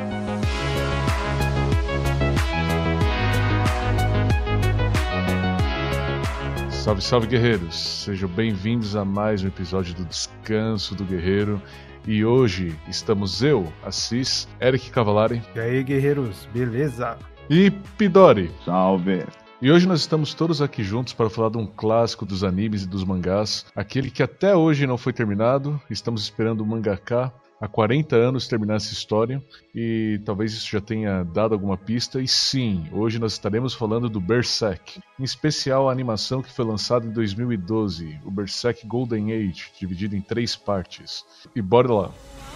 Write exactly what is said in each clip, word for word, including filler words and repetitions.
Salve, salve, guerreiros! Sejam bem-vindos a mais um episódio do Descanso do Guerreiro. E hoje estamos eu, Assis, Eric Cavalari. E aí, guerreiros, beleza? E Pidori. Salve! E hoje nós estamos todos aqui juntos para falar de um clássico dos animes e dos mangás, aquele que até hoje não foi terminado. Estamos esperando o mangaka há quarenta anos terminar essa história, e talvez isso já tenha dado alguma pista. E sim, hoje nós estaremos falando do Berserk, em especial a animação que foi lançada em dois mil e doze, o Berserk Golden Age, dividido em três partes. E bora lá!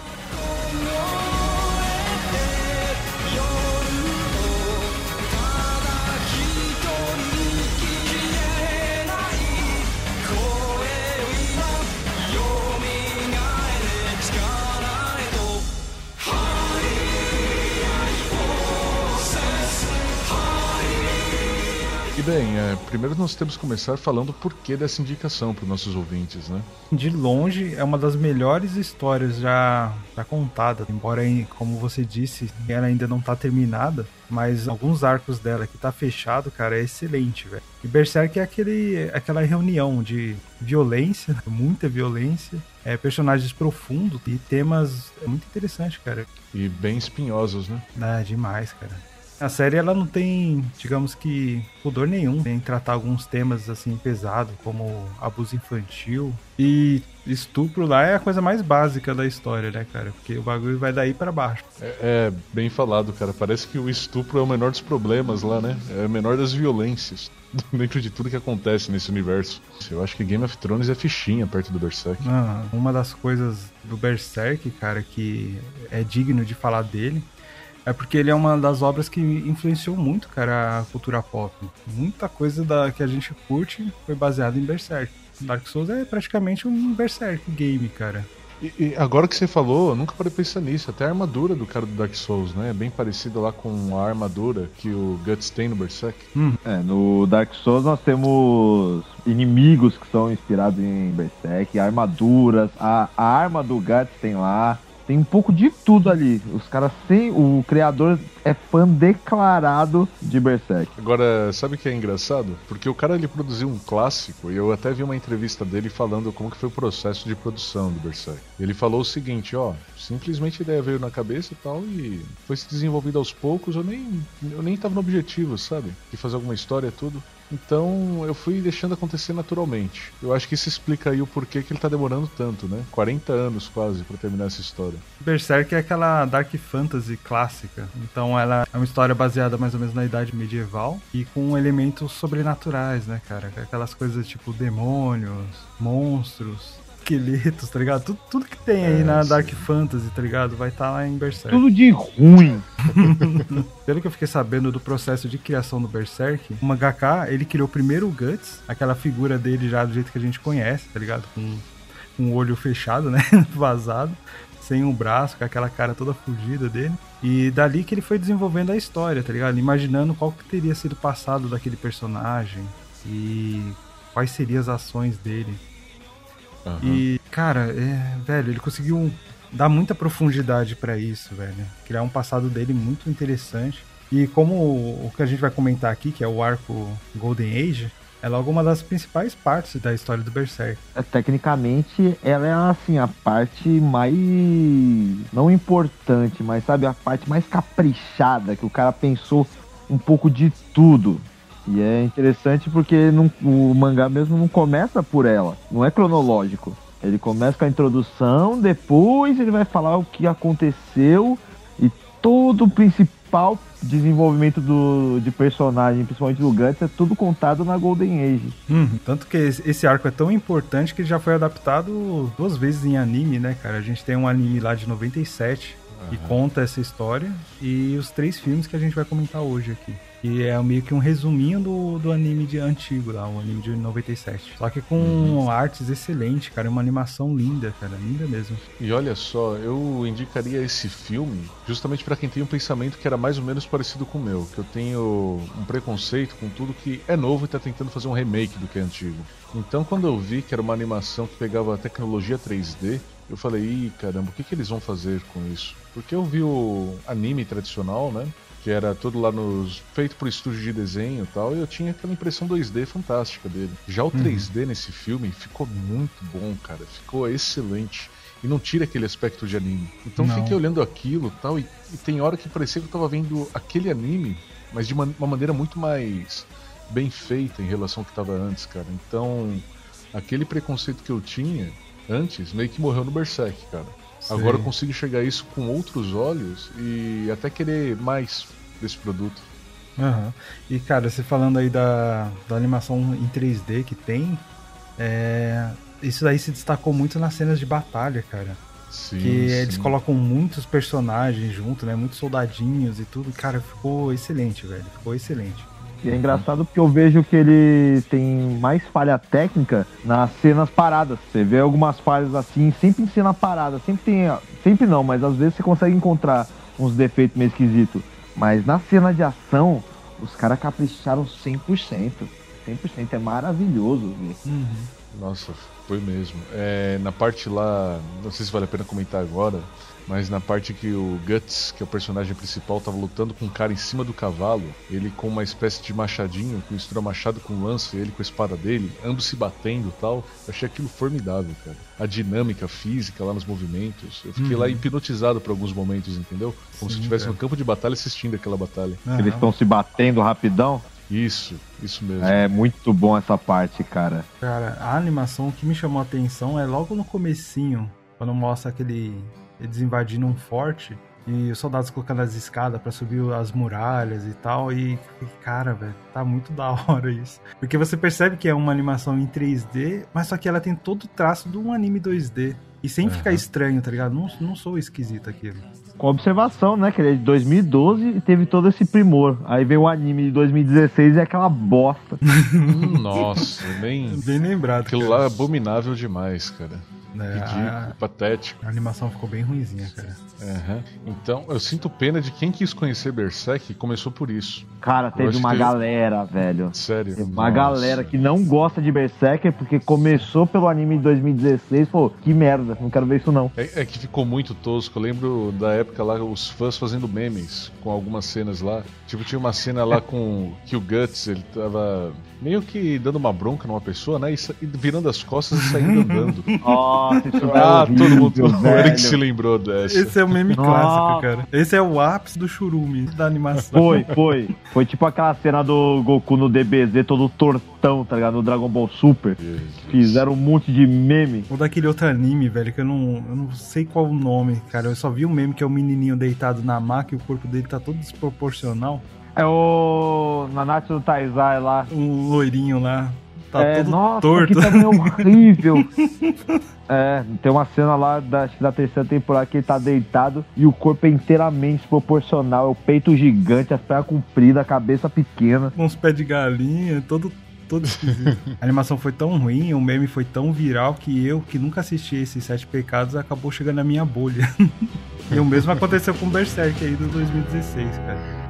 Bem, é, primeiro nós temos que começar falando o porquê dessa indicação para os nossos ouvintes, né? De longe, é uma das melhores histórias já, já contadas. Embora, como você disse, ela ainda não tá terminada, mas alguns arcos dela que tá fechado, cara, é excelente, velho. E Berserk é aquele, aquela reunião de violência, muita violência, é, personagens profundos e temas muito interessantes, cara. E bem espinhosos, né? É, demais, cara. A série, ela não tem, digamos que, pudor nenhum em tratar alguns temas, assim, pesados, como abuso infantil. E estupro lá é a coisa mais básica da história, né, cara? Porque o bagulho vai daí pra baixo. É, é bem falado, cara. Parece que o estupro é o menor dos problemas lá, né? É o menor das violências dentro de tudo que acontece nesse universo. Eu acho que Game of Thrones é fichinha perto do Berserk. Ah, uma das coisas do Berserk, cara, que é digno de falar dele, é porque ele é uma das obras que influenciou muito, cara, a cultura pop. Muita coisa da, que a gente curte foi baseada em Berserk. Dark Souls é praticamente um Berserk game, cara. E, e agora que você falou, eu nunca parei pensar nisso. Até a armadura do cara do Dark Souls, né? É bem parecida lá com a armadura que o Guts tem no Berserk. Hum. É, no Dark Souls nós temos inimigos que são inspirados em Berserk, armaduras, a, a arma do Guts tem lá. Tem um pouco de tudo ali. Os caras sem. O criador é fã declarado de Berserk. Agora, sabe o que é engraçado? Porque o cara, ele produziu um clássico, e eu até vi uma entrevista dele falando como que foi o processo de produção do Berserk. Ele falou o seguinte, ó, simplesmente a ideia veio na cabeça e tal, e foi se desenvolvida aos poucos. Eu nem, eu nem tava no objetivo, sabe? De fazer alguma história, tudo. Então eu fui deixando acontecer naturalmente. Eu acho que isso explica aí o porquê que ele tá demorando tanto, né? quarenta anos quase pra terminar essa história. Berserk é aquela Dark Fantasy clássica. Então ela é uma história baseada mais ou menos na idade medieval e com elementos sobrenaturais, né, cara? Aquelas coisas tipo demônios, monstros, esqueletos, tá ligado? Tudo, tudo que tem aí é, na sim. Dark Fantasy, tá ligado? Vai estar tá lá em Berserk. Tudo de ruim. Pelo que eu fiquei sabendo do processo de criação do Berserk, o mangaka, ele criou primeiro o Guts, aquela figura dele já do jeito que a gente conhece, tá ligado? Com, com o olho fechado, né? Vazado, sem um braço, com aquela cara toda fugida dele. E dali que ele foi desenvolvendo a história, tá ligado? Imaginando qual que teria sido o passado daquele personagem e quais seriam as ações dele. Uhum. E, cara, é, velho, ele conseguiu dar muita profundidade pra isso, velho. Criar um passado dele muito interessante. E como o que a gente vai comentar aqui, que é o arco Golden Age, é logo uma das principais partes da história do Berserk. É, tecnicamente, ela é, assim, a parte mais... não importante, mas, sabe, a parte mais caprichada, que o cara pensou um pouco de tudo. E é interessante porque não, o mangá mesmo não começa por ela, não é cronológico. Ele começa com a introdução, depois ele vai falar o que aconteceu e todo o principal desenvolvimento do, de personagem, principalmente do Guts, é tudo contado na Golden Age. Hum, tanto que esse arco é tão importante que ele já foi adaptado duas vezes em anime, né, cara? A gente tem um anime lá de noventa e sete que uhum. conta essa história e os três filmes que a gente vai comentar hoje aqui. E é meio que um resuminho do, do anime de antigo lá, o anime de noventa e sete. Só que com uhum. artes excelentes, cara, uma animação linda, cara, linda mesmo. E olha só, eu indicaria esse filme justamente pra quem tem um pensamento que era mais ou menos parecido com o meu, que eu tenho um preconceito com tudo que é novo e tá tentando fazer um remake do que é antigo. Então quando eu vi que era uma animação que pegava a tecnologia três D eu falei, ih, caramba, o que, que eles vão fazer com isso? Porque eu vi o anime tradicional, né? Que era todo lá nos... feito por estúdio de desenho e tal, e eu tinha aquela impressão dois D fantástica dele. Já o três D nesse filme ficou muito bom, cara. Ficou excelente. E não tira aquele aspecto de anime. Então Não. fiquei olhando aquilo tal, e, e tem hora que parecia que eu tava vendo aquele anime, mas de uma, uma maneira muito mais bem feita em relação ao que tava antes, cara. Então, aquele preconceito que eu tinha antes meio que morreu no Berserk, cara. Sei. Agora eu consigo enxergar isso com outros olhos e até querer mais desse produto. Aham. E cara, você falando aí da, da animação em três D que tem, é, isso aí se destacou muito nas cenas de batalha, cara. Sim, Que sim. eles colocam muitos personagens junto, né? Muitos soldadinhos e tudo. Cara, ficou excelente, velho. Ficou excelente. E é engraçado porque eu vejo que ele tem mais falha técnica nas cenas paradas. Você vê algumas falhas assim, sempre em cena parada. Sempre tem. Sempre não, mas às vezes você consegue encontrar uns defeitos meio esquisitos. Mas na cena de ação, os caras capricharam cem por cento. cem por cento é maravilhoso, ver. Uhum. Nossa, foi mesmo. É, na parte lá, não sei se vale a pena comentar agora, mas na parte que o Guts, que é o personagem principal, tava lutando com um cara em cima do cavalo, ele com uma espécie de machadinho, que mistura machado com lança, e ele com a espada dele, ambos se batendo e tal. Eu achei aquilo formidável, cara. A dinâmica física lá nos movimentos. Eu fiquei Uhum. lá hipnotizado por alguns momentos, entendeu? Como Sim, se eu estivesse cara. no campo de batalha assistindo aquela batalha. Aham. Eles estão se batendo rapidão. Isso, isso mesmo. É muito bom essa parte, cara. Cara, a animação que me chamou a atenção é logo no comecinho, quando mostra aquele eles invadindo um forte e os soldados colocando as escadas pra subir as muralhas e tal. E, cara, velho, tá muito da hora isso. Porque você percebe que é uma animação em três D, mas só que ela tem todo o traço de um anime dois D. E sem Uhum. ficar estranho, tá ligado? Não, não sou esquisito aquilo. Com observação, né? Que ele é de dois mil e doze e teve todo esse primor. Aí veio o anime de dois mil e dezesseis e é aquela bosta. Hum, Nossa, nem. Bem lembrado. Aquilo cara. lá é abominável demais, cara. É, Ridículo, a, patético. a animação ficou bem ruinzinha, cara. Uhum. Então, eu sinto pena de quem quis conhecer Berserk e começou por isso. Cara, Eu teve acho uma que- galera, velho. Sério. Teve uma Nossa. galera que não gosta de Berserker porque começou pelo anime de dois mil e dezesseis. Pô, que merda, não quero ver isso não. É, é que ficou muito tosco. Eu lembro da época lá, os fãs fazendo memes com algumas cenas lá. Tipo, tinha uma cena lá com que o Guts, ele tava meio que dando uma bronca numa pessoa, né? E, sa- e virando as costas e saindo andando. Nossa, isso é Ah, horrível, todo mundo. O velho. Eric se lembrou dessa. Esse é o meme Nossa. clássico, cara. Esse é o ápice do churume da animação. Foi, foi. Foi tipo aquela cena do Goku no D B Z todo tortão, tá ligado? No Dragon Ball Super. Jesus. Fizeram um monte de meme. Ou daquele outro anime, velho, que eu não, eu não sei qual o nome, cara. Eu só vi um meme que é o menininho deitado na maca e o corpo dele tá todo desproporcional. É o Nanatsu no Taizai lá. Um loirinho lá, tá é, todo nossa, torto. que também é horrível. É, tem uma cena lá da, acho que da terceira temporada que ele tá deitado e o corpo é inteiramente desproporcional. É o peito gigante, as pernas compridas, a cabeça pequena. Com uns pés de galinha, todo, todo esquisito. A animação foi tão ruim, o meme foi tão viral que eu, que nunca assisti esses Sete Pecados, acabou chegando na minha bolha. E o mesmo aconteceu com o Berserk aí do dois mil e dezesseis, cara.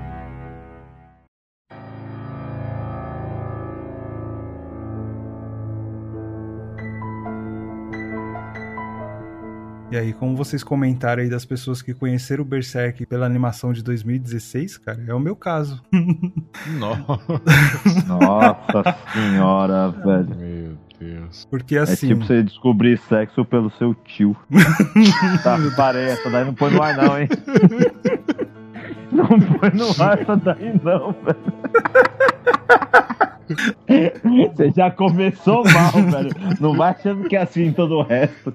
E aí, como vocês comentaram aí das pessoas que conheceram o Berserk pela animação de dois mil e dezesseis, cara, é o meu caso. Nossa, Nossa senhora, velho. meu Deus. Porque É assim... tipo você descobrir sexo pelo seu tio. Tá, parei, essa daí não põe no ar não, hein? Não põe no ar essa daí não, velho. Você já começou mal, velho. Não vai achando que é assim todo o resto.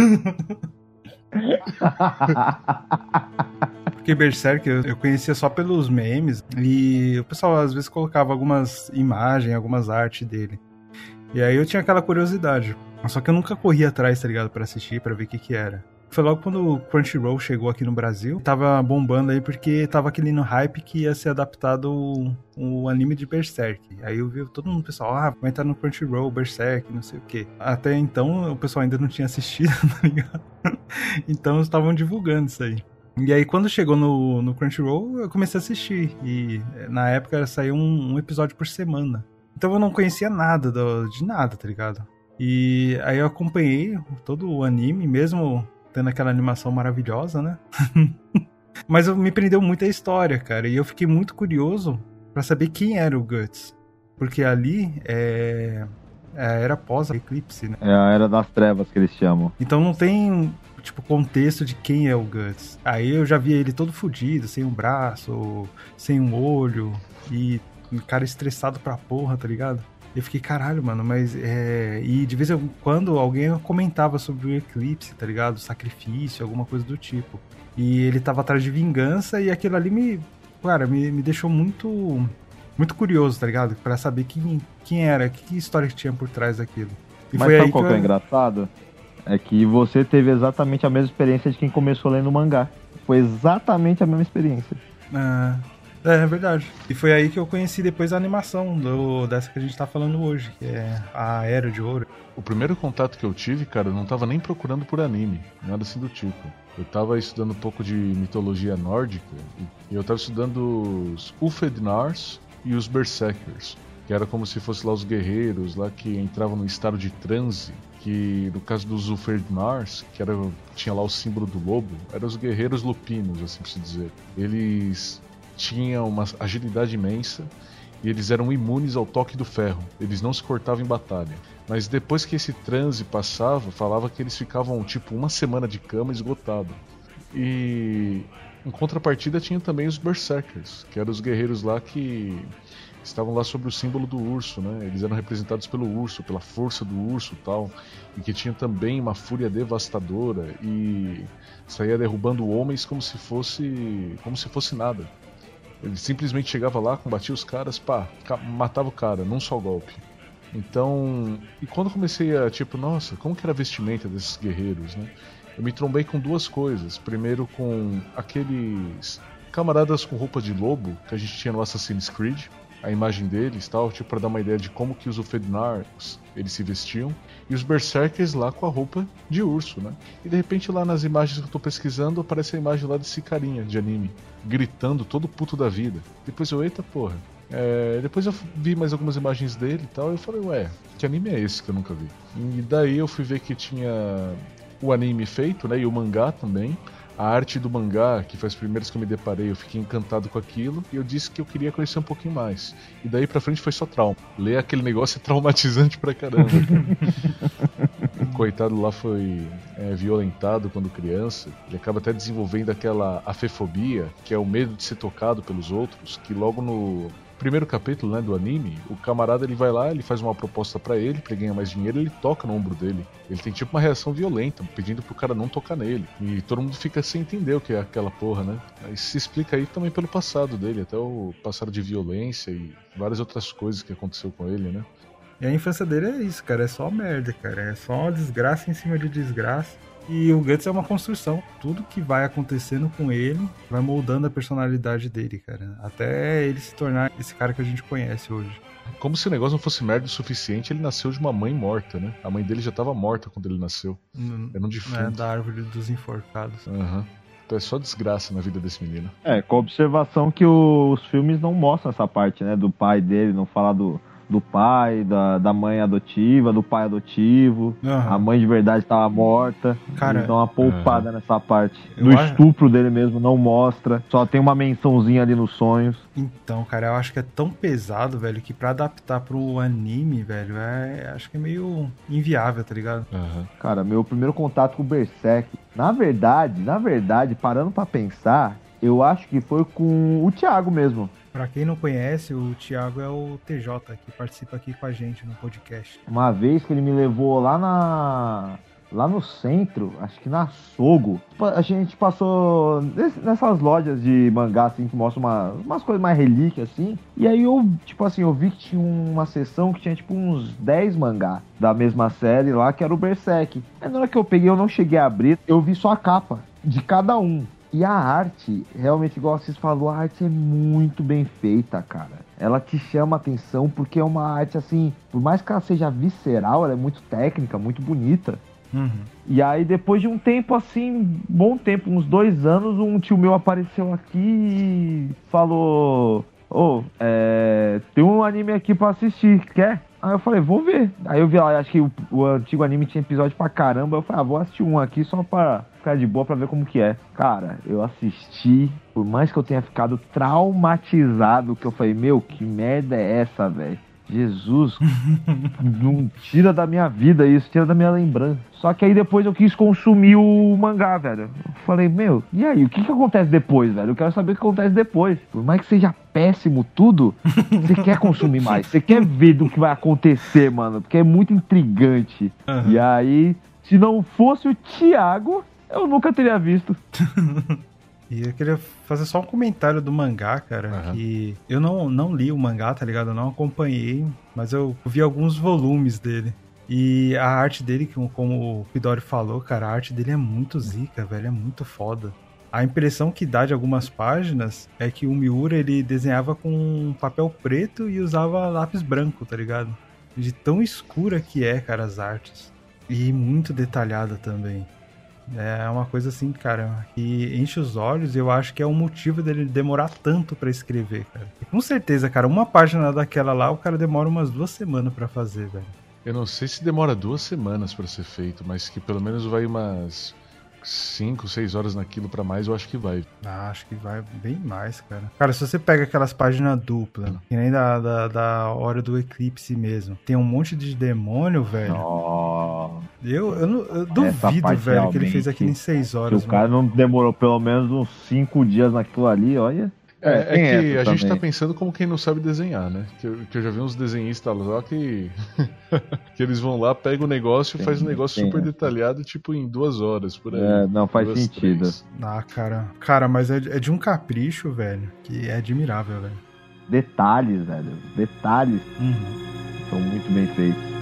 Porque Berserk eu, eu conhecia só pelos memes e o pessoal às vezes colocava algumas imagens, algumas artes dele. E aí eu tinha aquela curiosidade. Só que eu nunca corri atrás, tá ligado? Pra assistir, pra ver o que que era. Foi logo quando o Crunchyroll chegou aqui no Brasil. Tava bombando aí porque tava aquele no hype que ia ser adaptado o, o anime de Berserk. Aí eu vi todo mundo, pessoal, ah, vai entrar no Crunchyroll, Berserk, não sei o quê. Até então o pessoal ainda não tinha assistido, tá ligado? Então eles estavam divulgando isso aí. E aí quando chegou no, no Crunchyroll, eu comecei a assistir. E na época saiu um, um episódio por semana. Então eu não conhecia nada do, de nada, tá ligado? E aí eu acompanhei todo o anime, mesmo tendo aquela animação maravilhosa, né? Mas me prendeu muito a história, cara, e eu fiquei muito curioso pra saber quem era o Guts. Porque ali é, é a era pós-eclipse, né? É a Era das Trevas que eles chamam. Então não tem, tipo, contexto de quem é o Guts. Aí eu já vi ele todo fudido, sem um braço, sem um olho, e um cara estressado pra porra, tá ligado? Eu fiquei, caralho, mano, mas é... E de vez em quando alguém comentava sobre o eclipse, tá ligado? Sacrifício, alguma coisa do tipo. E ele tava atrás de vingança e aquilo ali me... Cara, me, me deixou muito... Muito curioso, tá ligado? Pra saber quem, quem era, que história que tinha por trás daquilo. E Mas foi sabe aí qual que que é eu... engraçado? É que você teve exatamente a mesma experiência de quem começou lendo mangá. Foi exatamente a mesma experiência. Ah, é, é verdade. E foi aí que eu conheci depois a animação do, dessa que a gente tá falando hoje, que é a Era de Ouro. O primeiro contato que eu tive, cara, eu não tava nem procurando por anime, nada assim do tipo. Eu tava estudando um pouco de mitologia nórdica e eu tava estudando os Ulfednars e os Berserkers, que era como se fosse lá os guerreiros lá que entravam no estado de transe, que no caso dos Ulfednars, que era, tinha lá o símbolo do lobo, eram os guerreiros lupinos, assim por se dizer. Eles tinham uma agilidade imensa e eles eram imunes ao toque do ferro, eles não se cortavam em batalha. Mas depois que esse transe passava, falava que eles ficavam tipo uma semana de cama esgotado. E em contrapartida tinha também os Berserkers, que eram os guerreiros lá que estavam lá sobre o símbolo do urso, né? Eles eram representados pelo urso, pela força do urso e tal, e que tinham também uma fúria devastadora e saía derrubando homens como se fosse, como se fosse nada. Ele simplesmente chegava lá, combatia os caras, pá, matava o cara, num só golpe. Então, e quando eu comecei a, tipo, nossa, como que era a vestimenta desses guerreiros, né? Eu me trombei com duas coisas. Primeiro com aqueles camaradas com roupa de lobo que a gente tinha no Assassin's Creed, a imagem deles, tal, tipo, para dar uma ideia de como que os Ulfednars eles se vestiam, e os Berserkers lá com a roupa de urso, né? E de repente lá nas imagens que eu tô pesquisando aparece a imagem lá desse carinha de anime, gritando todo puto da vida. Depois eu, eita porra. É, depois eu vi mais algumas imagens dele e tal, e eu falei, ué, que anime é esse que eu nunca vi? E daí eu fui ver que tinha o anime feito, né, e o mangá também. A arte do mangá, que foi as primeiras que eu me deparei, eu fiquei encantado com aquilo, e eu disse que eu queria conhecer um pouquinho mais. E daí pra frente foi só trauma. Ler aquele negócio é traumatizante pra caramba. O coitado lá foi é, violentado quando criança. Ele acaba até desenvolvendo aquela afefobia, que é o medo de ser tocado pelos outros, que logo no primeiro capítulo, né, do anime, o camarada ele vai lá, ele faz uma proposta pra ele, pra ele ganhar mais dinheiro, ele toca no ombro dele. Ele tem tipo uma reação violenta, pedindo pro cara não tocar nele. E todo mundo fica sem entender o que é aquela porra, né? Mas se explica aí também pelo passado dele, até o passado de violência e várias outras coisas que aconteceu com ele, né? E a infância dele é isso, cara, é só merda, cara, é só uma desgraça em cima de desgraça. E o Guts é uma construção. Tudo que vai acontecendo com ele vai moldando a personalidade dele, cara. Até ele se tornar esse cara que a gente conhece hoje. Como se o negócio não fosse merda o suficiente, ele nasceu de uma mãe morta, né? A mãe dele já estava morta quando ele nasceu. Hum, Era um defunto. É, da árvore dos enforcados. Aham. Uhum. Então é só desgraça na vida desse menino. É, com a observação que os filmes não mostram essa parte, né? Do pai dele, não falar do... do pai, da, da mãe adotiva, do pai adotivo, uhum. A mãe de verdade estava morta. Cara, eles dão uma poupada uhum. nessa parte. Do acho... estupro dele mesmo não mostra, só tem uma mençãozinha ali nos sonhos. Então, cara, eu acho que é tão pesado, velho, que pra adaptar pro anime, velho, é, acho que é meio inviável, tá ligado? Uhum. Cara, meu primeiro contato com o Berserk, na verdade, na verdade, parando pra pensar, eu acho que foi com o Thiago mesmo. Pra quem não conhece, o Thiago é o T J, que participa aqui com a gente no podcast. Uma vez que ele me levou lá na... lá no centro, acho que na Sogo, a gente passou nessas lojas de mangá, assim, que mostram uma, umas coisas mais relíquias, assim. E aí eu, tipo assim, eu vi que tinha uma seção que tinha, tipo, uns dez mangá da mesma série lá, que era o Berserk. Aí na hora que eu peguei, eu não cheguei a abrir, eu vi só a capa de cada um. E a arte, realmente, igual vocês falou, a arte é muito bem feita, cara. Ela te chama a atenção porque é uma arte, assim, por mais que ela seja visceral, ela é muito técnica, muito bonita. Uhum. E aí, depois de um tempo, assim, bom tempo, uns dois anos, um tio meu apareceu aqui e falou... Ô, oh, é, tem um anime aqui pra assistir, quer? Aí eu falei, vou ver. Aí eu vi lá, acho que o, o antigo anime tinha episódio pra caramba. Eu falei, ah, vou assistir um aqui só pra ficar de boa pra ver como que é. Cara, eu assisti, por mais que eu tenha ficado traumatizado, que eu falei, meu, que merda é essa, velho? Jesus, não tira da minha vida isso, tira da minha lembrança. Só que aí depois eu quis consumir o mangá, velho. Eu falei, meu, e aí, o que que acontece depois, velho? Eu quero saber o que acontece depois. Por mais que seja péssimo tudo, você quer consumir mais. Você quer ver do que vai acontecer, mano. Porque é muito intrigante. Uhum. E aí, se não fosse o Thiago, eu nunca teria visto. E eu queria fazer só um comentário do mangá, cara, uhum. que eu não, não li o mangá, tá ligado? Eu não acompanhei, mas eu vi alguns volumes dele. E a arte dele, como o Pidori falou, cara, a arte dele é muito zica, velho, é muito foda. A impressão que dá de algumas páginas é que o Miura, ele desenhava com papel preto e usava lápis branco, tá ligado? De tão escura que é, cara, as artes. E muito detalhada também. É uma coisa assim, cara, que enche os olhos e eu acho que é o motivo dele demorar tanto pra escrever, cara. E com certeza, cara, uma página daquela lá, o cara demora umas duas semanas pra fazer, velho. Eu não sei se demora duas semanas pra ser feito, mas que pelo menos vai umas cinco, seis horas naquilo pra mais, eu acho que vai. Ah, acho que vai bem mais, cara. Cara, se você pega aquelas páginas duplas, que nem da, da, da Hora do Eclipse mesmo, tem um monte de demônio, velho. Oh. Eu, eu, não, eu duvido, velho, que ele fez aquilo em seis horas. Se o cara não demorou pelo menos uns cinco dias naquilo ali, olha... É, é que a também. gente tá pensando como quem não sabe desenhar, né? Que eu, que eu já vi uns desenhistas lá que, que eles vão lá, pegam o negócio e faz um negócio super essa. detalhado, tipo, em duas horas, por aí. É, não faz duas, sentido. Três. Ah, cara. Cara, mas é, é de um capricho, velho, que é admirável, velho. Detalhes, velho. Detalhes. Uhum. São muito bem feitos.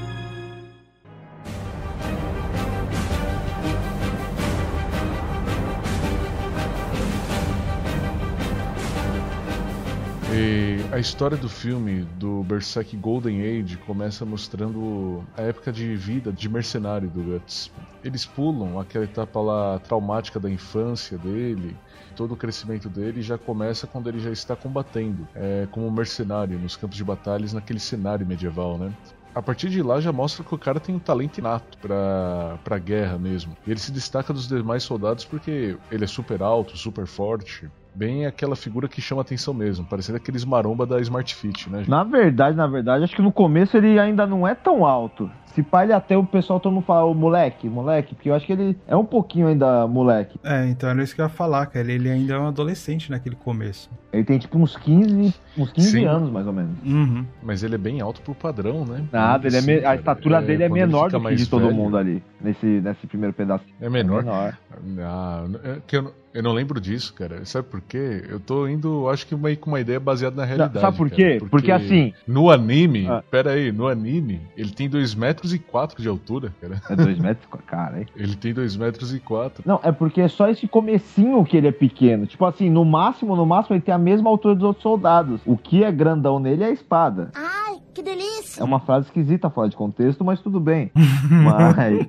E a história do filme do Berserk Golden Age começa mostrando a época de vida de mercenário do Guts. Eles pulam aquela etapa lá traumática da infância dele, todo o crescimento dele já começa quando ele já está combatendo é, como mercenário nos campos de batalhas naquele cenário medieval, né? A partir de lá já mostra que o cara tem um talento inato pra, pra guerra mesmo. E ele se destaca dos demais soldados porque ele é super alto, super forte. Bem aquela figura que chama atenção mesmo, parecendo aqueles maromba da Smart Fit, né? Na verdade, na verdade, acho que no começo ele ainda não é tão alto. Se pá, ele até o pessoal todo mundo fala, o moleque, moleque, porque eu acho que ele é um pouquinho ainda moleque. É, então era isso que eu ia falar, cara. Ele ainda é um adolescente naquele começo. Ele tem tipo uns quinze, uns quinze anos, mais ou menos. Uhum. Mas ele é bem alto pro padrão, né? Nada, ele é me... a estatura é, dele é menor do que de todo velho. mundo ali, nesse, nesse primeiro pedaço. É menor? É menor. Ah, é que eu, eu não lembro disso, cara. Sabe por quê? Eu tô indo, acho que meio com uma ideia baseada na realidade. Não, sabe por quê? Porque, Porque assim... No anime, ah. pera aí, no anime, ele tem dois metros e quatro de altura, cara. É dois metros? Cara, hein? Ele tem dois metros e quatro. Não, é porque é só esse comecinho que ele é pequeno. Tipo assim, no máximo, no máximo ele tem a mesma altura dos outros soldados. O que é grandão nele é a espada. Ai, que delícia! É uma frase esquisita fora de contexto, mas tudo bem. Mas...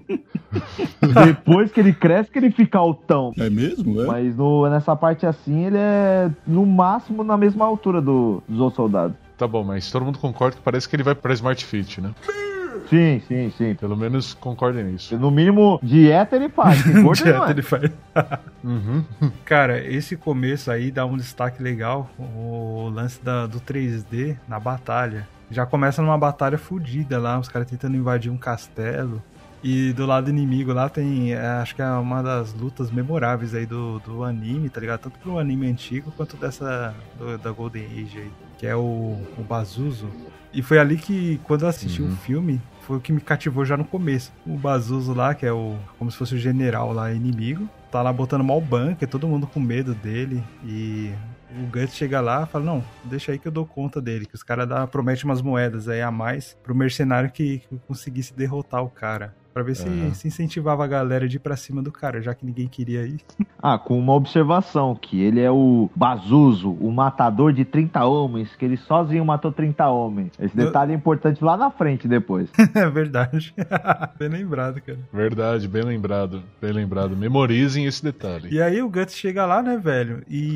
depois que ele cresce que ele fica altão. É mesmo? É? Mas no, nessa parte assim, ele é no máximo na mesma altura do, dos outros soldados. Tá bom, mas todo mundo concorda que parece que ele vai pra Smart Fit, né? Sim, sim, sim. Pelo menos concordem nisso. No mínimo, dieta ele faz. Dieta não é. ele faz. Uhum. Cara, esse começo aí dá um destaque legal. O lance da, do três D na batalha. Já começa numa batalha fodida lá, os caras tentando invadir um castelo. E do lado inimigo lá tem, é, acho que é uma das lutas memoráveis aí do, do anime, tá ligado? Tanto pro anime antigo quanto dessa do, da Golden Age aí, que é o, o Bazuzo. E foi ali que, quando eu assisti uhum. o filme, foi o que me cativou já no começo. O Bazuzo lá, que é o como se fosse o general lá inimigo, tá lá botando mal bunker, todo mundo com medo dele. E o Guts chega lá e fala, não, deixa aí que eu dou conta dele. Que os caras prometem umas moedas aí a mais pro mercenário que, que conseguisse derrotar o cara. Pra ver se, uhum. se incentivava a galera de ir pra cima do cara, já que ninguém queria ir. Ah, com uma observação, que ele é o Bazuzo, o matador de trinta homens, que ele sozinho matou trinta homens. Esse detalhe Eu... é importante lá na frente depois. É verdade. Bem lembrado, cara. Verdade, bem lembrado. Bem lembrado. Memorizem esse detalhe. E aí o Guts chega lá, né, velho? E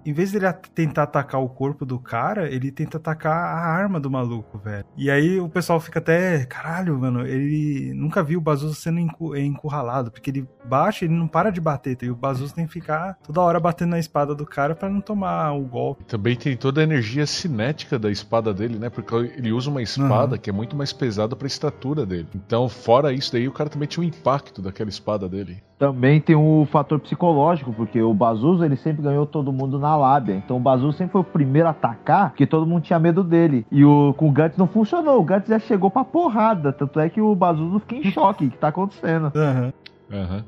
em vez dele at- tentar atacar o corpo do cara, ele tenta atacar a arma do maluco, velho. E aí o pessoal fica até, caralho, mano, ele nunca viu o Bazuza sendo encu- encurralado, porque ele bate, ele não para de bater, e o Bazuza tem que ficar toda hora batendo na espada do cara pra não tomar o golpe. Também tem toda a energia cinética da espada dele, né? Porque ele usa uma espada Uhum. que é muito mais pesada pra estatura dele. Então, fora isso daí, o cara também tinha o impacto daquela espada dele. Também tem o fator psicológico, porque o Bazuza, ele sempre ganhou todo mundo na lábia. Então o Bazuza sempre foi o primeiro a atacar, porque todo mundo tinha medo dele. E o, com o Guts não funcionou, o Guts já chegou pra porrada. Tanto é que o Bazuza fica em choque, o que tá acontecendo. Aham. Aham.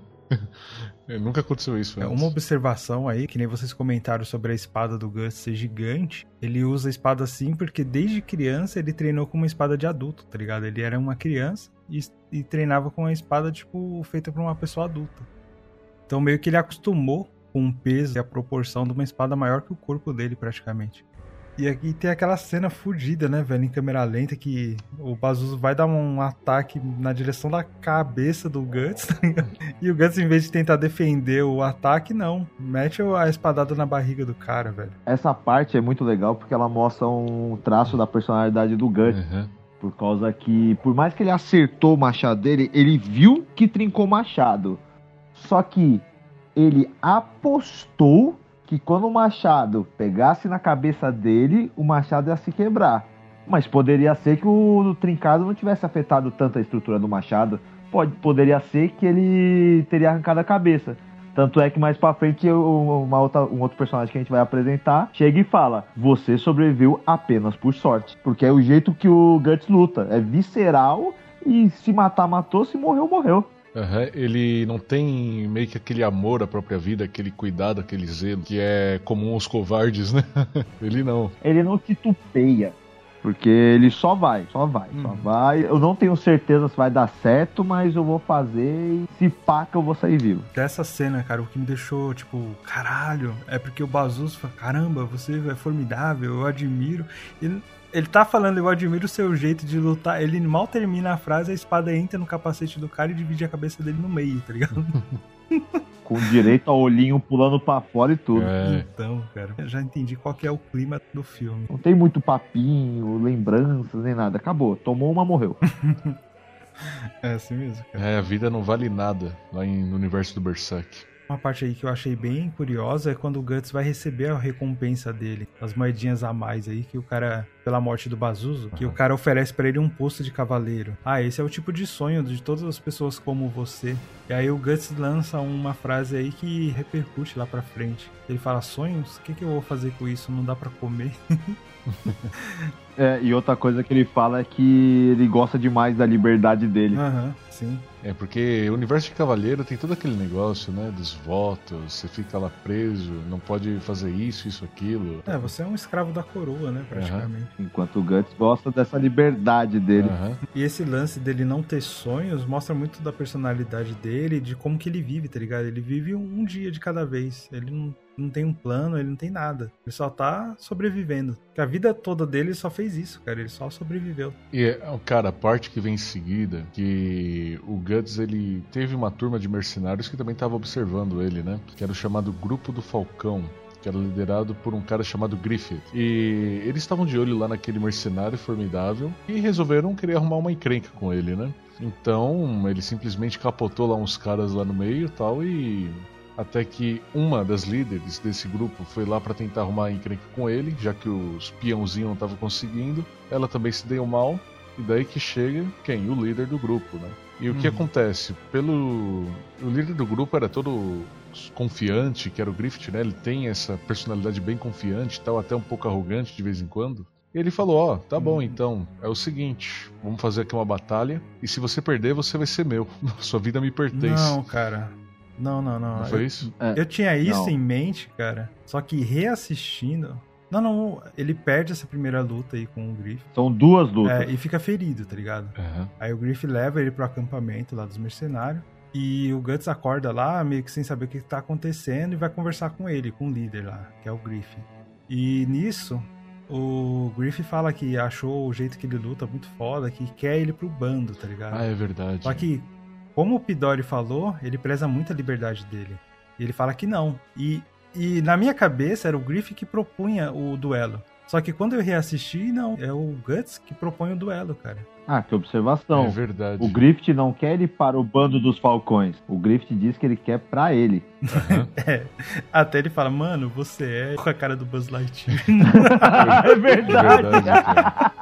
Nunca aconteceu isso É, antes. uma observação aí, que nem vocês comentaram sobre a espada do Guts ser gigante, ele usa a espada assim porque desde criança ele treinou com uma espada de adulto, tá ligado? Ele era uma criança e, e treinava com uma espada, tipo, feita por uma pessoa adulta. Então meio que ele acostumou com o peso e a proporção de uma espada maior que o corpo dele, praticamente. E aqui tem aquela cena fodida, né, velho, em câmera lenta, que o Bazuza vai dar um ataque na direção da cabeça do Guts, tá ligado? E o Guts, em vez de tentar defender o ataque, não. Mete a espadada na barriga do cara, velho. Essa parte é muito legal porque ela mostra um traço da personalidade do Guts. Uhum. Por causa que, por mais que ele acertou o machado dele, ele viu que trincou o machado. Só que ele apostou que quando o machado pegasse na cabeça dele, o machado ia se quebrar. Mas poderia ser que o trincado não tivesse afetado tanto a estrutura do machado. Pode, poderia ser que ele teria arrancado a cabeça. Tanto é que mais pra frente uma outra, um outro personagem que a gente vai apresentar chega e fala: você sobreviveu apenas por sorte. Porque é o jeito que o Guts luta. É visceral e se matar, matou. Se morreu, morreu. Uhum. Ele não tem meio que aquele amor à própria vida, aquele cuidado, aquele zelo que é comum aos covardes, né? Ele não. Ele não titubeia. Porque ele só vai, só vai, Hum. só vai. Eu não tenho certeza se vai dar certo, mas eu vou fazer e se pá que eu vou sair vivo. Dessa cena, cara, o que me deixou, tipo, caralho, é porque o Bazuza fala, caramba, você é formidável, eu admiro. Ele, ele tá falando, eu admiro o seu jeito de lutar. Ele mal termina a frase, a espada entra no capacete do cara e divide a cabeça dele no meio, tá ligado? Com direito ao olhinho pulando pra fora e tudo. É. Então, cara, eu já entendi qual que é o clima do filme. Não tem muito papinho, lembranças, nem nada. Acabou. Tomou uma, morreu. É assim mesmo, cara. É, a vida não vale nada lá em, no universo do Berserk. Uma parte aí que eu achei bem curiosa é quando o Guts vai receber a recompensa dele, as moedinhas a mais aí que o cara, pela morte do Bazuza, que o cara oferece pra ele um posto de cavaleiro. Ah, esse é o tipo de sonho de todas as pessoas como você. E aí o Guts lança uma frase aí que repercute lá pra frente. Ele fala, sonhos? O que, que eu vou fazer com isso? Não dá pra comer? É, e outra coisa que ele fala é que ele gosta demais da liberdade dele. Aham, sim. É, porque o universo de Cavaleiro tem todo aquele negócio, né, dos votos, você fica lá preso, não pode fazer isso, isso, aquilo. É, você é um escravo da coroa, né, praticamente. Enquanto o Guts gosta dessa liberdade dele. Aham. E esse lance dele não ter sonhos mostra muito da personalidade dele, de como que ele vive, tá ligado? Ele vive um dia de cada vez. Ele não, não tem um plano, ele não tem nada. Ele só tá sobrevivendo. Porque a vida toda dele ele só fez isso, cara. Ele só sobreviveu. E, cara, a parte que vem em seguida, que o Guts, ele teve uma turma de mercenários que também tava observando ele, né? Que era o chamado Grupo do Falcão, que era liderado por um cara chamado Griffith. E eles estavam de olho lá naquele mercenário formidável e resolveram querer arrumar uma encrenca com ele, né? Então, ele simplesmente capotou lá uns caras lá no meio e tal, e até que uma das líderes desse grupo foi lá pra tentar arrumar a encrenca com ele, já que os peãozinhos não estavam conseguindo. Ela também se deu mal, e daí que chega quem? O líder do grupo, né? E o que Uhum. acontece? Pelo... O líder do grupo era todo confiante, que era o Griffith, né? Ele tem essa personalidade bem confiante e tal, até um pouco arrogante de vez em quando. E ele falou, ó, oh, tá bom então, é o seguinte, vamos fazer aqui uma batalha, e se você perder, você vai ser meu. Sua vida me pertence. Não, cara. Não, não, não. Não foi eu, isso? É, eu tinha isso não. em mente, cara. Só que reassistindo... Não, não. Ele perde essa primeira luta aí com o Griff. São duas lutas. É, e fica ferido, tá ligado? Aham. Aí o Griff leva ele pro acampamento lá dos mercenários. E o Guts acorda lá, meio que sem saber o que tá acontecendo, e vai conversar com ele, com o líder lá, que é o Griff. E nisso, o Griff fala que achou o jeito que ele luta muito foda, que quer ele pro bando, tá ligado? Ah, é verdade. Só que, como o Pidori falou, ele preza muito a liberdade dele. E ele fala que não. E E na minha cabeça era o Griffith que propunha o duelo. Só que quando eu reassisti, não, é o Guts que propõe o duelo, cara. Ah, que observação. É verdade. O Griffith não quer ir para o bando dos Falcões. O Griffith diz que ele quer pra ele. Uhum. É. Até ele fala, mano, você é com a cara do Buzz Lightyear. É verdade. É verdade, cara.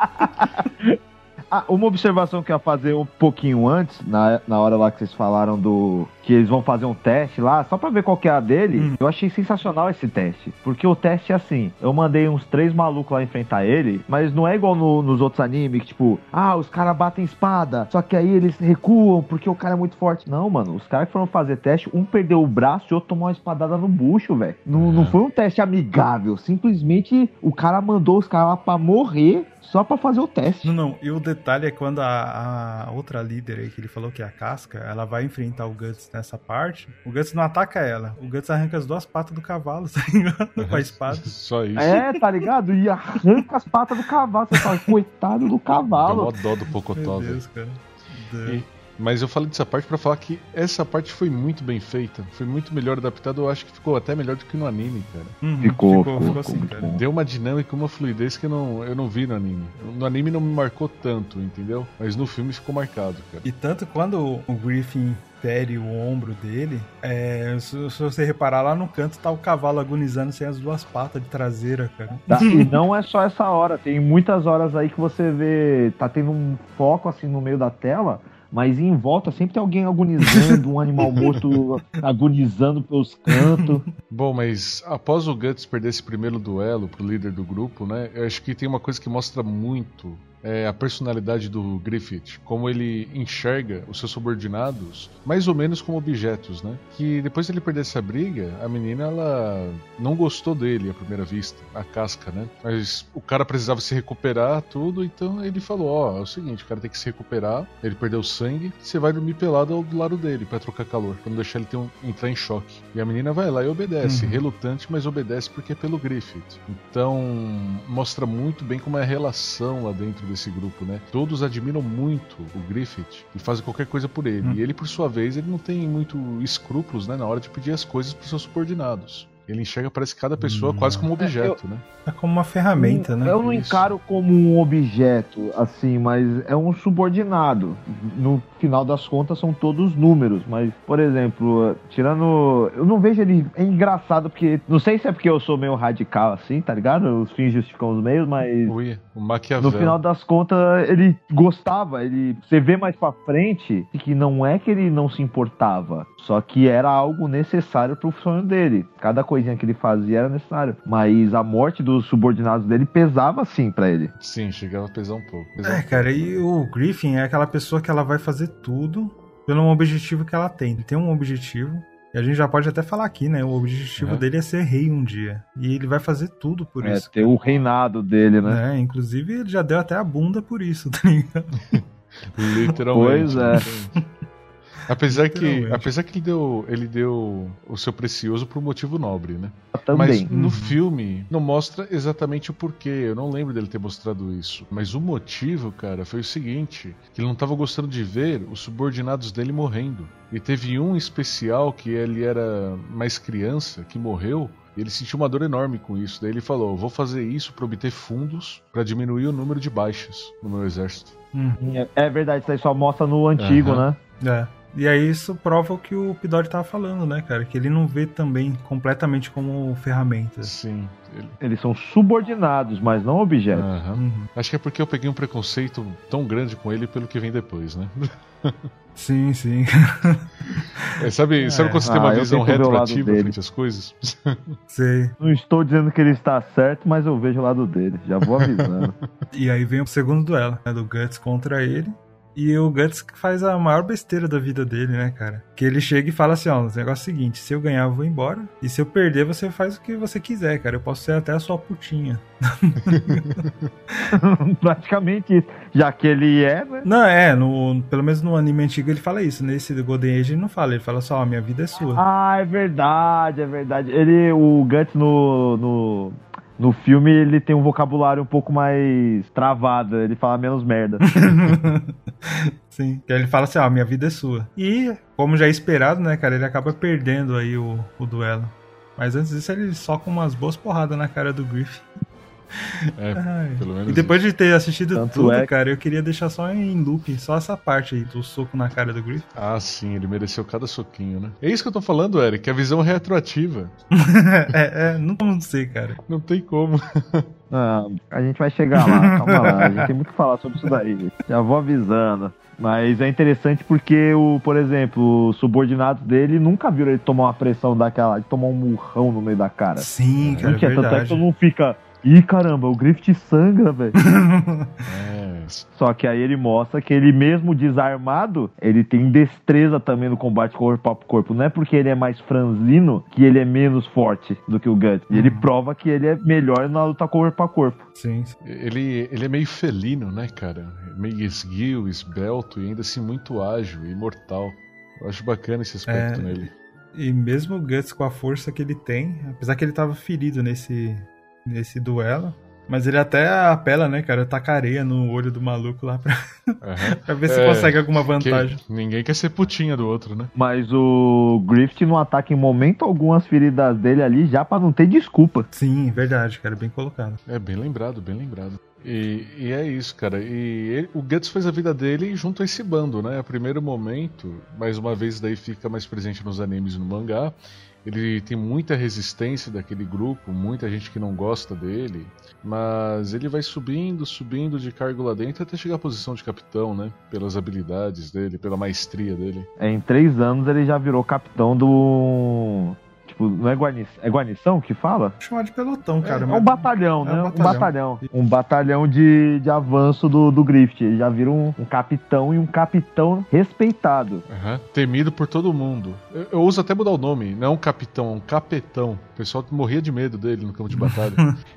Ah, uma observação que eu ia fazer um pouquinho antes, na, na hora lá que vocês falaram do... que eles vão fazer um teste lá, só pra ver qual que é a dele, hum. eu achei sensacional esse teste. Porque o teste é assim, eu mandei uns três malucos lá enfrentar ele, mas não é igual no, nos outros animes, que tipo, ah, os caras batem espada, só que aí eles recuam porque o cara é muito forte. Não, mano, os caras que foram fazer teste, um perdeu o braço e o outro tomou uma espadada no bucho, velho. Não, uhum. não foi um teste amigável, simplesmente o cara mandou os caras lá pra morrer só pra fazer o teste. Não, não, e o detalhe é quando a, a outra líder aí, que ele falou que é a Casca, ela vai enfrentar o Guts nessa parte, o Guts não ataca ela, o Guts arranca as duas patas do cavalo, tá ligado? Com a espada. Só isso. É, tá ligado? E arranca as patas do cavalo, você fala, coitado do cavalo. Dá mó dó do Pocotó, Meu Deus, cara. E... Mas eu falei dessa parte pra falar que essa parte foi muito bem feita, foi muito melhor adaptada, eu acho que ficou até melhor do que no anime, cara. Uhum, ficou, ficou, ficou, ficou assim, cara. Deu uma dinâmica, uma fluidez que eu não, eu não vi no anime. No anime não me marcou tanto, entendeu? Mas no filme ficou marcado, cara. E tanto quando o Griffin fere o ombro dele, é, se, se você reparar lá no canto, tá o cavalo agonizando sem as duas patas de traseira, cara. Tá, e não é só essa hora, tem muitas horas aí que você vê, tá tendo um foco assim no meio da tela, mas em volta sempre tem alguém agonizando, um animal morto agonizando pelos cantos. Bom, mas após o Guts perder esse primeiro duelo pro líder do grupo, né, eu acho que tem uma coisa que mostra muito é, a personalidade do Griffith, como ele enxerga os seus subordinados mais ou menos como objetos, né? Que depois de ele perder essa briga, a menina ela não gostou dele à primeira vista, a Casca, né? Mas o cara precisava se recuperar tudo, então ele falou, ó, oh, é o seguinte, o cara tem que se recuperar, ele perdeu sangue, você vai dormir pelado ao do lado dele pra trocar calor, pra não deixar ele ter um, entrar em choque. E a menina vai lá e obedece, uhum. relutante, mas obedece porque é pelo Griffith. Então mostra muito bem como é a relação lá dentro desse grupo, né? Todos admiram muito o Griffith e fazem qualquer coisa por ele. Hum. E ele, por sua vez, ele não tem muito escrúpulos, né, na hora de pedir as coisas para os seus subordinados. Ele enxerga, parece cada pessoa hum. quase como um objeto, é, eu, né? É como uma ferramenta, eu, né? Eu não Isso. encaro como um objeto, assim, mas é um subordinado. No final das contas, são todos números. Mas, por exemplo, tirando... Eu não vejo ele... É engraçado, porque... Não sei se é porque eu sou meio radical, assim, tá ligado? Os fins justificam os meios, mas... Ui, o Maquiavel. No final das contas, ele gostava. Ele... Você vê mais pra frente que não é que ele não se importava. Só que era algo necessário pro sonho dele. Cada coisinha que ele fazia era necessário. Mas a morte dos subordinados dele pesava sim pra ele. Sim, chegava a pesar um pouco. É, um pouco. Cara, e o Griffin é aquela pessoa que ela vai fazer tudo pelo objetivo que ela tem. Ele tem um objetivo, e a gente já pode até falar aqui, né? O objetivo uhum. dele é ser rei um dia. E ele vai fazer tudo por é, isso. É, ter o reinado dele, né? É, inclusive ele já deu até a bunda por isso, tá ligado? Literalmente. Pois é. Apesar que, apesar que ele deu, ele deu o seu precioso por um motivo nobre, né? Também. Mas no uhum. filme não mostra exatamente o porquê. Eu não lembro dele ter mostrado isso. Mas o motivo, cara, foi o seguinte: que ele não estava gostando de ver os subordinados dele morrendo. E teve um especial que ele era mais criança, que morreu. E ele sentiu uma dor enorme com isso. Daí ele falou: vou fazer isso para obter fundos para diminuir o número de baixas no meu exército. Uhum. É, é verdade, isso aí só mostra no antigo, uhum. né? É. E aí isso prova o que o Pidori tava falando, né, cara? Que ele não vê também completamente como ferramenta. Sim. Ele... Eles são subordinados, mas não objetos. Uhum. Uhum. Acho que é porque eu peguei um preconceito tão grande com ele pelo que vem depois, né? Sim, sim. É, sabe, é. sabe quando você ah, tem uma visão retroativa frente às coisas? Sei. Não estou dizendo que ele está certo, mas eu vejo o lado dele. Já vou avisando. E aí vem o segundo duelo, né, do Guts contra ele. E o Guts faz a maior besteira da vida dele, né, cara? Que ele chega e fala assim, ó, o negócio é o seguinte, se eu ganhar eu vou embora, e se eu perder você faz o que você quiser, cara, eu posso ser até a sua putinha. Praticamente isso, já que ele é, né? Não, é, no, pelo menos no anime antigo ele fala isso, nesse do Golden Age ele não fala, ele fala só, ó, minha vida é sua. Ah, é verdade, é verdade. Ele, o Guts no... no... No filme ele tem um vocabulário um pouco mais travado, ele fala menos merda. Sim, que ele fala assim, ó, ah, minha vida é sua. E, como já é esperado, né, cara, ele acaba perdendo aí o, o duelo. Mas antes disso ele soca umas boas porradas na cara do Griff. É, Ai. pelo menos E depois isso. de ter assistido Tanto tudo, é... cara, eu queria deixar só em loop, só essa parte aí do soco na cara do Griff. Ah, sim, ele mereceu cada soquinho, né? É isso que eu tô falando, Eric, a visão retroativa. é, é, não como sei, cara. Não tem como. Ah, a gente vai chegar lá, calma lá. A gente tem muito que falar sobre isso daí. Já vou avisando. Mas é interessante porque, o, por exemplo, os subordinados dele nunca viram ele tomar uma pressão daquela, de tomar um murrão no meio da cara. Sim, cara, Não tinha, é tanto é que verdade. todo mundo fica... Ih, caramba, o Griffith sangra, velho. É. Só que aí ele mostra que ele mesmo desarmado, ele tem destreza também no combate corpo a corpo. Não é porque ele é mais franzino que ele é menos forte do que o Guts. E ele prova que ele é melhor na luta corpo a corpo. Sim, sim. Ele, ele é meio felino, né, cara? Meio esguio, esbelto e ainda assim muito ágil e imortal. Eu acho bacana esse aspecto É. nele. E mesmo o Guts com a força que ele tem, apesar que ele tava ferido nesse, nesse duelo, mas ele até apela, né, cara, taca areia no olho do maluco lá pra, Aham. pra ver se É, consegue alguma vantagem. Que ninguém quer ser putinha do outro, né? Mas o Griffith não ataca em momento algum as feridas dele ali, já pra não ter desculpa. Sim, verdade, cara, bem colocado. É, bem lembrado, bem lembrado. E, e é isso, cara. E ele- o Guts fez a vida dele junto a esse bando, né? A primeiro momento, mais uma vez, daí fica mais presente nos animes e no mangá. Ele tem muita resistência daquele grupo, muita gente que não gosta dele, mas ele vai subindo, subindo de cargo lá dentro até chegar à posição de capitão, né? Pelas habilidades dele, pela maestria dele. É, em três anos ele já virou capitão do... Tipo, não é guarnição, é guarnição que fala? Vou chamar de pelotão, cara. É mas- um batalhão, É né? um Um batalhão. batalhão. Um batalhão de, de avanço do, do Griffith. Ele já vira um, um capitão e um capitão respeitado. Aham. Temido por todo mundo. Eu, eu uso até mudar o nome, não é um capitão, é um capetão. O pessoal morria de medo dele no campo de batalha.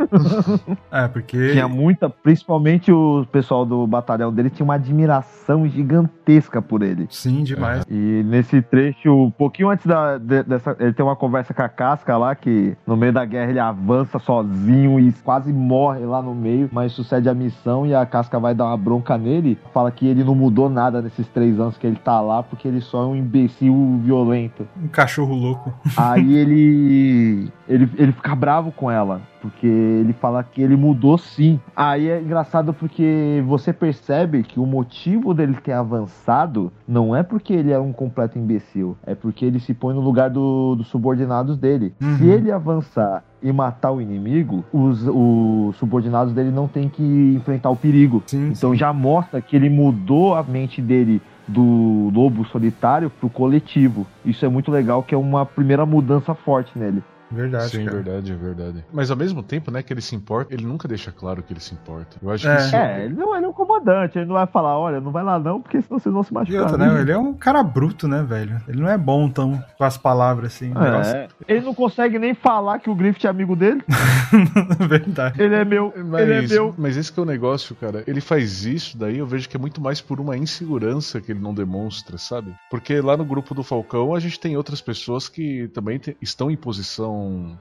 É, porque... Tinha muita, principalmente o pessoal do batalhão dele tinha uma admiração gigantesca por ele. Sim, demais. E nesse trecho, um pouquinho antes da, de- dessa, ele tem uma conversa com a Casca lá, que no meio da guerra ele avança sozinho e quase morre lá no meio, mas sucede a missão e a Casca vai dar uma bronca nele, fala que ele não mudou nada nesses três anos que ele tá lá, porque ele só é um imbecil violento. Um cachorro louco. Aí ele, ele ele fica bravo com ela, porque ele fala que ele mudou sim. Aí é engraçado porque você percebe que o motivo dele ter avançado não é porque ele é um completo imbecil, é porque ele se põe no lugar do- dos subordinados dele. Uhum. Se ele avançar e matar o inimigo, os, os subordinados dele não tem que enfrentar o perigo. Sim, Então já mostra que ele mudou a mente dele do lobo solitário pro coletivo. Isso é muito legal, que é uma primeira mudança forte nele. Verdade, Sim, cara. verdade, é verdade. Mas ao mesmo tempo, né, que ele se importa, ele nunca deixa claro que ele se importa. Eu acho É. que isso... É, ele não, ele é um comandante, ele não vai falar, olha, não vai lá não, porque senão vocês vão se E machucar. outra, né? Ele é um cara bruto, né, velho? Ele não é bom tão com as palavras assim. O negócio- É. Ele não consegue nem falar que o Griffith é amigo dele. Verdade. Ele é meu, Mas, ele é meu. mas esse que é o negócio, cara. Ele faz isso, daí eu vejo que é muito mais por uma insegurança que ele não demonstra, sabe? Porque lá no grupo do Falcão a gente tem outras pessoas que também te- estão em posição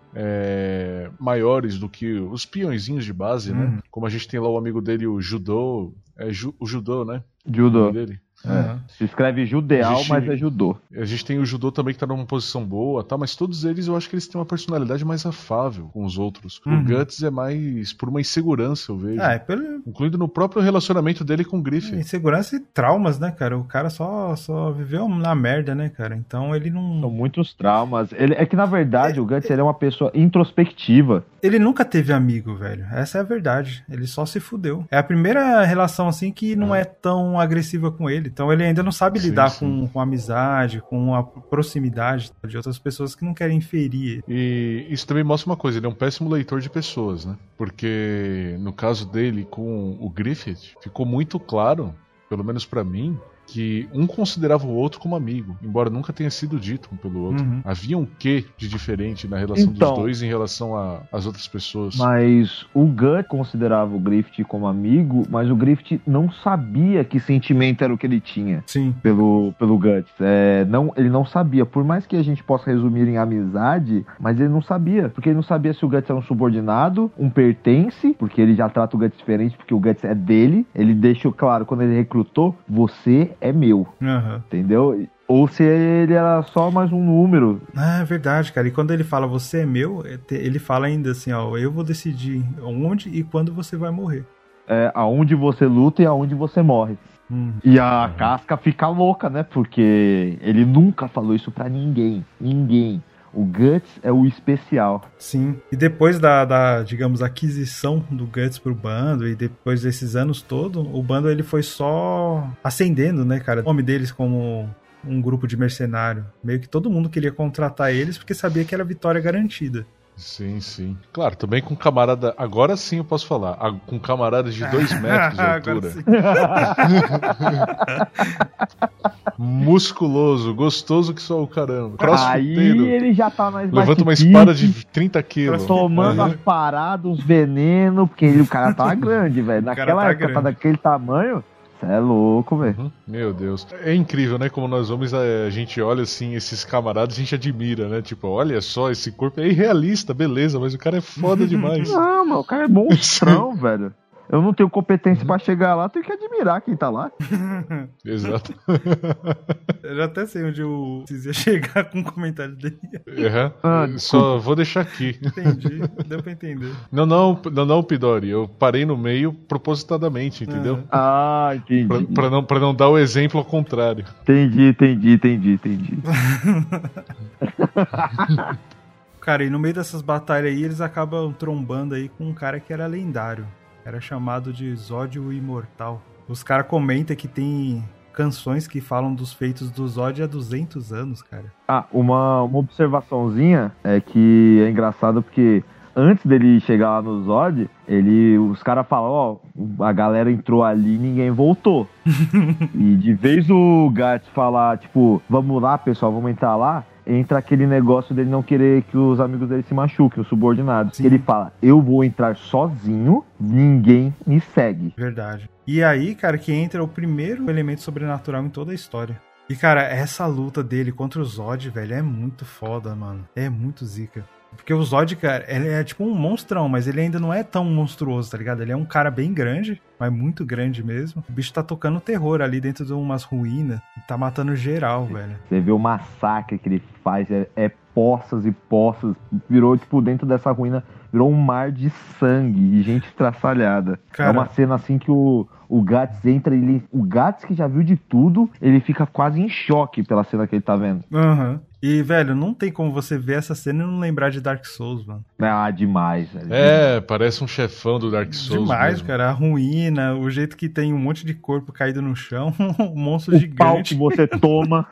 é, maiores do que os peõezinhos de base, né? Uhum. Como a gente tem lá o amigo dele, o Judô. É Ju- o Judô, né? O Judô. nome dele. Aham. Se escreve judeal, A gente- mas é judô. A gente tem o Judô também que tá numa posição boa, tá? Mas todos eles eu acho que eles têm uma personalidade mais afável com os outros. Uhum. O Guts é mais por uma insegurança, eu vejo. Ah, é pelo Incluindo no próprio relacionamento dele com o Griffith. insegurança e traumas, né, cara? O cara só, só viveu na merda, né, cara? Então ele São não. muitos traumas. Ele, é que na verdade o Guts ele é uma pessoa introspectiva. Ele nunca teve amigo, velho. Essa é a verdade. Ele só se fudeu. É a primeira relação, assim, que não é tão agressiva com ele. Então ele ainda não sabe Sim, lidar sim. Com, com amizade, com a proximidade de outras pessoas que não querem ferir ele. E isso também mostra uma coisa, ele é um péssimo leitor de pessoas, né? Porque no caso dele com o Griffith, ficou muito claro, pelo menos pra mim, que um considerava o outro como amigo, embora nunca tenha sido dito um pelo outro. Uhum. Havia um quê de diferente na relação Então. dos dois em relação a- às outras pessoas. Mas o Guts considerava o Griffith como amigo, mas o Griffith não sabia que sentimento era o que ele tinha Sim. pelo, pelo Guts. É, não, ele não sabia. Por mais que a gente possa resumir em amizade, mas ele não sabia. Porque ele não sabia se o Guts era um subordinado, um pertence, porque ele já trata o Guts diferente, porque o Guts é dele. Ele deixou claro, quando ele recrutou, você é meu. Aham. Entendeu? Ou se ele era só mais um número. Ah, é verdade, cara. E quando ele fala você é meu, ele fala ainda assim, ó, eu vou decidir onde e quando você vai morrer. É, aonde você luta e aonde você morre. Hum. E a uhum. Casca fica louca, né? Porque ele nunca falou isso pra ninguém. Ninguém. O Guts é o especial. Sim. E depois da, da, digamos, aquisição do Guts pro bando, e depois desses anos todos, o bando ele foi só ascendendo, né, cara? O nome deles como um grupo de mercenário. Meio que todo mundo queria contratar eles porque sabia que era vitória garantida. Sim, sim. Claro, também com camarada... Agora sim eu posso falar. Com camaradas de dois metros de altura. Musculoso, gostoso que só o caramba. Aí ele já tá mais levanta uma espada de trinta quilos. Tomando uhum. as paradas, os venenos, porque ele, o cara tá grande, velho. Naquela tá época, grande. Tá daquele tamanho... Você é louco, velho. Uhum. Meu Deus. É incrível, né? Como nós homens, a gente olha assim, esses camaradas, a gente admira, né? Tipo, olha só, esse corpo é irrealista, beleza, mas o cara é foda demais. Não, mas o cara é monstrão, velho. Eu não tenho competência uhum. pra chegar lá, tenho que admirar quem tá lá. Exato. Eu já até sei onde o Cis ia chegar com o comentário dele. Uhum. Ah, só vou deixar aqui. Entendi, deu pra entender. Não, não, não, não, Pidori, eu parei no meio propositadamente, entendeu? Uhum. Ah, entendi. Pra, pra, não, pra não dar o exemplo ao contrário. Entendi, entendi, entendi, entendi. Cara, e no meio dessas batalhas aí, eles acabam trombando aí com um cara que era lendário. Era chamado de Zod o Imortal. Os caras comentam que tem canções que falam dos feitos do Zod há duzentos anos, cara. Ah, uma, uma observaçãozinha é que é engraçado porque antes dele chegar lá no Zod, ele, os caras falam, ó, a galera entrou ali e ninguém voltou. E de vez o Guts falar, tipo, vamos lá, pessoal, vamos entrar lá, entra aquele negócio dele não querer que os amigos dele se machuquem, os subordinados. Sim. Ele fala, eu vou entrar sozinho, ninguém me segue. Verdade. E aí, cara, que entra o primeiro elemento sobrenatural em toda a história. E, cara, essa luta dele contra o Zod, velho, é muito foda, mano. É muito zica. Porque o Zod, cara, ele é tipo um monstrão, mas ele ainda não é tão monstruoso, tá ligado? Ele é um cara bem grande, mas muito grande mesmo. O bicho tá tocando terror ali dentro de umas ruínas. Tá matando geral, velho. Você vê o massacre que ele faz, é, é poças e poças. Virou, tipo, dentro dessa ruína, virou um mar de sangue e gente estraçalhada. Cara, é uma cena assim que o, o Guts entra, ele, o Guts que já viu de tudo, ele fica quase em choque pela cena que ele tá vendo. Aham. Uhum. E, velho, não tem como você ver essa cena e não lembrar de Dark Souls, mano. Ah, demais, velho. É, parece um chefão do Dark Souls. Demais, mesmo. cara. A ruína, o jeito que tem um monte de corpo caído no chão, um monstro o gigante. O pau que você toma.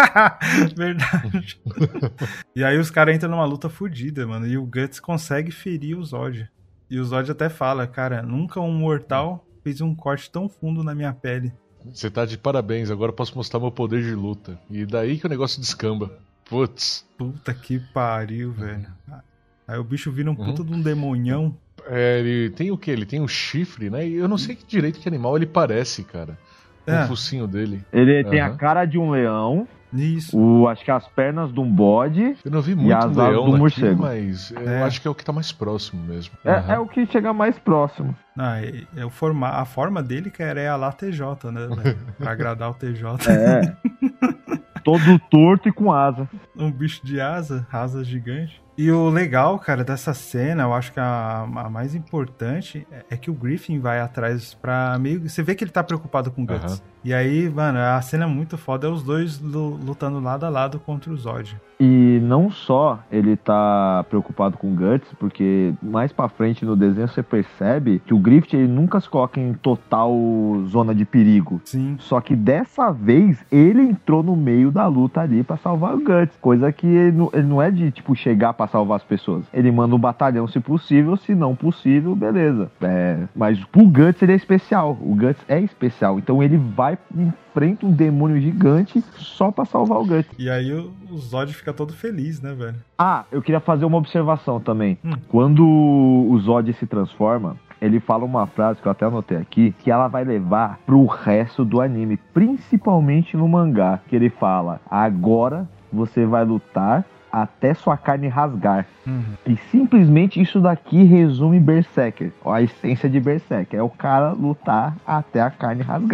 Verdade. E aí os caras entram numa luta fodida, mano. E o Guts consegue ferir o Zod. E o Zod até fala, cara, nunca um mortal fez um corte tão fundo na minha pele. Você tá de parabéns, agora eu posso mostrar meu poder de luta. E daí que o negócio descamba. Putz. Puta que pariu, velho. Aí o bicho vira um puta uhum. de um demonhão. É, ele tem o quê? Ele tem um chifre, né? E eu não sei que direito que animal ele parece, cara. É. O focinho dele. Ele uhum. tem a cara de um leão. Isso. O, acho que as pernas de um bode. Eu não vi muito e as leão do daqui, morcego. Mas é. eu acho que é o que tá mais próximo mesmo. É, uhum. é o que chega mais próximo. Ah, é, é o forma, a forma dele, cara, é a lá T J, né? Véio? Pra agradar o T J. É. Todo torto e com asa. Um bicho de asa, asa gigante. E o legal, cara, dessa cena, eu acho que a, a mais importante é que o Griffin vai atrás pra meio... Você vê que ele tá preocupado com o Guts. Uhum. E aí, mano, a cena é muito foda, é os dois lutando lado a lado contra o Zod. E não só ele tá preocupado com o Guts, porque mais pra frente no desenho você percebe que o Griffith ele nunca se coloca em total zona de perigo. Sim. Só que dessa vez ele entrou no meio da luta ali pra salvar o Guts. Coisa que ele não, ele não é de, tipo, chegar pra salvar as pessoas. Ele manda um batalhão se possível, se não possível, beleza. É, mas o Guts ele é especial. O Guts é especial. Então ele vai enfrenta um demônio gigante só pra salvar o Guts. E aí o, o Zod fica todo feliz, né, velho? Ah, eu queria fazer uma observação também. Hum. Quando o Zod se transforma, ele fala uma frase que eu até anotei aqui, que ela vai levar pro resto do anime, principalmente no mangá, que ele fala, agora você vai lutar até sua carne rasgar. Uhum. E simplesmente isso daqui resume Berserker. A essência de Berserker é o cara lutar até a carne rasgar.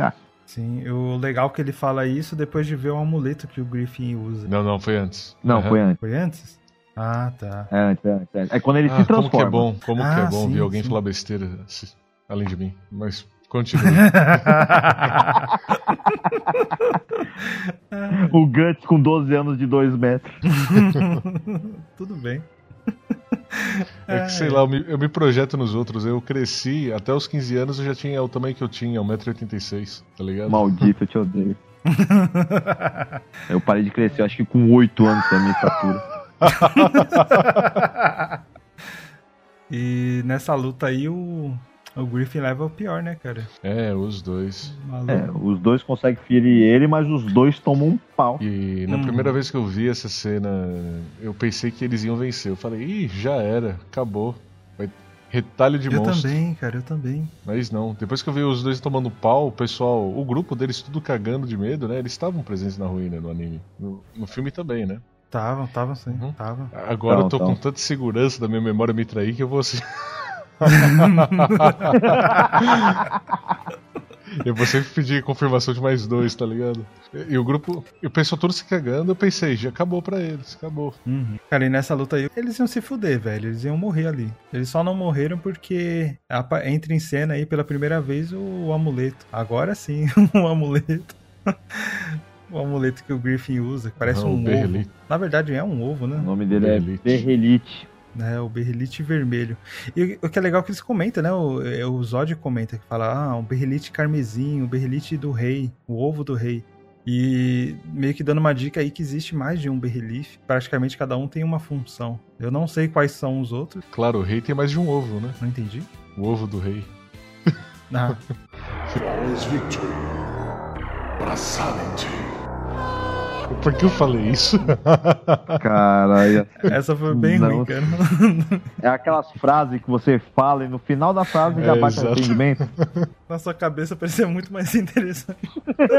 Sim, o legal é que ele fala isso depois de ver o amuleto que o Griffin usa. Não, não, foi antes. Não, Uhum. foi antes. Foi antes? Ah, tá. É antes, é antes. É, antes. É quando ele Ah, se transforma. Como que é bom, como Ah, que é bom sim, ver alguém sim. falar besteira, se- além de mim. Mas continue. O Guts com doze anos de dois metros. Tudo bem. É que, sei lá, eu me, eu me projeto nos outros. Eu cresci, até os quinze anos eu já tinha o tamanho que eu tinha, um metro e oitenta e seis, tá ligado? Maldito, eu te odeio. Eu parei de crescer, acho que com oito anos da minha estatura. E nessa luta aí o, o Griffin leva o pior, né, cara? É, os dois. Maluco. É, os dois conseguem ferir ele, mas os dois tomam um pau. E na Hum. primeira vez que eu vi essa cena, eu pensei que eles iam vencer. Eu falei, ih, já era, acabou. Vai retalho de Eu monstro. também, cara, eu também. Mas não. Depois que eu vi os dois tomando pau, o pessoal, o grupo deles tudo cagando de medo, né? Eles estavam presentes na ruína no anime. No, no filme também, né? Tava, tava sim, Uhum. tava. Agora Então, eu tô então. com tanta segurança da minha memória me trair que eu vou assim. Eu vou sempre pedir confirmação de mais dois, tá ligado? E, e o grupo, e o pessoal todo se cagando, eu pensei, já acabou pra eles, acabou. Uhum. Cara, e nessa luta aí, eles iam se fuder, velho. Eles iam morrer ali. Eles só não morreram porque apa- entra em cena aí pela primeira vez o, o amuleto. Agora sim, o amuleto. O amuleto que o Griffin usa, que parece Não, um o ovo. Berrelite. Na verdade é um ovo, O né? nome dele Berrelite. é Berrelite. É, o Berrelite vermelho. E o que é legal é que eles comentam, né? O, é, o Zod comenta, que fala, ah, um Berrelite carmesim, o Berrelite do rei, o ovo do rei. E meio que dando uma dica aí que existe mais de um Berrelite. Praticamente cada um tem uma função. Eu não sei quais são os outros, Claro, o rei tem mais de um ovo, né? não entendi. O ovo do rei. Ah, Flawless victory. Braçality. Por que eu falei isso? Caralho. essa foi bem Não. ruim, cara. É aquelas frases que você fala e no final da frase já É, bate exato. arrependimento. Na sua cabeça parecia muito mais interessante.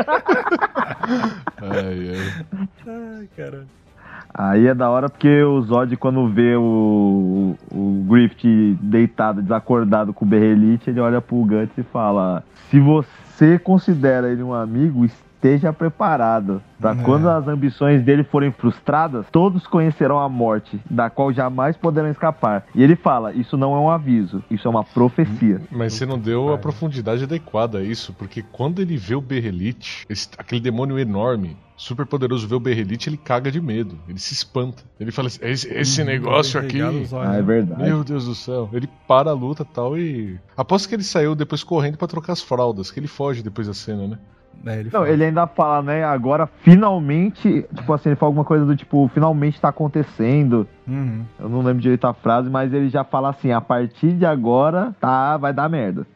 Ai, ai. Ai, caralho. Aí é da hora porque o Zod, quando vê o, o Griffith deitado, desacordado com o Berrelite, ele olha pro Guts e fala: se você considera ele um amigo, esteja preparado. Pra É. quando as ambições dele forem frustradas, todos conhecerão a morte, da qual jamais poderão escapar. E ele fala: isso não é um aviso, isso é uma profecia. Mas você não deu a profundidade adequada a isso, porque quando ele vê o Berrelite, esse- aquele demônio enorme, super poderoso, vê o Berrelite, ele caga de medo, ele se espanta. Ele fala assim, esse, esse negócio aqui, Regala os olhos, Ah, é né? verdade. meu Deus do céu. Ele para a luta e tal e... Aposto que ele saiu depois correndo pra trocar as fraldas, que ele foge depois da cena, né? É, ele Não, fala. ele ainda fala, né, agora finalmente, tipo assim, ele fala alguma coisa do tipo, finalmente tá acontecendo. Uhum. Eu não lembro direito a frase, mas ele já fala assim, a partir de agora, tá, vai dar merda.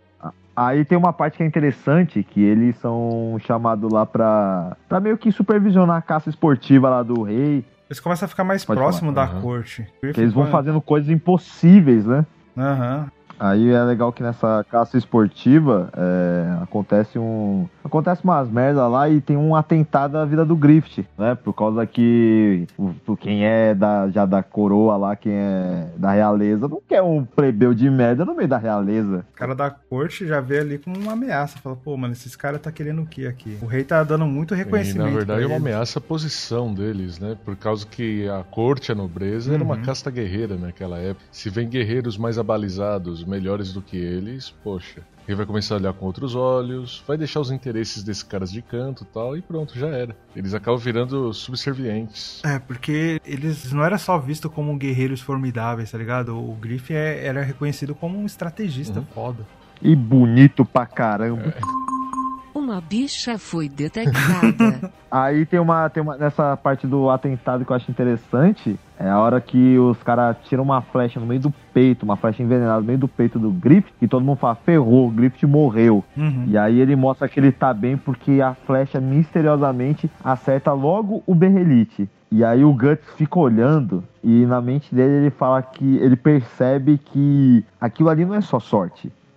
Aí tem uma parte que é interessante, que eles são chamados lá pra, pra meio que supervisionar a caça esportiva lá do rei, Eles começam a ficar mais Pode próximo da falar. Aham. corte. que eles vão fazendo coisas impossíveis, né? Aham. Aí é legal que nessa caça esportiva é, acontece um. Acontece umas merdas lá e tem um atentado à vida do Griffith, né? Por causa que o- o- quem é da, já da coroa lá, quem é da realeza, não quer um plebeu de merda no meio da realeza. O cara da corte já vê ali como uma ameaça. Fala, pô, mano, esses caras tá querendo o que aqui? O rei tá dando muito E reconhecimento. na verdade é pra uma eles. ameaça à posição deles, né? Por causa que a corte, a nobreza, era uma Uhum. casta guerreira naquela época. Se vem guerreiros mais abalizados, melhores do que eles, poxa, ele vai começar a olhar com outros olhos, vai deixar os interesses desses caras de canto e tal, e pronto, já era. Eles acabam virando subservientes. É, porque eles não eram só vistos como guerreiros formidáveis, tá ligado? O Griffith é- era reconhecido como um estrategista Uhum. foda. E bonito pra caramba. Uma bicha foi detectada. Aí tem uma, tem uma. Nessa parte do atentado que eu acho interessante, é a hora que os caras tiram uma flecha no meio do peito, uma flecha envenenada no meio do peito do Griffith, e todo mundo fala, ferrou, o Griffith morreu. Uhum. E aí ele mostra que ele tá bem porque a flecha misteriosamente acerta logo o Berrelite. E aí o Guts fica olhando e na mente dele ele fala que ele percebe que aquilo ali não é só sorte.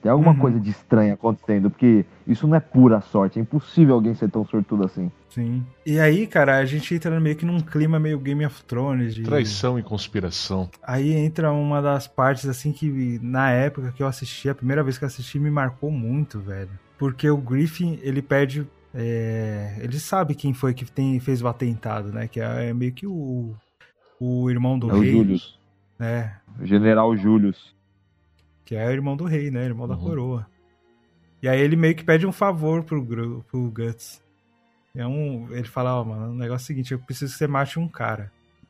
Tem alguma Uhum. coisa de estranho acontecendo, porque isso não é pura sorte. É impossível alguém ser tão sortudo assim. Sim. E aí, cara, a gente entra meio que num clima meio Game of Thrones. De... Traição e conspiração. Aí entra uma das partes, assim, que na época que eu assisti, a primeira vez que eu assisti, me marcou muito, velho. Porque o Griffin, ele perde... É... Ele sabe quem foi que tem, fez o atentado, né? Que é meio que o, o irmão do É o rei. Julius. Né? O General Julius. Que é o irmão do rei, né? Irmão da Uhum. coroa. E aí ele meio que pede um favor pro, Gru- pro Guts. É um, ele fala, ó, mano, o negócio é o seguinte, eu preciso que você mate um cara.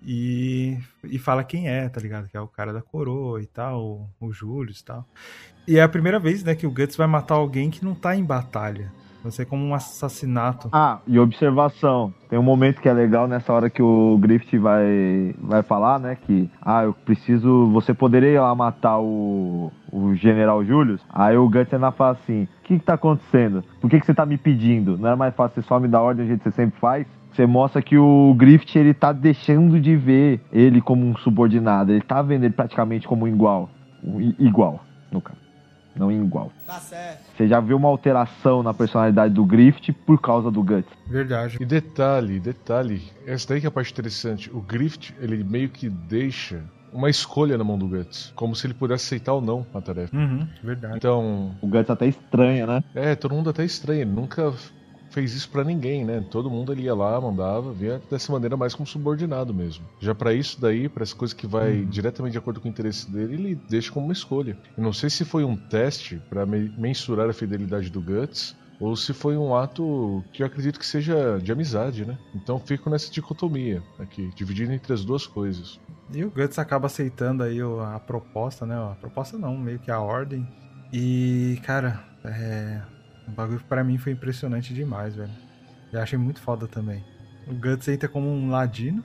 E, e fala quem é, tá ligado? Que é o cara da coroa e tal, o, o Julius e tal. E é a primeira vez, né, que o Guts vai matar alguém que não tá em batalha. Vai ser como um assassinato. Ah, e observação. Tem um momento que é legal nessa hora que o Griffith vai, vai falar, né? Que, ah, eu preciso... Você poderia ir lá matar o, o General Julius? Aí o Guts ainda fala assim, o que que tá acontecendo? Por que que você tá me pedindo? Não era mais fácil você só me dar ordem do jeito que você sempre faz? Você mostra que o Griffith, ele tá deixando de ver ele como um subordinado. Ele tá vendo ele praticamente como um igual. Um i- igual, no caso. Não igual. Tá certo. Você já viu uma alteração na personalidade do Griffith por causa do Guts. Verdade. E detalhe, detalhe, essa daí que é a parte interessante. O Griffith, ele meio que deixa uma escolha na mão do Guts, como se ele pudesse aceitar ou não a tarefa. Uhum, verdade. Então, O Guts até estranha, né? é, todo mundo até estranha, ele nunca fez isso pra ninguém, né? Todo mundo ele ia lá, mandava, via dessa maneira mais como subordinado mesmo. Já pra isso daí, pra essa coisa que vai Uhum. diretamente de acordo com o interesse dele, ele deixa como uma escolha. Eu não sei se foi um teste pra me- mensurar a fidelidade do Guts, ou se foi um ato que eu acredito que seja de amizade, né? Então fico nessa dicotomia aqui, dividido entre as duas coisas. E o Guts acaba aceitando aí o- a proposta, né? A proposta não, meio que a ordem. E, cara, é... o bagulho pra mim foi impressionante demais, velho. Eu achei muito foda também. O Guts entra como um ladino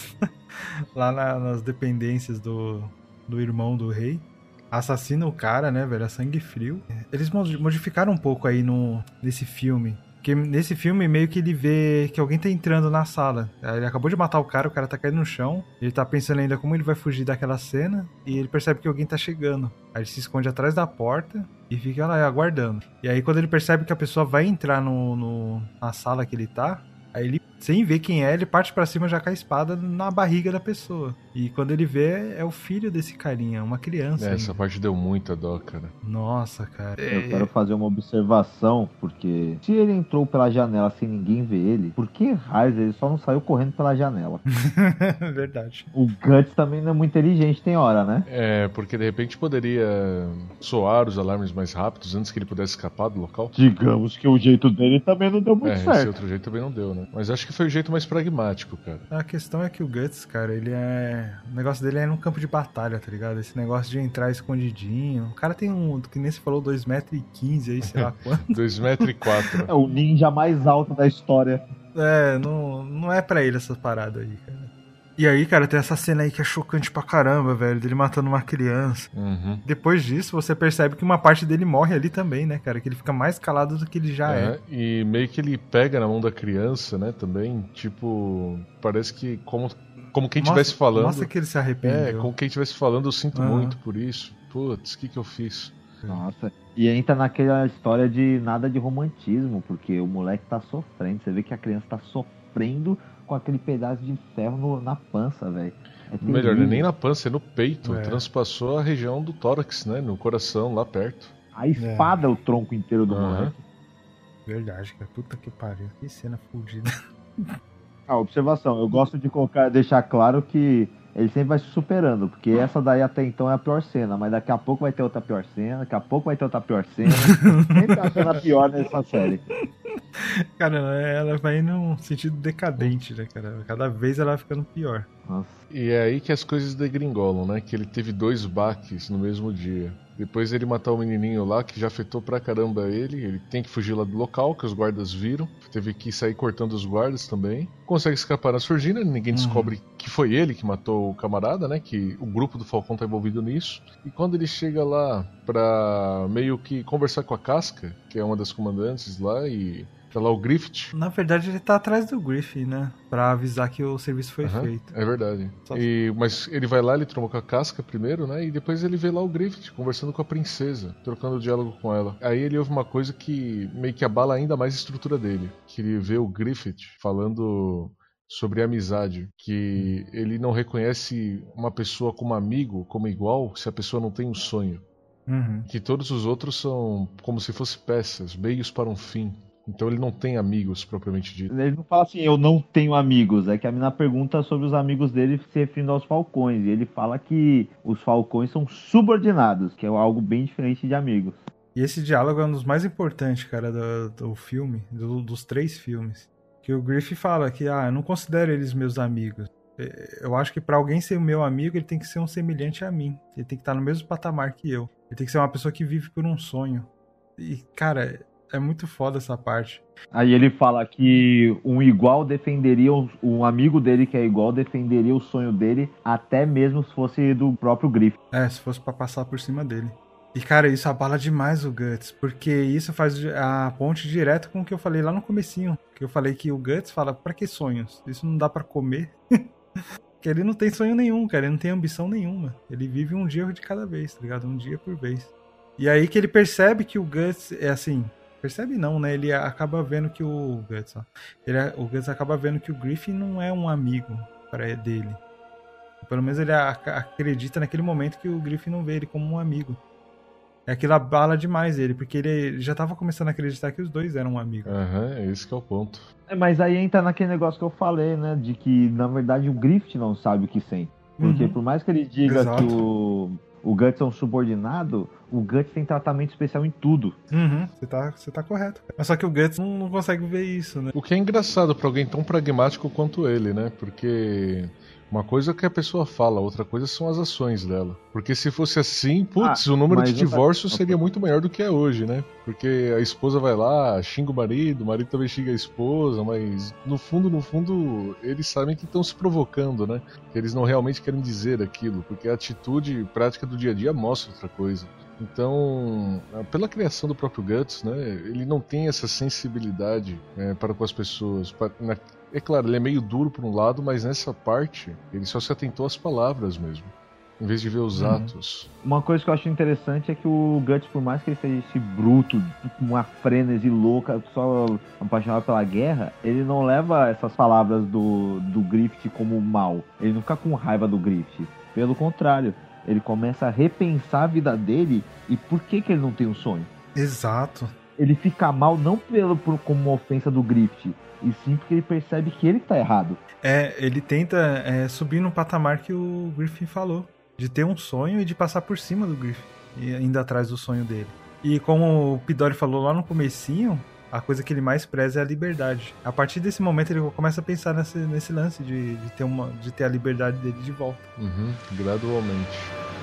lá na- nas dependências do, do irmão do rei. Assassina o cara, né, velho? A sangue frio. Eles mod- modificaram um pouco aí no, nesse filme. Porque nesse filme meio que ele vê que alguém tá entrando na sala. Aí ele acabou de matar o cara, o cara tá caindo no chão. Ele tá pensando ainda como ele vai fugir daquela cena. E ele percebe que alguém tá chegando. Aí ele se esconde atrás da porta e fica lá aguardando. E aí quando ele percebe que a pessoa vai entrar no, no- na sala que ele tá, aí ele, sem ver quem é, ele parte pra cima já com a espada na barriga da pessoa. E quando ele vê, é o filho desse carinha, uma criança. É, essa ainda. parte deu muita dó, cara. Nossa, cara. Eu quero fazer uma observação, porque se ele entrou pela janela sem ninguém ver ele, por que raios ele só não saiu correndo pela janela? Verdade. O Guts também não é muito inteligente, tem hora, né? É, porque de repente poderia soar os alarmes mais rápidos antes que ele pudesse escapar do local. Digamos que o jeito dele também não deu muito É, esse certo. outro jeito também não deu, né? Mas acho que foi o jeito mais pragmático, cara. A questão é que o Guts, cara, ele é... O negócio dele é no campo de batalha, tá ligado? Esse negócio de entrar escondidinho. O cara tem um, que nem você falou, dois metros e quinze aí, sei lá quanto. dois metros e quatro. É o ninja mais alto da história. É, não, não é pra ele essa parada aí, cara. E aí, cara, tem essa cena aí que é chocante pra caramba, velho, dele matando uma criança. Uhum. Depois disso, você percebe que uma parte dele morre ali também, né, cara? Que ele fica mais calado do que ele já é. É, e meio que ele pega na mão da criança, né, também. Tipo, parece que como, como quem estivesse Mostra- falando. Mostra que ele se É, arrependeu. como quem estivesse falando, eu sinto Aham. muito por isso. Putz, o que que eu fiz? Nossa. E entra naquela história de nada de romantismo, porque o moleque tá sofrendo. Você vê que a criança tá sofrendo com aquele pedaço de ferro no- na pança, velho. É Melhor, terrível. né? Nem na pança, é no peito. É. Transpassou a região do tórax, né? No coração, lá perto. A espada é o tronco inteiro do Aham. moleque. Verdade, cara. Puta que pariu. Que cena fodida. Ah, observação, eu gosto de colocar, deixar claro que ele sempre vai se superando, porque essa daí até então é a pior cena, mas daqui a pouco vai ter outra pior cena, daqui a pouco vai ter outra pior cena. Sempre a cena pior nessa série. Cara, ela vai num sentido decadente, né, cara? Cada vez ela vai ficando pior. Nossa. E é aí que as coisas degringolam, né? Que ele teve dois baques no mesmo dia. Depois ele matar o menininho lá, que já afetou pra caramba ele. Ele tem que fugir lá do local, que os guardas viram. Teve que sair cortando os guardas também. Consegue escapar na surdina, ninguém Uhum. descobre que foi ele que matou o camarada, né? Que o grupo do Falcão tá envolvido nisso. E quando ele chega lá pra meio que conversar com a Casca, que é uma das comandantes lá, e Tá lá o Griffith. Na verdade, ele tá atrás do Griffith, né? Pra avisar que o serviço foi Aham, feito. é verdade. Só- E, mas ele vai lá, ele tromba com a Casca primeiro, né? E depois ele vê lá o Griffith conversando com a princesa, trocando diálogo com ela. Aí ele ouve uma coisa que meio que abala ainda mais a estrutura dele. Que ele vê o Griffith falando sobre amizade, que ele não reconhece uma pessoa como amigo, como igual, se a pessoa não tem um sonho. Uhum. Que todos os outros são como se fossem peças, meios para um fim. Então ele não tem amigos, propriamente dito. Ele não fala assim, eu não tenho amigos. É que a mina pergunta sobre os amigos dele se referindo aos falcões. E ele fala que os falcões são subordinados, que é algo bem diferente de amigos. E esse diálogo é um dos mais importantes, cara, do, do filme, do- dos três filmes. Que o Griffith fala que, ah, eu não considero eles meus amigos. É, Eu acho que pra alguém ser meu amigo, ele tem que ser um semelhante a mim. Ele tem que estar no mesmo patamar que eu. Ele tem que ser uma pessoa que vive por um sonho. E, cara, é muito foda essa parte. Aí ele fala que um igual defenderia, um- um amigo dele que é igual defenderia o sonho dele, até mesmo se fosse do próprio Griffith. É, se fosse pra passar por cima dele. E, cara, isso abala demais o Guts, porque isso faz a ponte direto com o que eu falei lá no comecinho. Que eu falei que o Guts fala, pra que sonhos? Isso não dá pra comer? Que ele não tem sonho nenhum, cara, ele não tem ambição nenhuma. Ele vive um dia de cada vez, tá ligado? Um dia por vez. E aí que ele percebe que o Guts é assim... Percebe não, né? Ele acaba vendo que o Guts, ó, ele, o Guts acaba vendo que o Griffith não é um amigo para dele. Pelo menos ele ac- acredita naquele momento que o Griffith não vê ele como um amigo. É aquilo abala demais ele, porque ele já tava começando a acreditar que os dois eram amigos. Aham, é esse que é o ponto. É, mas aí entra naquele negócio que eu falei, né? De que, na verdade, o Griffith não sabe o que sente. Porque Uhum. por mais que ele diga Exato. que o, o Guts é um subordinado, o Guts tem tratamento especial em tudo. Uhum, você tá, você tá correto. Mas só que o Guts não, não consegue ver isso, né? O que é engraçado pra alguém tão pragmático quanto ele, né? Porque uma coisa é que a pessoa fala, outra coisa são as ações dela. Porque se fosse assim, putz, Ah, o número mas de outra- divórcios seria muito maior do que é hoje, né? Porque a esposa vai lá, xinga o marido, o marido também xinga a esposa, mas no fundo, no fundo, eles sabem que estão se provocando, né? Que eles não realmente querem dizer aquilo, porque a atitude prática do dia a dia mostra outra coisa. Então, pela criação do próprio Guts, né, ele não tem essa sensibilidade é, para com as pessoas. Pra- na- é claro, ele é meio duro por um lado, mas nessa parte ele só se atentou às palavras mesmo, em vez de ver os Uhum. atos. Uma coisa que eu acho interessante é que o Guts, por mais que ele seja esse bruto, com uma frenesi louca, só apaixonado pela guerra, ele não leva essas palavras do, do Griffith como mal. Ele não fica com raiva do Griffith. Pelo contrário, ele começa a repensar a vida dele e por que, que ele não tem um sonho. Exato. Ele fica mal não pelo, por, como uma ofensa do Griffith, e sim porque ele percebe que ele tá errado. É, ele tenta é, subir no patamar que o Griffin falou. De ter um sonho e de passar por cima do Griffin. E ainda atrás do sonho dele. E como o Pidori falou lá no comecinho, a coisa que ele mais preza é a liberdade. A partir desse momento ele começa a pensar nesse, nesse lance de, de, ter uma, de ter a liberdade dele de volta. Uhum, gradualmente.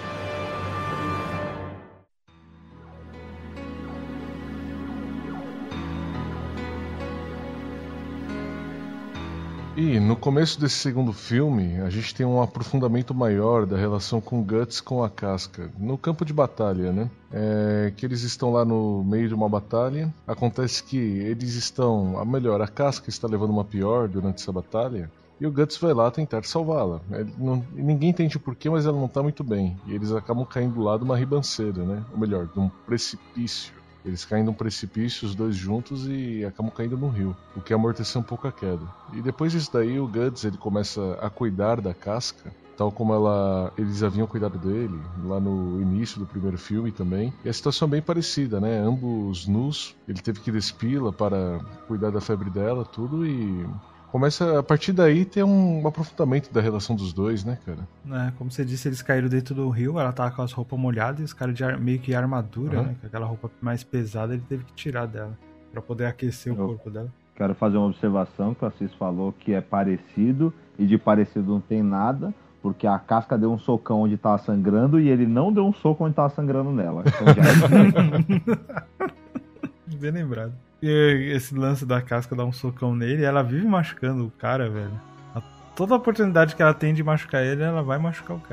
E no começo desse segundo filme, a gente tem um aprofundamento maior da relação com Guts com a Casca, no campo de batalha, né? É, que eles estão lá no meio de uma batalha. Acontece que eles estão, a melhor, a Casca está levando uma pior durante essa batalha. E o Guts vai lá tentar salvá-la. Ele não- Ninguém entende o porquê, mas ela não está muito bem. E eles acabam caindo do lado de uma ribanceira, né? Ou melhor, de um precipício. Eles caem num precipício, os dois juntos, e acabam caindo no rio, o que amorteceu um pouco a queda. E depois disso daí, o Guts ele começa a cuidar da Casca, tal como ela, eles haviam cuidado dele, lá no início do primeiro filme também. E a situação é bem parecida, né? Ambos nus, ele teve que despí-la para cuidar da febre dela, tudo, e... começa, a partir daí, ter um aprofundamento da relação dos dois, né, cara? É, como você disse, eles caíram dentro do rio, ela tava com as roupas molhadas e os caras de ar- meio que armadura, Uhum. né? Com aquela roupa mais pesada, ele teve que tirar dela. Pra poder aquecer o Eu- corpo dela. Quero fazer uma observação que o Assis falou que é parecido, e de parecido não tem nada, porque a Casca deu um socão onde tava sangrando e ele não deu um soco onde tava sangrando nela. Então já é Bem lembrado. E esse lance da Casca dar um socão nele, ela vive machucando o cara, velho. A- Toda oportunidade que ela tem de machucar ele, ela vai machucar o cara.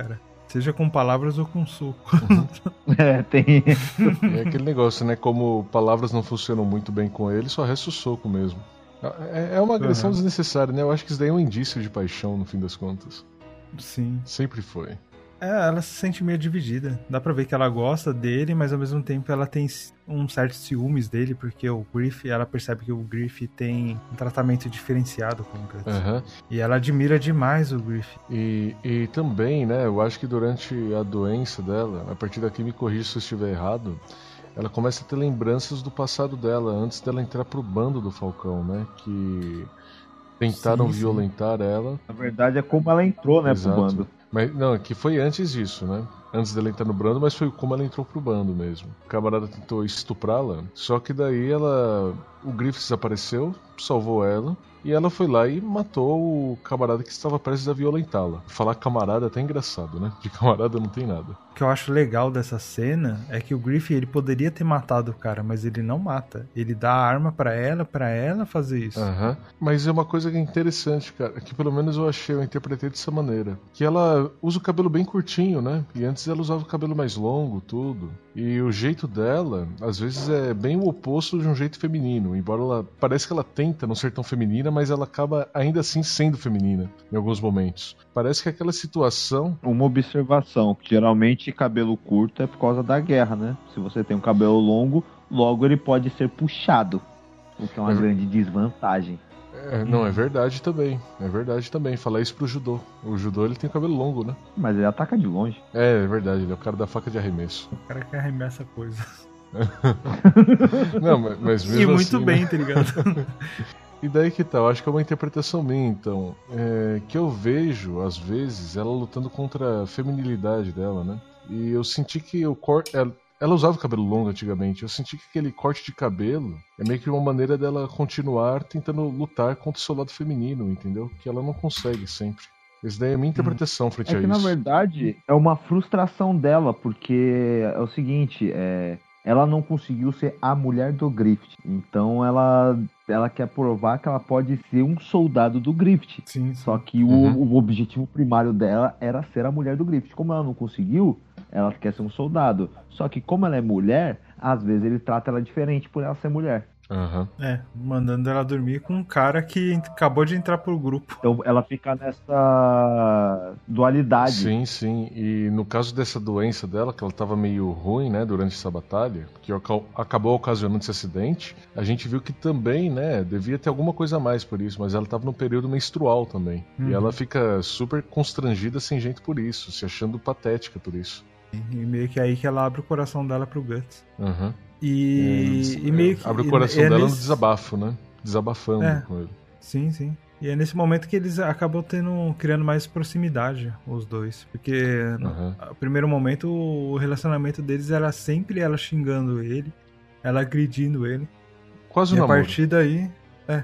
Seja com palavras ou com soco. É, tem. É aquele negócio, né? Como palavras não funcionam muito bem com ele, só resta o soco mesmo. É, é uma agressão Uhum. desnecessária, né? Eu acho que isso daí é um indício de paixão, no fim das contas. Sim. Sempre foi. É, ela se sente meio dividida. Dá pra ver que ela gosta dele, mas ao mesmo tempo ela tem um certo ciúmes dele, porque o Griff, ela percebe que o Griff tem um tratamento diferenciado com o Guts. Aham. E ela admira demais o Griff. E, e também, né? Eu acho que durante a doença dela, a partir daqui me corrija se eu estiver errado, ela começa a ter lembranças do passado dela, antes dela entrar pro bando do Falcão, né? Que tentaram Sim, sim. violentar ela. Na verdade é como ela entrou, né, Exato. pro bando. Mas não, que foi antes disso, né? Antes dela entrar no bando, mas foi como ela entrou pro bando mesmo. O camarada tentou estuprá-la, só que daí ela... O Griff desapareceu, salvou ela, e ela foi lá e matou o camarada que estava prestes a violentá-la. Falar camarada é até engraçado, né? De camarada não tem nada. O que eu acho legal dessa cena é que o Griff, ele poderia ter matado o cara, mas ele não mata. Ele dá a arma pra ela, pra ela fazer isso. Aham. Mas é uma coisa que é interessante, cara, que pelo menos eu achei, eu interpretei dessa maneira. Que ela usa o cabelo bem curtinho, né? E antes ela usava o cabelo mais longo, tudo. E o jeito dela, às vezes, é bem o oposto de um jeito feminino. Embora ela... Parece que ela tenta não ser tão feminina, mas ela acaba ainda assim sendo feminina, em alguns momentos. Parece que aquela situação... Uma observação, que geralmente cabelo curto é por causa da guerra, né? Se você tem um cabelo longo, logo ele pode ser puxado, o que é uma É. grande desvantagem. É, não, é verdade também. É verdade também. Falar isso pro judô. O judô, ele tem o cabelo longo, né? Mas ele ataca de longe. É, é verdade. Ele é o cara da faca de arremesso. O cara que arremessa coisa. Não, mas, mas mesmo E muito assim, bem, né? tá ligado? E daí que tal? Acho que é uma interpretação minha, então. É, que eu vejo, às vezes, ela lutando contra a feminilidade dela, né? E eu senti que o corte... Ela, ela usava o cabelo longo antigamente. Eu senti que aquele corte de cabelo é meio que uma maneira dela continuar tentando lutar contra o seu lado feminino, entendeu? Que ela não consegue sempre. Essa daí é a minha interpretação frente É a que isso. na verdade é uma frustração dela, porque é o seguinte, é, ela não conseguiu ser a mulher do Griffith. Então ela, ela quer provar que ela pode ser um soldado do Griffith. Sim, sim. Só que o, Uhum. o objetivo primário dela era ser a mulher do Griffith. Como ela não conseguiu, ela quer ser um soldado. Só que como ela é mulher, às vezes ele trata ela diferente por ela ser mulher. Aham. É, mandando ela dormir com um cara que acabou de entrar pro grupo. Então ela fica nessa dualidade. Sim, sim. E no caso dessa doença dela, que ela tava meio ruim, né, durante essa batalha, que oca- acabou ocasionando esse acidente, a gente viu que também, né, devia ter alguma coisa a mais por isso, mas ela tava no período menstrual também. Uhum. E ela fica super constrangida sem jeito por isso, se achando patética por isso. E meio que é aí que ela abre o coração dela pro Guts. Aham. E, É, e meio que... abre o coração e é dela nesse- no desabafo, né? Desabafando É. com ele. Sim, sim. E é nesse momento que eles acabam tendo, criando mais proximidade, os dois. Porque no Aham. no primeiro momento o relacionamento deles era sempre ela xingando ele, ela agredindo ele. Quase E um a namoro, partir daí. É.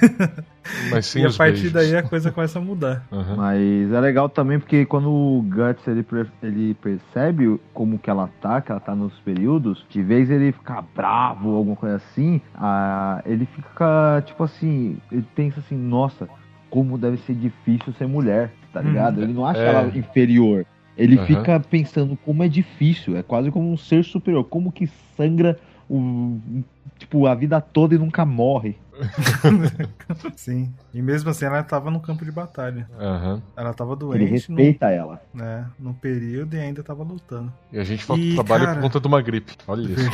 mas sem E a os partir beijos. daí a coisa começa a mudar. Aham. Mas é legal também porque quando o Guts ele, pre- ele percebe como que ela tá, que ela tá nos períodos, de vez ele ficar bravo ou alguma coisa assim, ah, ele fica tipo assim, ele pensa assim, nossa, como deve ser difícil ser mulher, tá Hum, ligado? Ele não acha é. ela inferior. Ele Aham. fica pensando como é difícil, é quase como um ser superior, como que sangra o, tipo, a vida toda e nunca morre. Sim. E mesmo assim ela tava no campo de batalha. Aham. Ela tava Ele doente respeita ela. no, né, no período e ainda tava lutando. E a gente falta E, trabalho cara- por conta de uma gripe. Olha isso.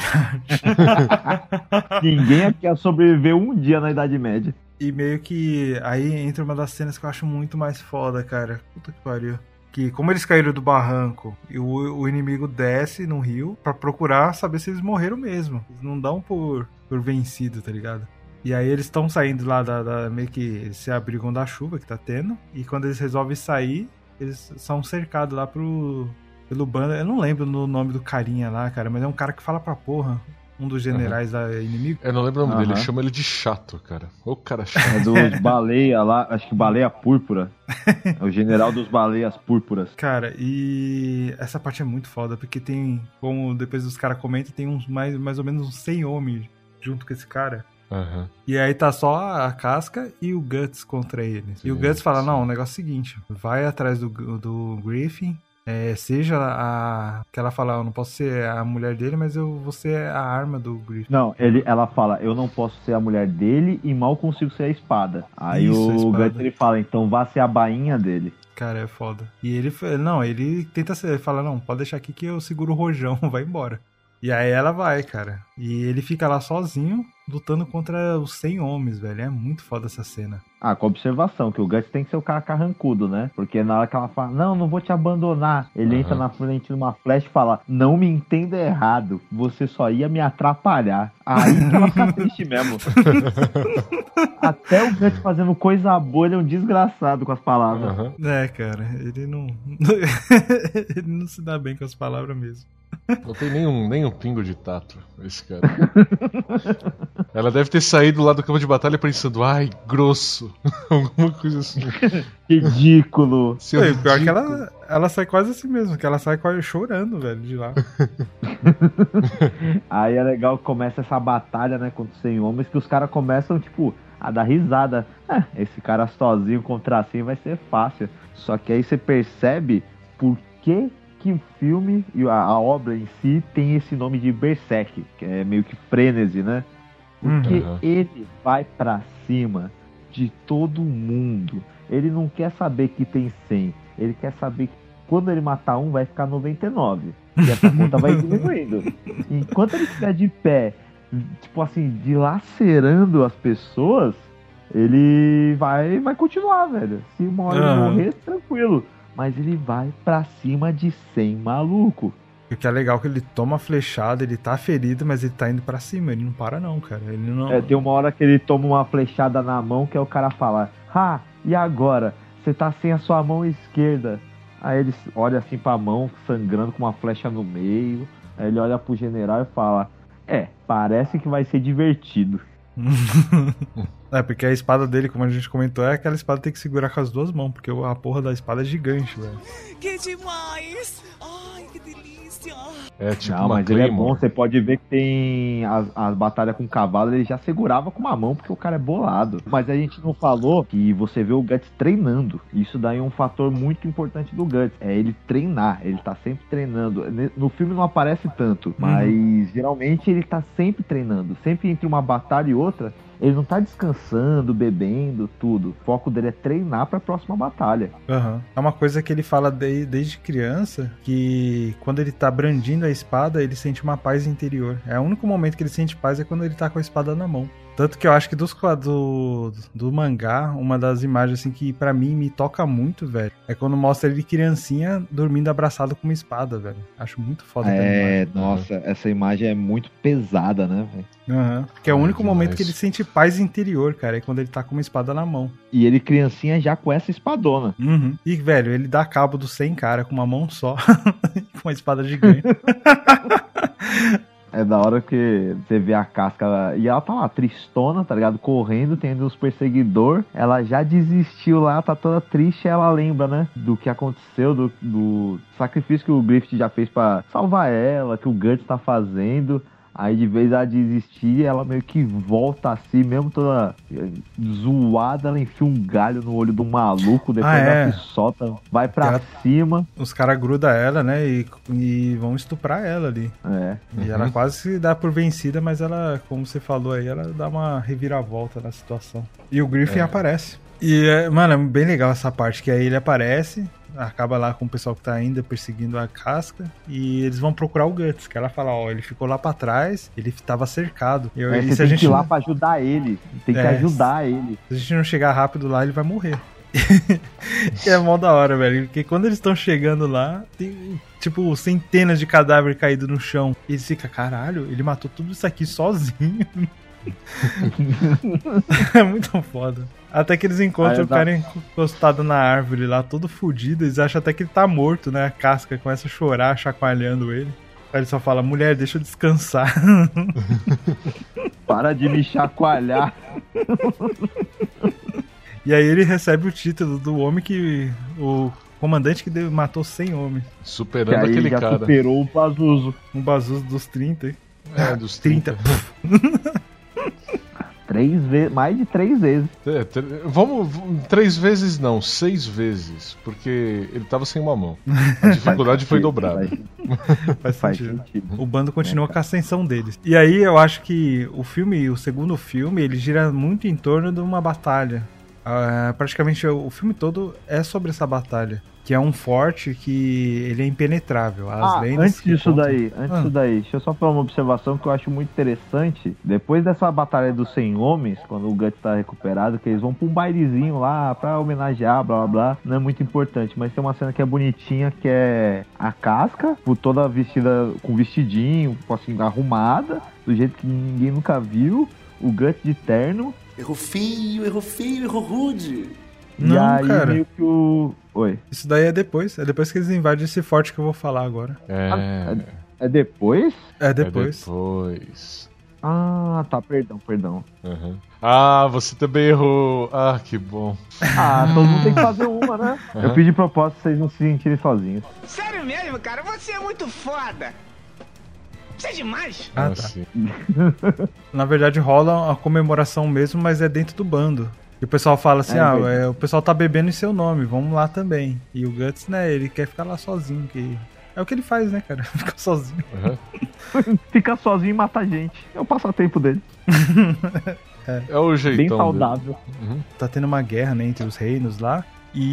Ninguém quer sobreviver um dia na Idade Média. E meio que aí entra uma das cenas que eu acho muito mais foda, cara. Puta que pariu. Que como eles caíram do barranco e o, o inimigo desce no rio pra procurar saber se eles morreram mesmo. Eles não dão por, por vencido, tá ligado? E aí eles estão saindo lá da, da- meio que eles se abrigam da chuva que tá tendo. E quando eles resolvem sair, eles são cercados lá pro, pelo bando. Eu não lembro o nome do carinha lá, cara, mas é um cara que fala pra porra. Um dos generais da inimigo. Eu não lembro o nome dele, Aham. chama ele de chato, cara. Ô cara chato. É dos baleia lá, acho que baleia púrpura. É o general dos baleias púrpuras. Cara, e essa parte é muito foda, porque tem, como depois os caras comentam, tem uns mais, mais ou menos uns cem homens junto com esse cara. Aham. E aí tá só a Casca e o Guts contra eles. E o Sim, Guts fala, sim. não, o negócio é o seguinte, vai atrás do, do Griffin, É, seja a... que ela fala, eu não posso ser a mulher dele, mas eu vou ser a arma do Griffith. Não, ele, ela fala, eu não posso ser a mulher dele e mal consigo ser a espada. Aí Isso, a o espada. Guts ele fala, então vá ser a bainha dele. Cara, é foda. E ele, não, ele tenta ser, ele fala, não, pode deixar aqui que eu seguro o rojão, vai embora. E aí ela vai, cara. E ele fica lá sozinho, lutando contra os cem homens, velho. É muito foda essa cena. Ah, com observação, que o Guts tem que ser o cara carrancudo, né? Porque na hora que ela fala, não, não vou te abandonar, ele Uhum. entra na frente de uma flecha e fala, não me entenda errado, você só ia me atrapalhar. Aí que ela fica triste mesmo. Até o Guts fazendo coisa boa, ele é um desgraçado com as palavras. Aham. É, cara, ele não... ele não se dá bem com as palavras mesmo. Não tem nenhum, nenhum pingo de tato, esse cara. Ela deve ter saído lá do campo de batalha pensando, ai, grosso. Alguma coisa assim. Ridículo. Seu É, pior que ridículo. ela, ela sai quase assim mesmo, que ela sai quase chorando, velho, de lá. Aí é legal que começa essa batalha, né, contra os cem homens, que os caras começam, tipo, a dar risada. Ah, esse cara sozinho contra cem vai ser fácil. Só que aí você percebe por que que o filme e a, a obra em si tem esse nome de Berserk, que é meio que frenesi, né? Porque Uhum. ele vai pra cima de todo mundo. Ele não quer saber que tem cem. Ele quer saber que quando ele matar um, vai ficar noventa e nove. E essa conta vai diminuindo. Enquanto ele estiver de pé, tipo assim, dilacerando as pessoas, ele vai, vai continuar, velho. Se uma hora ele Aham. morrer, tranquilo. Mas ele vai pra cima de cem maluco. O que é legal é que ele toma a flechada, ele tá ferido, mas ele tá indo pra cima, ele não para não, cara. Ele não... É, tem uma hora que ele toma uma flechada na mão, que é o cara fala, ah, e agora? Você tá sem a sua mão esquerda. Aí ele olha assim pra mão, sangrando com uma flecha no meio. Aí ele olha pro general e fala, é, parece que vai ser divertido. É, porque a espada dele, como a gente comentou, é aquela espada que tem que segurar com as duas mãos, porque a porra da espada é gigante, velho. Que demais! Ai, que delícia! É tipo Não, uma mas ele é Claymore. bom, você pode ver que tem as, as batalhas com cavalo, ele já segurava com uma mão porque o cara é bolado. Mas a gente não falou que você vê o Guts treinando. Isso daí é um fator muito importante do Guts, é ele treinar, ele tá sempre treinando. No filme não aparece tanto, mas geralmente ele tá sempre treinando. Sempre entre uma batalha e outra, ele não tá descansando, bebendo, tudo. O foco dele é treinar pra próxima batalha. Uhum. É uma coisa que ele fala de, desde criança, que quando ele tá brandindo a espada, ele sente uma paz interior. É o único momento que ele sente paz é quando ele tá com a espada na mão. Tanto que eu acho que dos, do, do mangá, uma das imagens assim que pra mim me toca muito, velho, é quando mostra ele criancinha dormindo abraçado com uma espada, velho. Acho muito foda aquela É, imagem. nossa, essa imagem é muito pesada, né, velho? Uhum. Porque é o É único demais. momento que ele sente paz interior, cara, é quando ele tá com uma espada na mão. E ele criancinha já com essa espadona. Uhum. E, velho, ele dá cabo do cem cara com uma mão só, com uma espada gigante. É da hora que você vê a casca e ela tá lá, tristona, tá ligado? Correndo, tendo os perseguidor. Ela já desistiu lá, tá toda triste. Ela lembra, né? Do que aconteceu, do, do sacrifício que o Griffith já fez pra salvar ela, que o Guts tá fazendo. Aí de vez ela desistir, ela meio que volta assim, mesmo toda zoada, ela enfia um galho no olho do maluco, depois Ah, ela é. se solta, vai pra Ela- cima. Os caras grudam ela, né, e, e vão estuprar ela ali. É. E ela quase se dá por vencida, mas ela, como você falou aí, ela dá uma reviravolta na situação. E o Griffin É. aparece. E, é, mano, é bem legal essa parte, que aí ele aparece, acaba lá com o pessoal que tá ainda perseguindo a casca, e eles vão procurar o Guts, que ela fala, ó, ele ficou lá pra trás, ele tava cercado. E, eu, Aí e você se a tem gente que ir lá não- pra ajudar ele. Tem que É. ajudar ele. se a gente não chegar rápido lá, ele vai morrer. E é mó da hora, velho. Porque quando eles estão chegando lá, tem, tipo, centenas de cadáveres caídos no chão. E eles ficam, caralho, ele matou tudo isso aqui sozinho. É muito foda. Até que eles encontram Aí o dá- cara encostado na árvore lá, todo fudido. Eles acham até que ele tá morto, né? A casca começa a chorar, chacoalhando ele. Aí ele só fala, mulher, deixa eu descansar. Para de me chacoalhar. E aí ele recebe o título do homem que... O comandante que deu- matou cem homens. Que Superando aí ele aquele já cara. superou o Pazuzu. Um Bazuzo dos trinta, hein? É, dos trinta. trinta. Três vezes, mais de três vezes. É, tr- vamos, v- três vezes não, seis vezes, porque ele tava sem uma mão. A dificuldade foi dobrada. Faz Faz sentido. sentido. O bando continua com a ascensão deles. E aí eu acho que o filme, o segundo filme, ele gira muito em torno de uma batalha. Ah, praticamente o filme todo é sobre essa batalha. Que é um forte que ele é impenetrável. As Ah, lendas antes que disso contam- daí, antes Ah. disso daí, deixa eu só falar uma observação que eu acho muito interessante. Depois dessa batalha dos cem homens, quando o Guts tá recuperado, que eles vão pra um bailezinho lá pra homenagear, blá blá blá, não é muito importante, mas tem uma cena que é bonitinha, que é a Casca, por toda vestida com vestidinho, assim, arrumada, do jeito que ninguém nunca viu, o Guts de terno, Errou feio, errou feio, errou rude. Não, e aí cara. meio que o... Oi. Isso daí é depois. É depois que eles invadem esse forte que eu vou falar agora. É, É depois? É é depois. depois. Ah, tá, perdão, perdão. Uhum. Ah, você também errou. Ah, que bom. Ah, todo mundo tem que fazer uma, né? Eu Aham. fiz de propósito pra vocês não se sentirem sozinhos. Sério mesmo, cara? Você é muito foda. Você é demais. Ah, Ah, tá. sim. Na verdade rola a comemoração mesmo, mas é dentro do bando. E o pessoal fala assim, É ah, verdade. é, o pessoal tá bebendo em seu nome, vamos lá também. E o Guts, né, ele quer ficar lá sozinho, que é o que ele faz, né, cara? Fica sozinho. Uhum. Fica sozinho e mata gente. É o passatempo dele. É o jeitão Bem dele. saudável. Uhum. Tá tendo uma guerra, né, entre os reinos lá.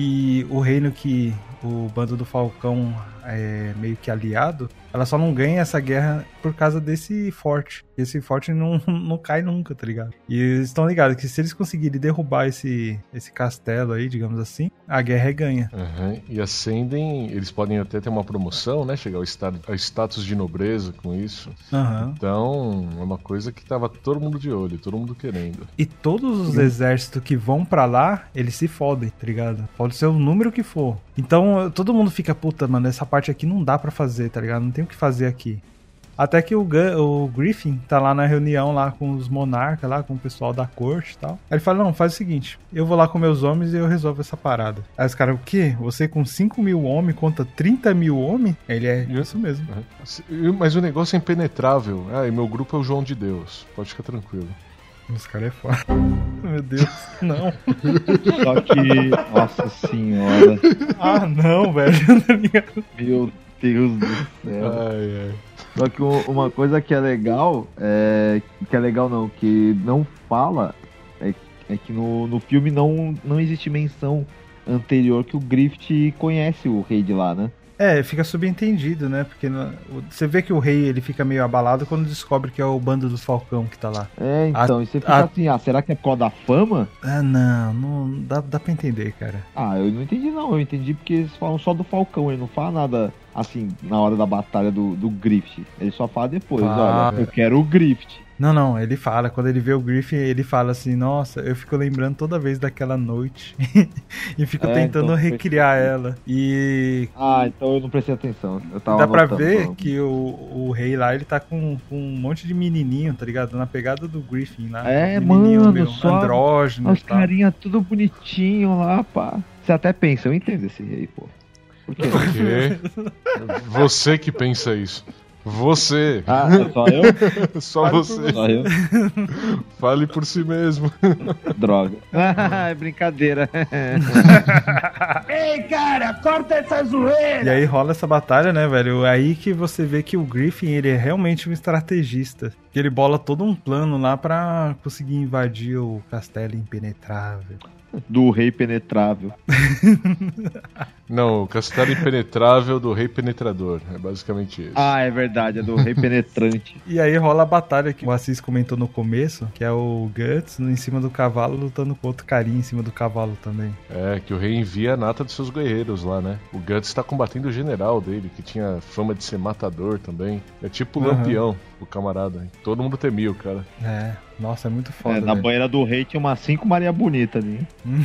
E o reino que o bando do Falcão é meio que aliado, ela só não ganha essa guerra por causa desse forte. Esse forte não, não cai nunca, tá ligado? E eles estão ligados que se eles conseguirem derrubar esse, esse castelo aí, digamos assim, a guerra é ganha. Uhum. E ascendem, eles podem até ter uma promoção, né? Chegar ao, esta- ao status de nobreza com isso. Aham. Então, é uma coisa que tava todo mundo de olho, todo mundo querendo. E todos os exércitos que vão pra lá, eles se fodem, tá ligado? Pode ser o número que for. Então, todo mundo fica, puta, mano, essa parte aqui não dá pra fazer, tá ligado? Não tem o que fazer aqui. Até que o, Gun- o Griffin tá lá na reunião lá com os monarcas, lá com o pessoal da corte e tal. Aí ele fala, não, faz o seguinte, eu vou lá com meus homens e eu resolvo essa parada. Aí os caras, o quê? Você com cinco mil homens contra trinta mil homens? Aí ele é isso mesmo. Uhum. Se- Mas o negócio é impenetrável. Ah, e meu grupo é o João de Deus. Pode ficar tranquilo. Os caras é foda. Meu Deus, não. Só que, nossa senhora, Ah, não, velho. Tá ligado? meu Deus do céu. Ai, ai. Só que u- uma coisa que é legal, é, que é legal não, que não fala, é, é que no, no filme não, não existe menção anterior que o Griffith conhece o rei de lá, né? É, fica subentendido, né? Porque na- o- você vê que o rei ele fica meio abalado quando descobre que é o bando dos Falcão que tá lá. É, então, A- e você fica a- assim, ah, será que é por causa da fama? Ah, não, não dá, dá pra entender, cara. Ah, eu não entendi não, eu entendi porque eles falam só do Falcão, ele não fala nada assim, na hora da batalha do, do Griffith. Ele só fala depois, Fala. olha, eu quero o Griffith. Não, não, ele fala, quando ele vê o Griffin, ele fala assim, nossa, eu fico lembrando toda vez daquela noite e fico É, tentando então, recriar ela. E Ah, então eu não prestei atenção. Eu tava dá pra anotando, ver falando. que o, o rei lá, ele tá com, com um monte de menininho, tá ligado? Na pegada do Griffin lá. É, Menininho mano, meio só andrógeno Os e tal. carinha tudo bonitinho lá, pá. Você até pensa, eu entendo esse rei, pô. Por quê? O quê? Você que pensa isso. Você. Ah, é só eu? Só você. Só eu? Fale por si mesmo. Droga. Ah, é brincadeira. Ei, cara, corta essa zoeira. E aí rola essa batalha, né, velho? Aí que você vê que o Griffin, ele é realmente um estrategista. Que ele bola todo um plano lá pra conseguir invadir o castelo impenetrável. Do rei penetrável. Não, o castelo impenetrável do rei penetrador. É basicamente isso. Ah, é verdade, é do rei penetrante. E aí rola a batalha que o Assis comentou no começo, que é o Guts em cima do cavalo lutando com outro carinha em cima do cavalo também. É, que o rei envia a nata dos seus guerreiros lá, né? O Guts tá combatendo o general dele, que tinha fama de ser matador também. É tipo o Aham. Lampião, o camarada. Todo mundo temia o cara. É, nossa, é muito foda, É, na velho. banheira do rei tinha umas cinco Maria Bonita ali.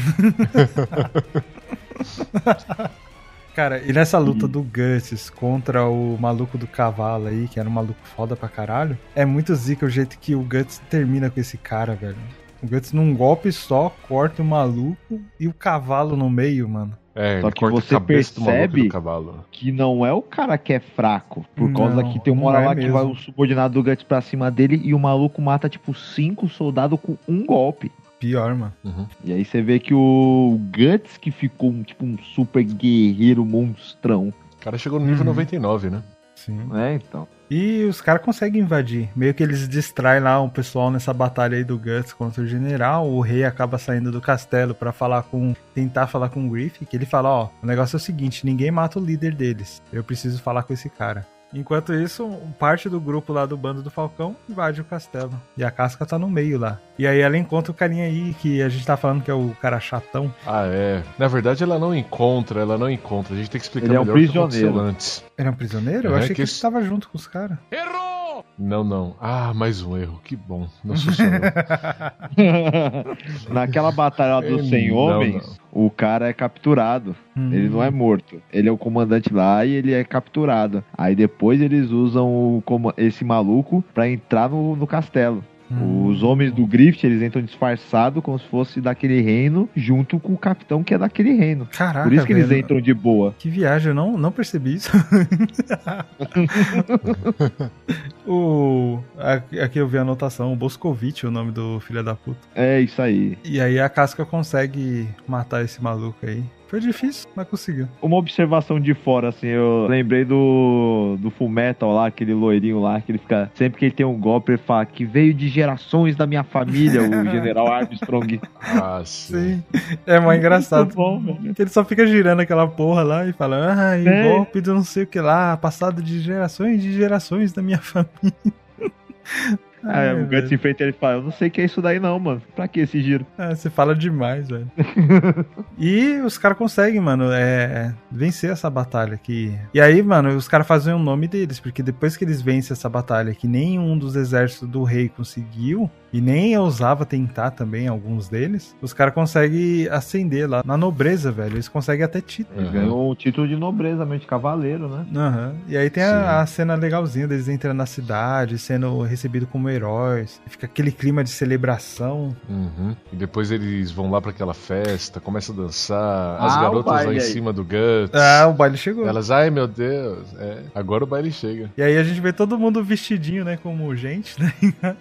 Cara, e nessa luta do Guts contra o maluco do cavalo aí, que era um maluco foda pra caralho, é muito zica o jeito que o Guts termina com esse cara, velho. O Guts num golpe só corta o maluco e o cavalo no meio, mano. É, Só ele que corta a você cabeça do maluco e percebe do cavalo. que não é o cara que é fraco. Por Não, causa que tem uma hora não é lá que mesmo. vai o subordinado do Guts pra cima dele e o maluco mata, tipo, cinco soldados com um golpe. Pior, mano. Uhum. E aí você vê que o Guts, que ficou um, tipo um super guerreiro monstrão. O cara chegou no nível Uhum. noventa e nove, né? Sim. É, então. E os caras conseguem invadir. Meio que eles distraem lá o pessoal nessa batalha aí do Guts contra o general. O rei acaba saindo do castelo pra falar com. Tentar falar com o Griff. Que ele fala: ó, o negócio é o seguinte: ninguém mata o líder deles. Eu preciso falar com esse cara. Enquanto isso, parte do grupo lá do bando do Falcão invade o castelo. E a Casca tá no meio lá. E aí ela encontra o carinha aí que a gente tá falando que é o cara chatão. Ah, é. Na verdade, ela não encontra, ela não encontra. A gente tem que explicar Ele é um melhor o que aconteceu prisioneiro. antes. Ele é um prisioneiro? Eu É, achei que que ele esse- tava junto com os caras. Não, não. Ah, mais um erro. Que bom. Não sou só eu. Naquela batalha lá dos É, cem não, homens, o cara é capturado. Hum. Ele não é morto. Ele é o comandante lá e ele é capturado. Aí depois eles usam o coma- esse maluco pra entrar no, no castelo. Hum. Os homens do Grift, eles entram disfarçados como se fosse daquele reino, junto com o capitão que é daquele reino. Caraca, Por isso que eles velho. entram de boa. Que viagem, eu não, não percebi isso. o, a- aqui eu vi a anotação, o Boscovich, o nome do filho da puta. É isso aí. E aí a Casca consegue matar esse maluco aí. Foi difícil, mas conseguiu. Uma observação de fora, assim, eu lembrei do, do Fullmetal lá, aquele loirinho lá, que ele fica, sempre que ele tem um golpe, ele fala que veio de gerações da minha família, o General Armstrong. Ah, sim. Sim. É mais engraçado. Muito bom, velho. Porque ele só fica girando aquela porra lá e fala, ah, e É. golpe do não sei o que lá, passado de gerações de gerações da minha família. Aí Ai, o Guts velho. enfrenta ele e fala, eu não sei o que é isso daí não, mano. Pra que esse giro? Ah, você fala demais, velho. E os caras conseguem, mano, é, vencer essa batalha aqui. E aí, mano, os caras fazem o nome deles, porque depois que eles vencem essa batalha, que nenhum dos exércitos do rei conseguiu, e nem ousava tentar também, alguns deles, os caras conseguem ascender lá na nobreza, velho. Eles conseguem até título. Ele Uhum. ganhou o título de nobreza mesmo, de cavaleiro, né? Aham. E aí tem a, a cena legalzinha deles entrando na cidade, sendo recebido como heróis. Fica aquele clima de celebração. Uhum. E depois eles vão lá pra aquela festa, começam a dançar, as Ah, o garotas lá baile em aí. cima do Guts. Ah, o baile chegou. Elas, ai meu Deus, é, agora o baile chega. E aí a gente vê todo mundo vestidinho, né, como gente, né?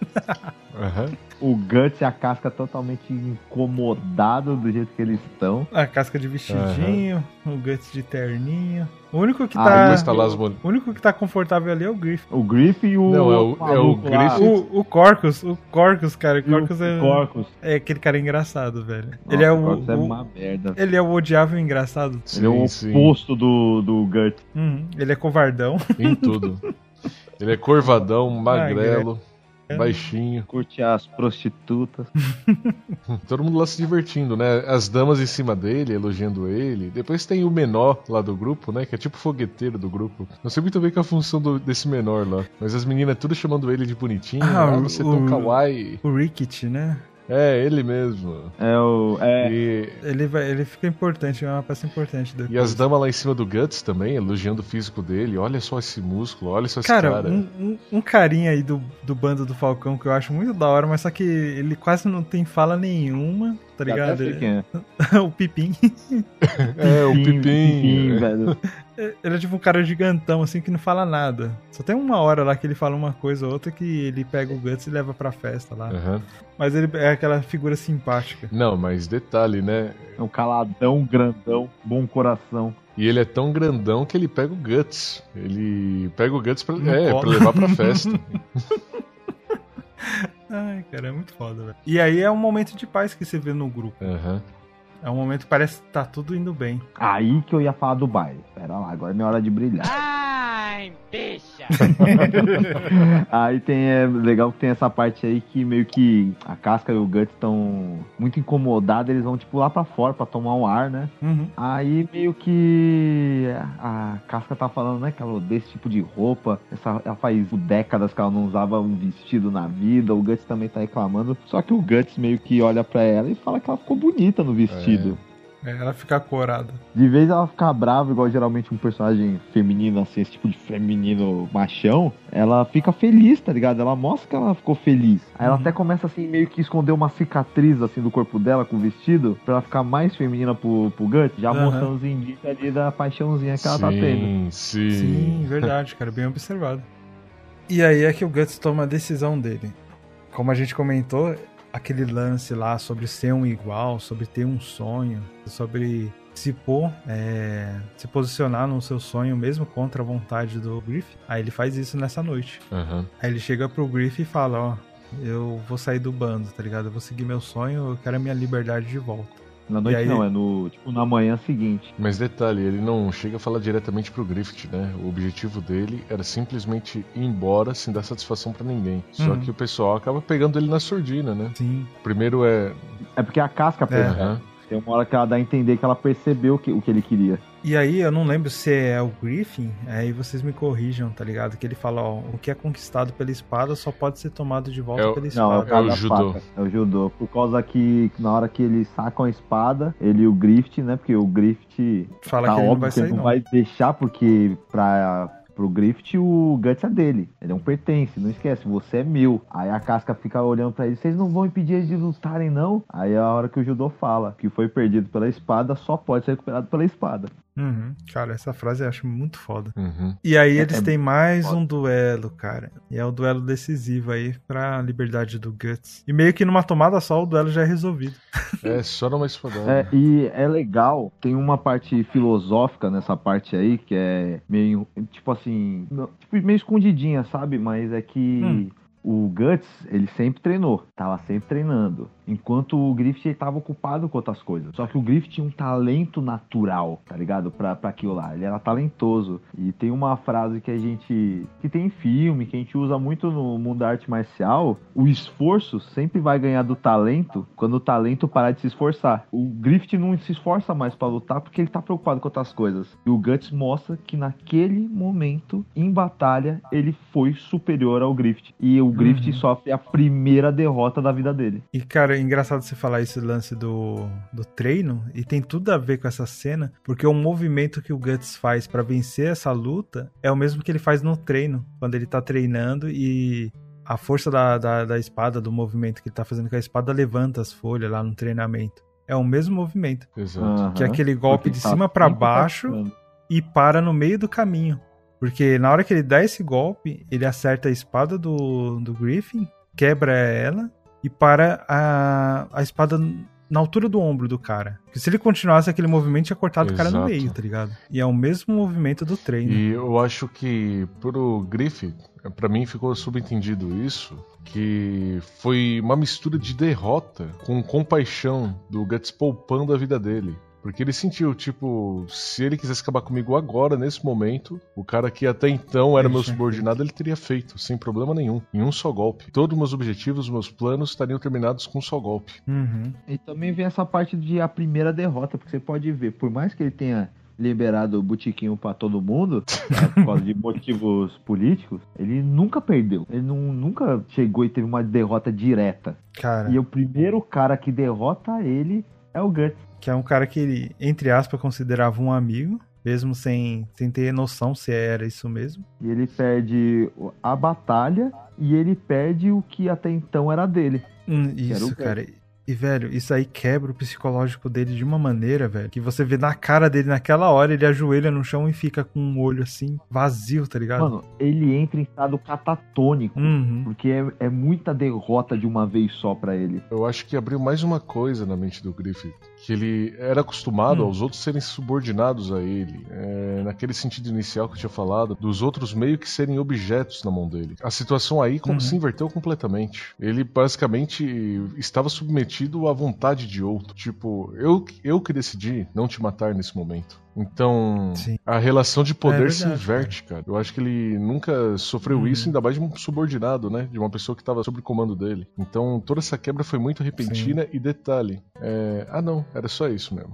Aham. O Guts e a Casca totalmente incomodados do jeito que eles estão. A casca de vestidinho, o Guts de terninho. O único que Ah, tá... Depois tá lá as mul- O único que tá confortável ali é o Griff. O Griff e o... Não, é o- é o maluco lá. Griff. O, o Corcus, o Corcus, cara. O E o Corcus é, Corcus. é aquele cara engraçado, velho. Nossa, ele é o, Corcus é o- uma merda. ele é o odiável engraçado. Ele é o Sim, sim. oposto do, do Guts. Uhum, ele é covardão. Em tudo. Ele é corvadão, magrelo, baixinho. Curte as prostitutas. Todo mundo lá se divertindo, né? As damas em cima dele, elogiando ele. Depois tem o menor lá do grupo, né? Que é tipo o fogueteiro do grupo. Não sei muito bem qual é a função do- desse menor lá. Mas as meninas tudo chamando ele de bonitinho. Ah, Ah, o- você é tão o- kawaii. O Rickett, né? É, ele mesmo. É o... É... E, Ele, vai, ele fica importante, é uma peça importante depois. e as damas lá em cima do Guts também, elogiando o físico dele. Olha só esse músculo, olha só esse Cara, cara. Um, um, um carinha aí do, do bando do Falcão que eu acho muito da hora, mas só que ele quase não tem fala nenhuma, tá Já ligado? até sei quem é. O Pipim. É, o Pipim, Pipim. velho. Ele é tipo um cara gigantão, assim, que não fala nada. Só tem uma hora lá que ele fala uma coisa ou outra que ele pega o Guts e leva pra festa lá. Aham. Mas ele é aquela figura simpática. Não, mas detalhe, né? É um caladão, grandão, bom coração. E ele é tão grandão que ele pega o Guts. Ele pega o Guts pra, No é, colo. pra levar pra festa. Ai, cara, é muito foda, velho. E aí é um momento de paz que você vê no grupo. Aham. É um momento que parece que tá tudo indo bem. Aí que eu ia falar do baile. Pera lá, agora é minha hora de brilhar. Ai, bicha! Aí tem, é legal que tem essa parte aí que meio que a Casca e o Guts estão muito incomodados, eles vão tipo lá pra fora pra tomar um ar, né? Uhum. Aí meio que a Casca tá falando, né, que ela odeia esse tipo de roupa. Essa, ela faz décadas que ela não usava um vestido na vida. O Guts também tá reclamando. Só que o Guts meio que olha pra ela e fala que ela ficou bonita no vestido. É, ela fica corada. De vez ela ficar brava, igual geralmente um personagem feminino, assim, esse tipo de feminino machão, ela fica feliz, tá ligado? Ela mostra que ela ficou feliz. Aí ela Uhum. até começa, assim, meio que esconder uma cicatriz, assim, do corpo dela com o vestido, pra ela ficar mais feminina pro, pro Guts, já Uhum. mostrando os indícios ali da paixãozinha que ela tá tendo. Sim, sim. Sim, verdade, cara, bem observado. E aí é que o Guts toma a decisão dele. Como a gente comentou, aquele lance lá sobre ser um igual, sobre ter um sonho, sobre se pôr, é, se posicionar no seu sonho mesmo contra a vontade do Griff. Aí ele faz isso nessa noite. Aham. Aí ele chega pro Griff e fala, ó, eu vou sair do bando, tá ligado? Eu vou seguir meu sonho, eu quero a minha liberdade de volta. Na noite aí- não, é no, tipo, na manhã seguinte. Mas detalhe, ele não chega a falar diretamente pro Griffith, né? O objetivo dele era simplesmente ir embora sem dar satisfação pra ninguém. Só Uhum. que o pessoal acaba pegando ele na surdina, né? Sim. Primeiro é... É porque a casca percebe. Aham. Tem uma hora que ela dá a entender que ela percebeu que, o que ele queria. E aí, eu não lembro se é o Griffin, aí vocês me corrijam, tá ligado? Que ele fala, ó, o que é conquistado pela espada só pode ser tomado de volta É o- pela Não, é o espada. cara o da judô. faca. É o judô. Por causa que na hora que eles sacam a espada, ele e o Griffith, né? Porque o Griffith Fala tá que ele não óbvio vai que ele sair, não não. vai deixar, porque pra, pro Griffith o Guts é dele. Ele é um pertence, não esquece, você é meu. Aí a casca fica olhando pra ele, vocês não vão impedir eles de lutarem, não? Aí é a hora que o judô fala que foi perdido pela espada só pode ser recuperado pela espada. Uhum. Cara, essa frase eu acho muito foda. Uhum. E aí eles É têm mais foda. um duelo, cara. E é o duelo decisivo aí pra liberdade do Guts. E meio que numa tomada só o duelo já é resolvido. É só numa espadada. É, e é legal, tem uma parte filosófica nessa parte aí, que é meio, tipo assim, não- tipo, meio escondidinha, sabe? Mas é que Hum. o Guts, ele sempre treinou, tava sempre treinando. Enquanto o Griffith ele tava ocupado com outras coisas. Só que o Griffith tinha um talento natural, tá ligado? Pra, pra aquilo lá. Ele era talentoso. E tem uma frase que a gente. Que tem em filme, que a gente usa muito no mundo da arte marcial. O esforço sempre vai ganhar do talento quando o talento parar de se esforçar. O Griffith não se esforça mais pra lutar porque ele tá preocupado com outras coisas. E o Guts mostra que naquele momento, em batalha, ele foi superior ao Griffith. E o Griffith Uhum. sofre a primeira derrota da vida dele. E, cara, é engraçado você falar esse lance do, do treino, e tem tudo a ver com essa cena, porque o movimento que o Guts faz pra vencer essa luta é o mesmo que ele faz no treino, quando ele tá treinando e a força da, da, da espada, do movimento que ele tá fazendo com a espada, levanta as folhas lá no treinamento. É o mesmo movimento, Exato. que é aquele golpe Porque de tá cima pra sempre baixo passando. e para no meio do caminho. Porque na hora que ele dá esse golpe, ele acerta a espada do, do Griffin, quebra ela e para a, a espada na altura do ombro do cara. Porque se ele continuasse aquele movimento, tinha cortado o cara no Exato. meio, tá ligado? E é o mesmo movimento do treino. E eu acho que pro Griffith, pra mim ficou subentendido isso, que foi uma mistura de derrota com compaixão do Guts poupando a vida dele. Porque ele sentiu, tipo, se ele quisesse acabar comigo agora, nesse momento, o cara que até então era Ele meu tinha subordinado, ele teria feito, sem problema nenhum, em um só golpe. Todos os meus objetivos, meus planos estariam terminados com um só golpe. Uhum. E também vem essa parte de a primeira derrota, porque você pode ver, por mais que ele tenha liberado o botiquinho pra todo mundo, né, por causa de motivos políticos, ele nunca perdeu. Ele não, nunca chegou e teve uma derrota direta. Cara, E o primeiro cara que derrota ele é o Guts. que é um cara que ele, entre aspas, considerava um amigo, mesmo sem, sem ter noção se era isso mesmo. E ele perde a batalha e ele perde o que até então era dele. Hum, era o isso, Guts. cara. E, velho, isso aí quebra o psicológico dele de uma maneira, velho, que você vê na cara dele, naquela hora, ele ajoelha no chão e fica com um olho assim, vazio, tá ligado? Mano, ele entra em estado catatônico. Uhum. Porque é, é muita derrota de uma vez só pra ele. Eu acho que abriu mais uma coisa na mente do Griffith, que ele era acostumado Hum. aos outros serem subordinados a ele, é, naquele sentido inicial que eu tinha falado, dos outros meio que serem objetos na mão dele. A situação aí como Uhum. se inverteu completamente. Ele basicamente estava submetido à vontade de outro. Tipo, eu, eu que decidi não te matar nesse momento. Então, Sim. a relação de poder É se verdade, inverte, cara. Eu acho que ele nunca sofreu Uhum. isso, ainda mais de um subordinado, né? De uma pessoa que estava sob o comando dele. Então, toda essa quebra foi muito repentina. E detalhe, é... ah não, era só isso mesmo.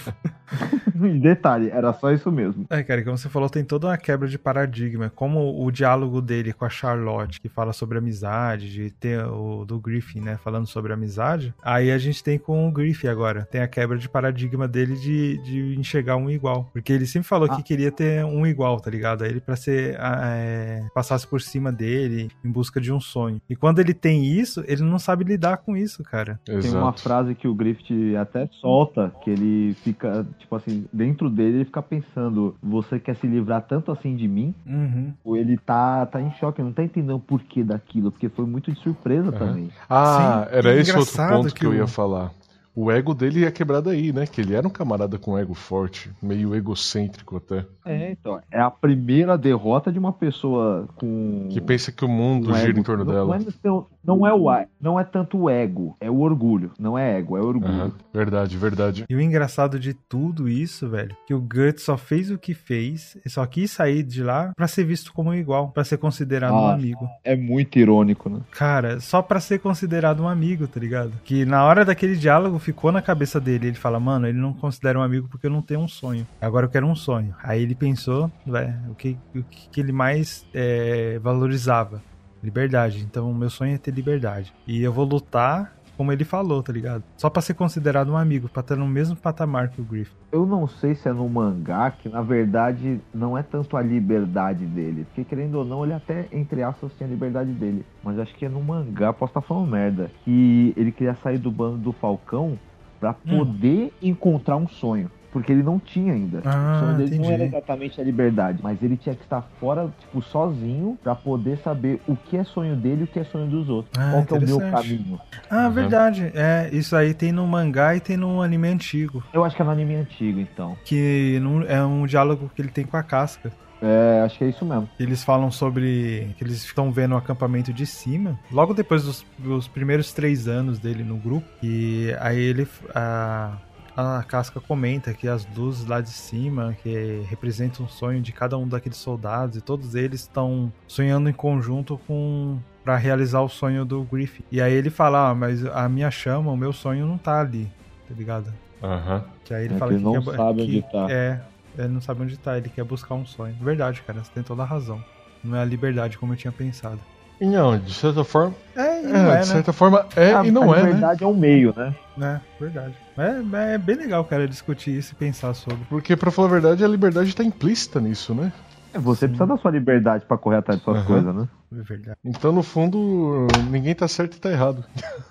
E detalhe, era só isso mesmo. É, cara, como você falou, tem toda uma quebra de paradigma. Como o diálogo dele com a Charlotte, que fala sobre amizade, de ter o do Griffin, né, falando sobre amizade. Aí a gente tem com o Griffin agora. Tem a quebra de paradigma dele de, de enxergar um igual. Porque ele sempre falou Ah. que queria ter um igual, tá ligado? Aí ele pra ser, é, passasse por cima dele em busca de um sonho. E quando ele tem isso, ele não sabe lidar com isso, cara. Exato. Tem uma frase que o Griffith até solta, que ele fica, tipo assim, dentro dele ele fica pensando, você quer se livrar tanto assim de mim? Uhum. Ou ele tá, tá em choque, não tá entendendo o porquê daquilo, porque foi muito de surpresa Uhum. também. Ah, Sim, era e esse outro engraçado ponto que, que eu o- ia falar. O ego dele ia quebrado aí, né? Que ele era um camarada com ego forte, meio egocêntrico até. É, então, é a primeira derrota de uma pessoa com... Que pensa que o mundo um gira ego. em torno não, dela. Não é, não, não é o, não é tanto o ego, é o orgulho. Não é ego, é orgulho. Aham, verdade, verdade. E o engraçado de tudo isso, velho, que o Guts só fez o que fez e só quis sair de lá pra ser visto como um igual, pra ser considerado um Nossa. amigo. É muito irônico, né? Cara, só pra ser considerado um amigo, tá ligado? Que na hora daquele diálogo ficou na cabeça dele. Ele fala, mano, ele não considera um amigo porque eu não tenho um sonho. Agora eu quero um sonho. Aí ele pensou, velho, o que, o que ele mais é, valorizava? Liberdade. Então o meu sonho é ter liberdade. E eu vou lutar como ele falou, tá ligado? Só pra ser considerado um amigo, pra estar no mesmo patamar que o Griffith. Eu não sei se é no mangá que, na verdade, não é tanto a liberdade dele. Porque, querendo ou não, ele até, entre aspas, tinha a liberdade dele. Mas acho que é no mangá, posso estar falando merda, que ele queria sair do bando do Falcão pra poder encontrar um sonho. Porque ele não tinha ainda. Ah, o sonho dele entendi. não era exatamente a liberdade. Mas ele tinha que estar fora, tipo, sozinho, pra poder saber o que é sonho dele e o que é sonho dos outros. Ah, Qual que é o meu interessante. caminho. Ah, Uhum. verdade. É, isso aí tem no mangá e tem no anime antigo. Eu acho que é no anime antigo, então. Que não- é um diálogo que ele tem com a Casca. É, acho que é isso mesmo. Eles falam sobre que eles estão vendo o acampamento de cima, logo depois dos, dos primeiros três anos dele no grupo. E aí ele a, a Casca comenta que as luzes lá de cima, que representam o sonho de cada um daqueles soldados, e todos eles estão sonhando em conjunto com para realizar o sonho do Griffith. E aí ele fala, ah, mas a minha chama, o meu sonho não tá ali, tá ligado? Aham. Que aí ele É fala que que ele não quer- sabe que- onde tá. É, ele não sabe onde tá, ele quer buscar um sonho. Verdade, cara, você tem toda a razão. Não é a liberdade como eu tinha pensado. E não, de certa forma. É, e É, não é, de né? certa forma é a, e não a é, né? liberdade é um meio, né? É, verdade. É, é bem legal, cara, discutir isso e pensar sobre. Porque, pra falar a verdade, a liberdade tá implícita nisso, né? É, você precisa da sua liberdade pra correr atrás de suas Aham. coisas, né? É verdade. Então, no fundo, ninguém tá certo e tá errado.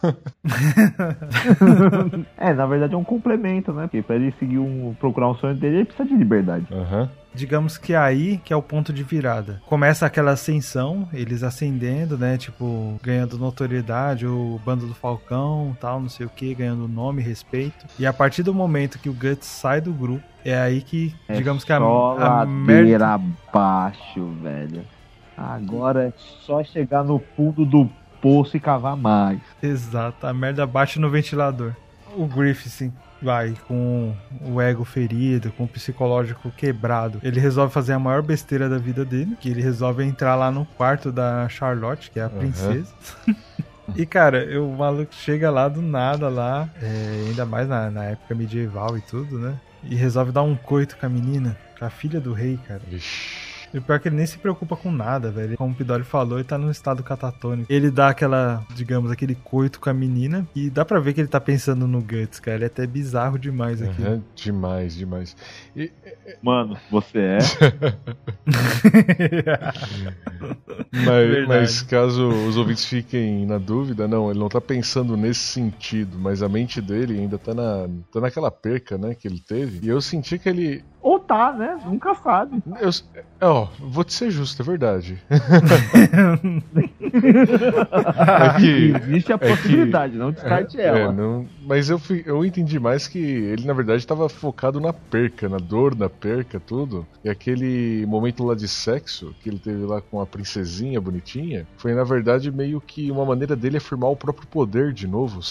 É, na verdade é um complemento, né? Porque pra ele seguir um, procurar um sonho dele, ele precisa de liberdade. Aham. Digamos que aí que é o ponto de virada. Começa aquela ascensão, eles ascendendo, né? Tipo, ganhando notoriedade, o bando do Falcão, tal, não sei o que, ganhando nome, respeito. E a partir do momento que o Guts sai do grupo, é aí que, É digamos que a, só a ladeira merda. abaixo, velho. Agora é só chegar no fundo do poço e cavar mais. Exato, a merda bate no ventilador. O Griffith, sim, vai com o ego ferido, com o psicológico quebrado. Ele resolve fazer a maior besteira da vida dele, que ele resolve entrar lá no quarto da Charlotte, que é a princesa. E, cara, o maluco chega lá do nada lá, é, ainda mais na, na época medieval e tudo, né? E resolve dar um coito com a menina, com a filha do rei, cara. Vixe. E o pior é que ele nem se preocupa com nada, velho. Como o Pidori falou, ele tá num estado catatônico. Ele dá aquela, digamos, aquele coito com a menina. E dá pra ver que ele tá pensando no Guts, cara. Ele é até bizarro demais aqui. Aham, demais, demais. E, Mano, você é. mas, Verdade. mas caso os ouvintes fiquem na dúvida, não, ele não tá pensando nesse sentido, mas a mente dele ainda tá, na, tá naquela perca, né, que ele teve. E eu senti que ele... Ou tá, né? Nunca sabe. Eu, ó, vou te ser justo, é verdade. É que- Existe a é que- possibilidade, não descarte É, ela. não, mas eu, fi- eu entendi mais que ele, na verdade, estava focado na perca, na dor, na perca, tudo. E aquele momento lá de sexo que ele teve lá com a princesinha bonitinha foi, na verdade, meio que uma maneira dele afirmar o próprio poder de novo, sabe?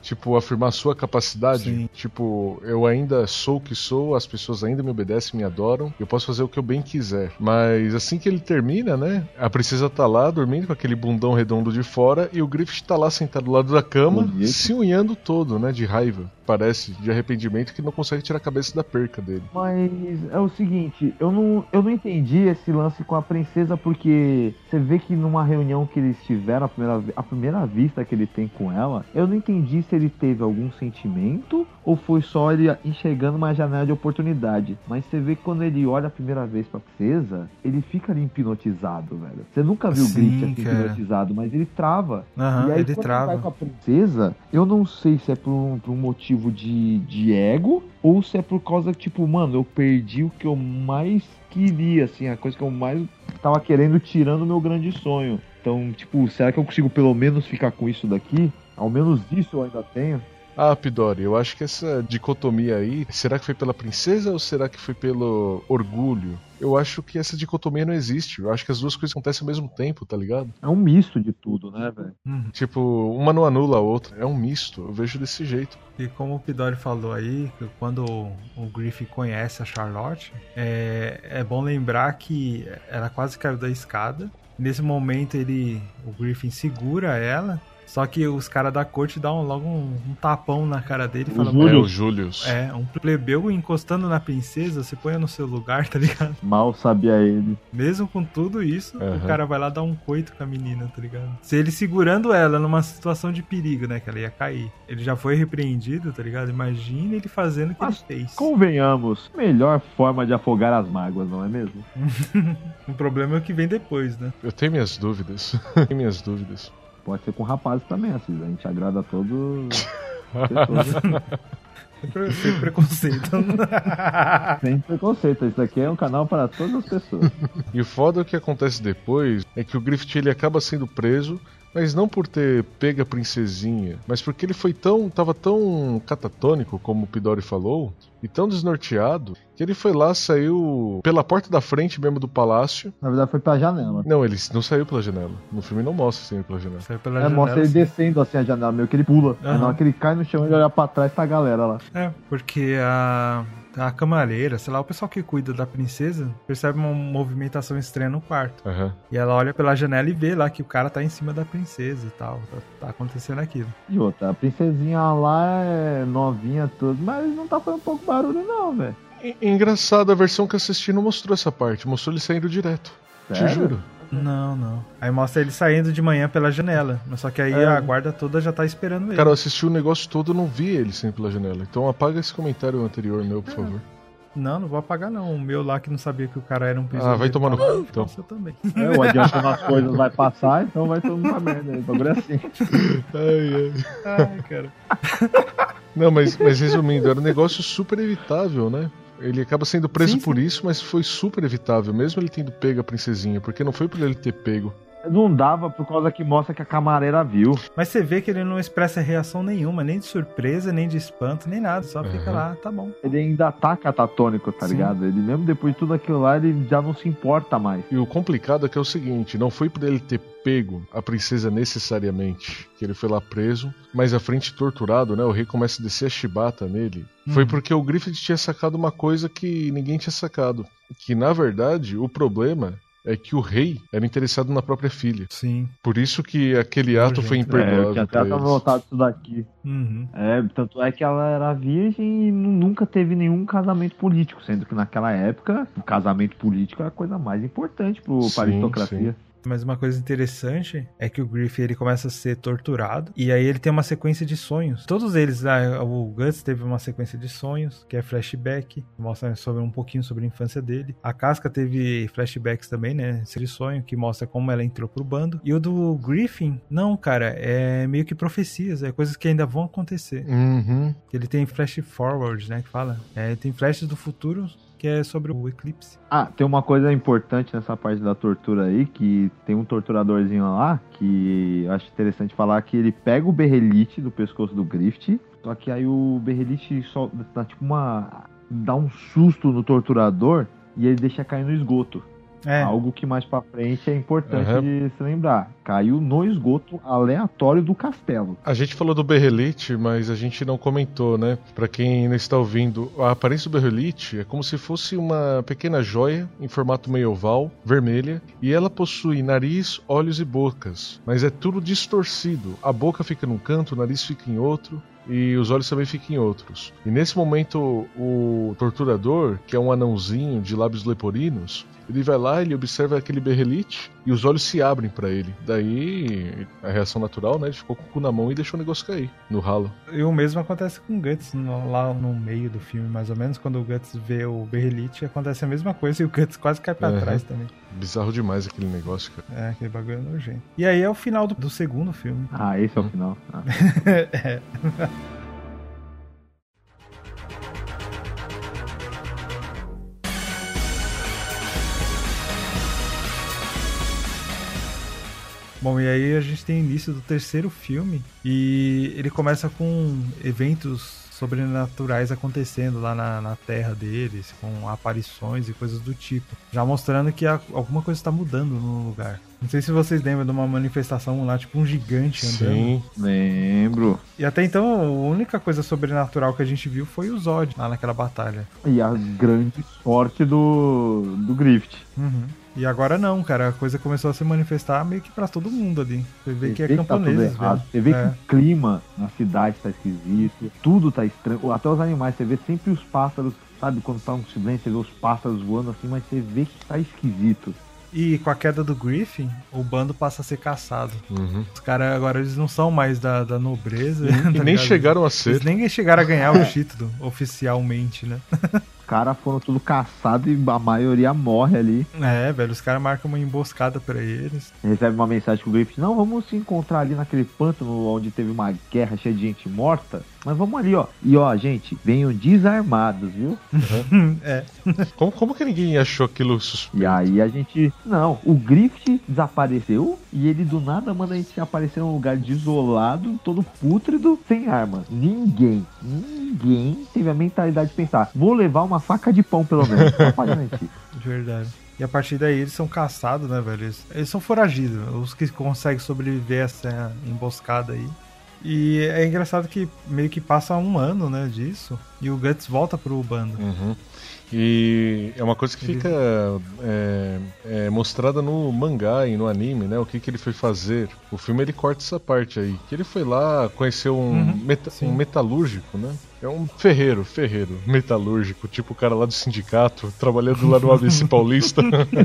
Tipo, afirmar a sua capacidade. Sim. Tipo, eu ainda sou o que sou, as pessoas ainda me obedecem, me adoram, eu posso fazer o que eu bem quiser. Mas assim que ele termina, né, a princesa tá lá dormindo com aquele bundão redondo de fora e o Griffith tá lá sentado do lado da cama, Bonito. se unhando todo, né, de raiva. Parece, de arrependimento, que não consegue tirar a cabeça da perca dele. Mas é o seguinte, eu não, eu não entendi esse lance com a princesa, porque você vê que numa reunião que eles tiveram, a primeira, ve- a primeira vista que ele tem com ela, eu não entendi se ele teve algum sentimento ou foi só ele enxergando uma janela de oportunidade. Mas você vê que quando ele olha a primeira vez pra princesa, ele fica ali hipnotizado, velho. Você nunca viu o Sim, Griffith assim cara. hipnotizado, mas ele trava. Aham, e aí ele quando trava. ele vai com a princesa, eu não sei se é por um, por um motivo de, de ego ou se é por causa que, tipo, mano, eu perdi o que eu mais queria, assim, a coisa que eu mais tava querendo, tirando o meu grande sonho. Então, tipo, será que eu consigo pelo menos ficar com isso daqui? Ao menos isso eu ainda tenho. Ah, Pidori, eu acho que essa dicotomia aí, será que foi pela princesa ou será que foi pelo orgulho? Eu acho que essa dicotomia não existe. Eu acho que as duas coisas acontecem ao mesmo tempo, tá ligado? É um misto de tudo, né, velho? Uhum. Tipo, uma não anula a outra. É um misto. Eu vejo desse jeito. E como o Pidori falou aí, que quando o Griffith conhece a Charlotte, é, é bom lembrar que ela quase caiu da escada. Nesse momento ele, o Griffin segura ela, só que os caras da corte dão logo um, um tapão na cara dele e falam: É o Julius. É, um plebeu encostando na princesa, se põe no seu lugar, tá ligado? Mal sabia ele. Mesmo com tudo isso, Uhum. o cara vai lá dar um coito com a menina, tá ligado? Se ele segurando ela numa situação de perigo, né, que ela ia cair, ele já foi repreendido, tá ligado? Imagina ele fazendo o que Mas, ele fez. convenhamos, melhor forma de afogar as mágoas, não é mesmo? O problema é o que vem depois, né? Eu tenho minhas dúvidas. tenho minhas dúvidas. Pode ser com rapazes também, assim, a gente agrada a todos. pessoas. Sem preconceito. Sem preconceito, isso aqui é um canal para todas as pessoas. E o foda é que acontece depois é que o Griffith ele acaba sendo preso, mas não por ter pego a princesinha, mas porque ele foi tão, tava tão catatônico, como o Pidori falou, e tão desnorteado, que ele foi lá, saiu pela porta da frente mesmo do palácio. Na verdade foi pra janela. Não, ele não saiu pela janela. No filme não mostra saindo pela janela. Saiu pela É, janela, mostra ele sim. descendo assim a janela, meio que ele pula. Aham. Na hora que ele cai no chão, ele olha pra trás, tá a galera lá. É, porque a, a camareira, sei lá, o pessoal que cuida da princesa, percebe uma movimentação estranha no quarto. Aham. E ela olha pela janela e vê lá que o cara tá em cima da princesa e tal. Tá, tá acontecendo aquilo. E outra, a princesinha lá é novinha tudo, mas não tá fazendo pouco barulho não, velho. E- Engraçado, a versão que eu assisti não mostrou essa parte, mostrou ele saindo direto. Te Sério? juro. Não, não. Aí mostra ele saindo de manhã pela janela. Mas só que aí É. a guarda toda já tá esperando ele. Cara, eu assisti o negócio todo e não vi ele saindo pela janela. Então apaga esse comentário anterior meu, por favor. Não, não vou apagar não. O meu lá que não sabia que o cara era um prisioneiro. Ah, vai tomar no tava- cu, então. Você também. É, o adiantando as coisas vai passar, então vai todo mundo pra merda. O bagulho é assim. Ai, ai. Ai, cara. Não, mas, mas resumindo, era um negócio super evitável, né? Ele acaba sendo preso Sim, por sim. isso, mas foi super evitável, mesmo ele tendo pego a princesinha, porque não foi por ele ter pego. Não dava por causa que mostra que a camareira viu. Mas você vê que ele não expressa reação nenhuma, nem de surpresa, nem de espanto, nem nada. Só fica Uhum. lá, tá bom. Ele ainda tá catatônico, tá Sim. ligado? Ele mesmo depois de tudo aquilo lá, ele já não se importa mais. E o complicado é que é o seguinte, não foi por ele ter pego a princesa necessariamente, que ele foi lá preso, mas à frente torturado, né? O rei começa a descer a chibata nele. Foi Uhum. porque o Griffith tinha sacado uma coisa que ninguém tinha sacado. Que, na verdade, o problema é que o rei era interessado na própria filha. Sim. Por isso que aquele ato Nojento. foi É, eu imperdoável tinha pra até eles. voltado isso daqui. Uhum. É, tanto é que ela era virgem e nu- nunca teve nenhum casamento político, sendo que naquela época o casamento político era a coisa mais importante pro, pra Sim, aristocracia. Mas uma coisa interessante é que o Griffith ele começa a ser torturado e aí ele tem uma sequência de sonhos. Todos eles, ah, o Guts teve uma sequência de sonhos, que é flashback, mostra sobre um pouquinho sobre a infância dele. A Casca teve flashbacks também, né, de sonho, que mostra como ela entrou pro bando. E o do Griffin, não, cara, é meio que profecias, é coisas que ainda vão acontecer. Uhum. Ele tem flash forward, né, que fala. É, tem flashes do futuro que é sobre o eclipse. Ah, tem uma coisa importante nessa parte da tortura aí, que tem um torturadorzinho lá, que eu acho interessante falar que ele pega o berrelite do pescoço do Griffith, só que aí o berrelite só dá tipo uma... dá um susto no torturador e ele deixa cair no esgoto. É. Algo que mais pra frente é importante Uhum. de se lembrar. Caiu no esgoto aleatório do castelo. A gente falou do Berrelite, mas a gente não comentou, né? Pra quem não está ouvindo, a aparência do Berrelite é como se fosse uma pequena joia em formato meio oval, vermelha, e ela possui nariz, olhos e bocas, mas é tudo distorcido. A boca fica num canto, o nariz fica em outro, e os olhos também ficam em outros. E nesse momento, o torturador, que é um anãozinho de lábios leporinos, ele vai lá, ele observa aquele Berrelite e os olhos se abrem pra ele. Daí, a reação natural, né? Ele ficou com o cu na mão e deixou o negócio cair no ralo. E o mesmo acontece com o Guts no- lá no meio do filme, mais ou menos. Quando o Guts vê o Berrelite, acontece a mesma coisa e o Guts quase cai pra Uhum. trás também. Bizarro demais aquele negócio, cara. É, aquele bagulho é nojento. E aí é o final do, do segundo filme. Ah, esse é o final. Ah. É. Bom, e aí a gente tem o início do terceiro filme e ele começa com eventos sobrenaturais acontecendo lá na, na terra deles, com aparições e coisas do tipo, já mostrando que a- alguma coisa está mudando no lugar. Não sei se vocês lembram de uma manifestação lá, tipo um gigante andando. Sim. Lembro. E até então, a única coisa sobrenatural que a gente viu foi o Zod lá naquela batalha. E a grande sorte do, do Grift. Uhum. E agora não, cara, a coisa começou a se manifestar meio que pra todo mundo ali. Você vê que é Você vê que tá tudo camponeses, errado. velho. Você vê É. que o clima na cidade tá esquisito, tudo tá estranho. Até os animais, você vê sempre os pássaros, sabe? Quando tá um silêncio, você vê os pássaros voando assim, mas você vê que tá esquisito. E com a queda do Griffin, o bando passa a ser caçado. Uhum. Os caras agora eles não são mais da, da nobreza. E tá nem ligado? chegaram a ser. Eles nem chegaram a ganhar o título oficialmente, né? Os caras foram tudo caçados e a maioria morre ali. É, velho, os caras marcam uma emboscada pra eles. Recebe uma mensagem com o Griffith, não, vamos se encontrar ali naquele pântano onde teve uma guerra cheia de gente morta. Mas vamos ali, ó. E ó, gente, venham desarmados, viu? É. Como, como que ninguém achou aquilo suspeito? E aí a gente... Não, o Griffith desapareceu e ele do nada manda a gente aparecer num lugar desolado, todo pútrido, sem arma. Ninguém, ninguém teve a mentalidade de pensar, vou levar uma faca de pão pelo menos, só pra garantir. De verdade. E a partir daí eles são caçados, né, velho? Eles, eles são foragidos, os que conseguem sobreviver a essa emboscada aí. E é engraçado que meio que passa um ano, né, disso, e o Guts volta pro bando. Uhum. E é uma coisa que fica é, é, mostrada no mangá e no anime, né? O que, que ele foi fazer. O filme ele corta essa parte aí. Que ele foi lá, conheceu um, Uhum, meta- sim. um metalúrgico, né? É um ferreiro, ferreiro, metalúrgico, tipo o cara lá do sindicato, trabalhando lá no A B C Paulista.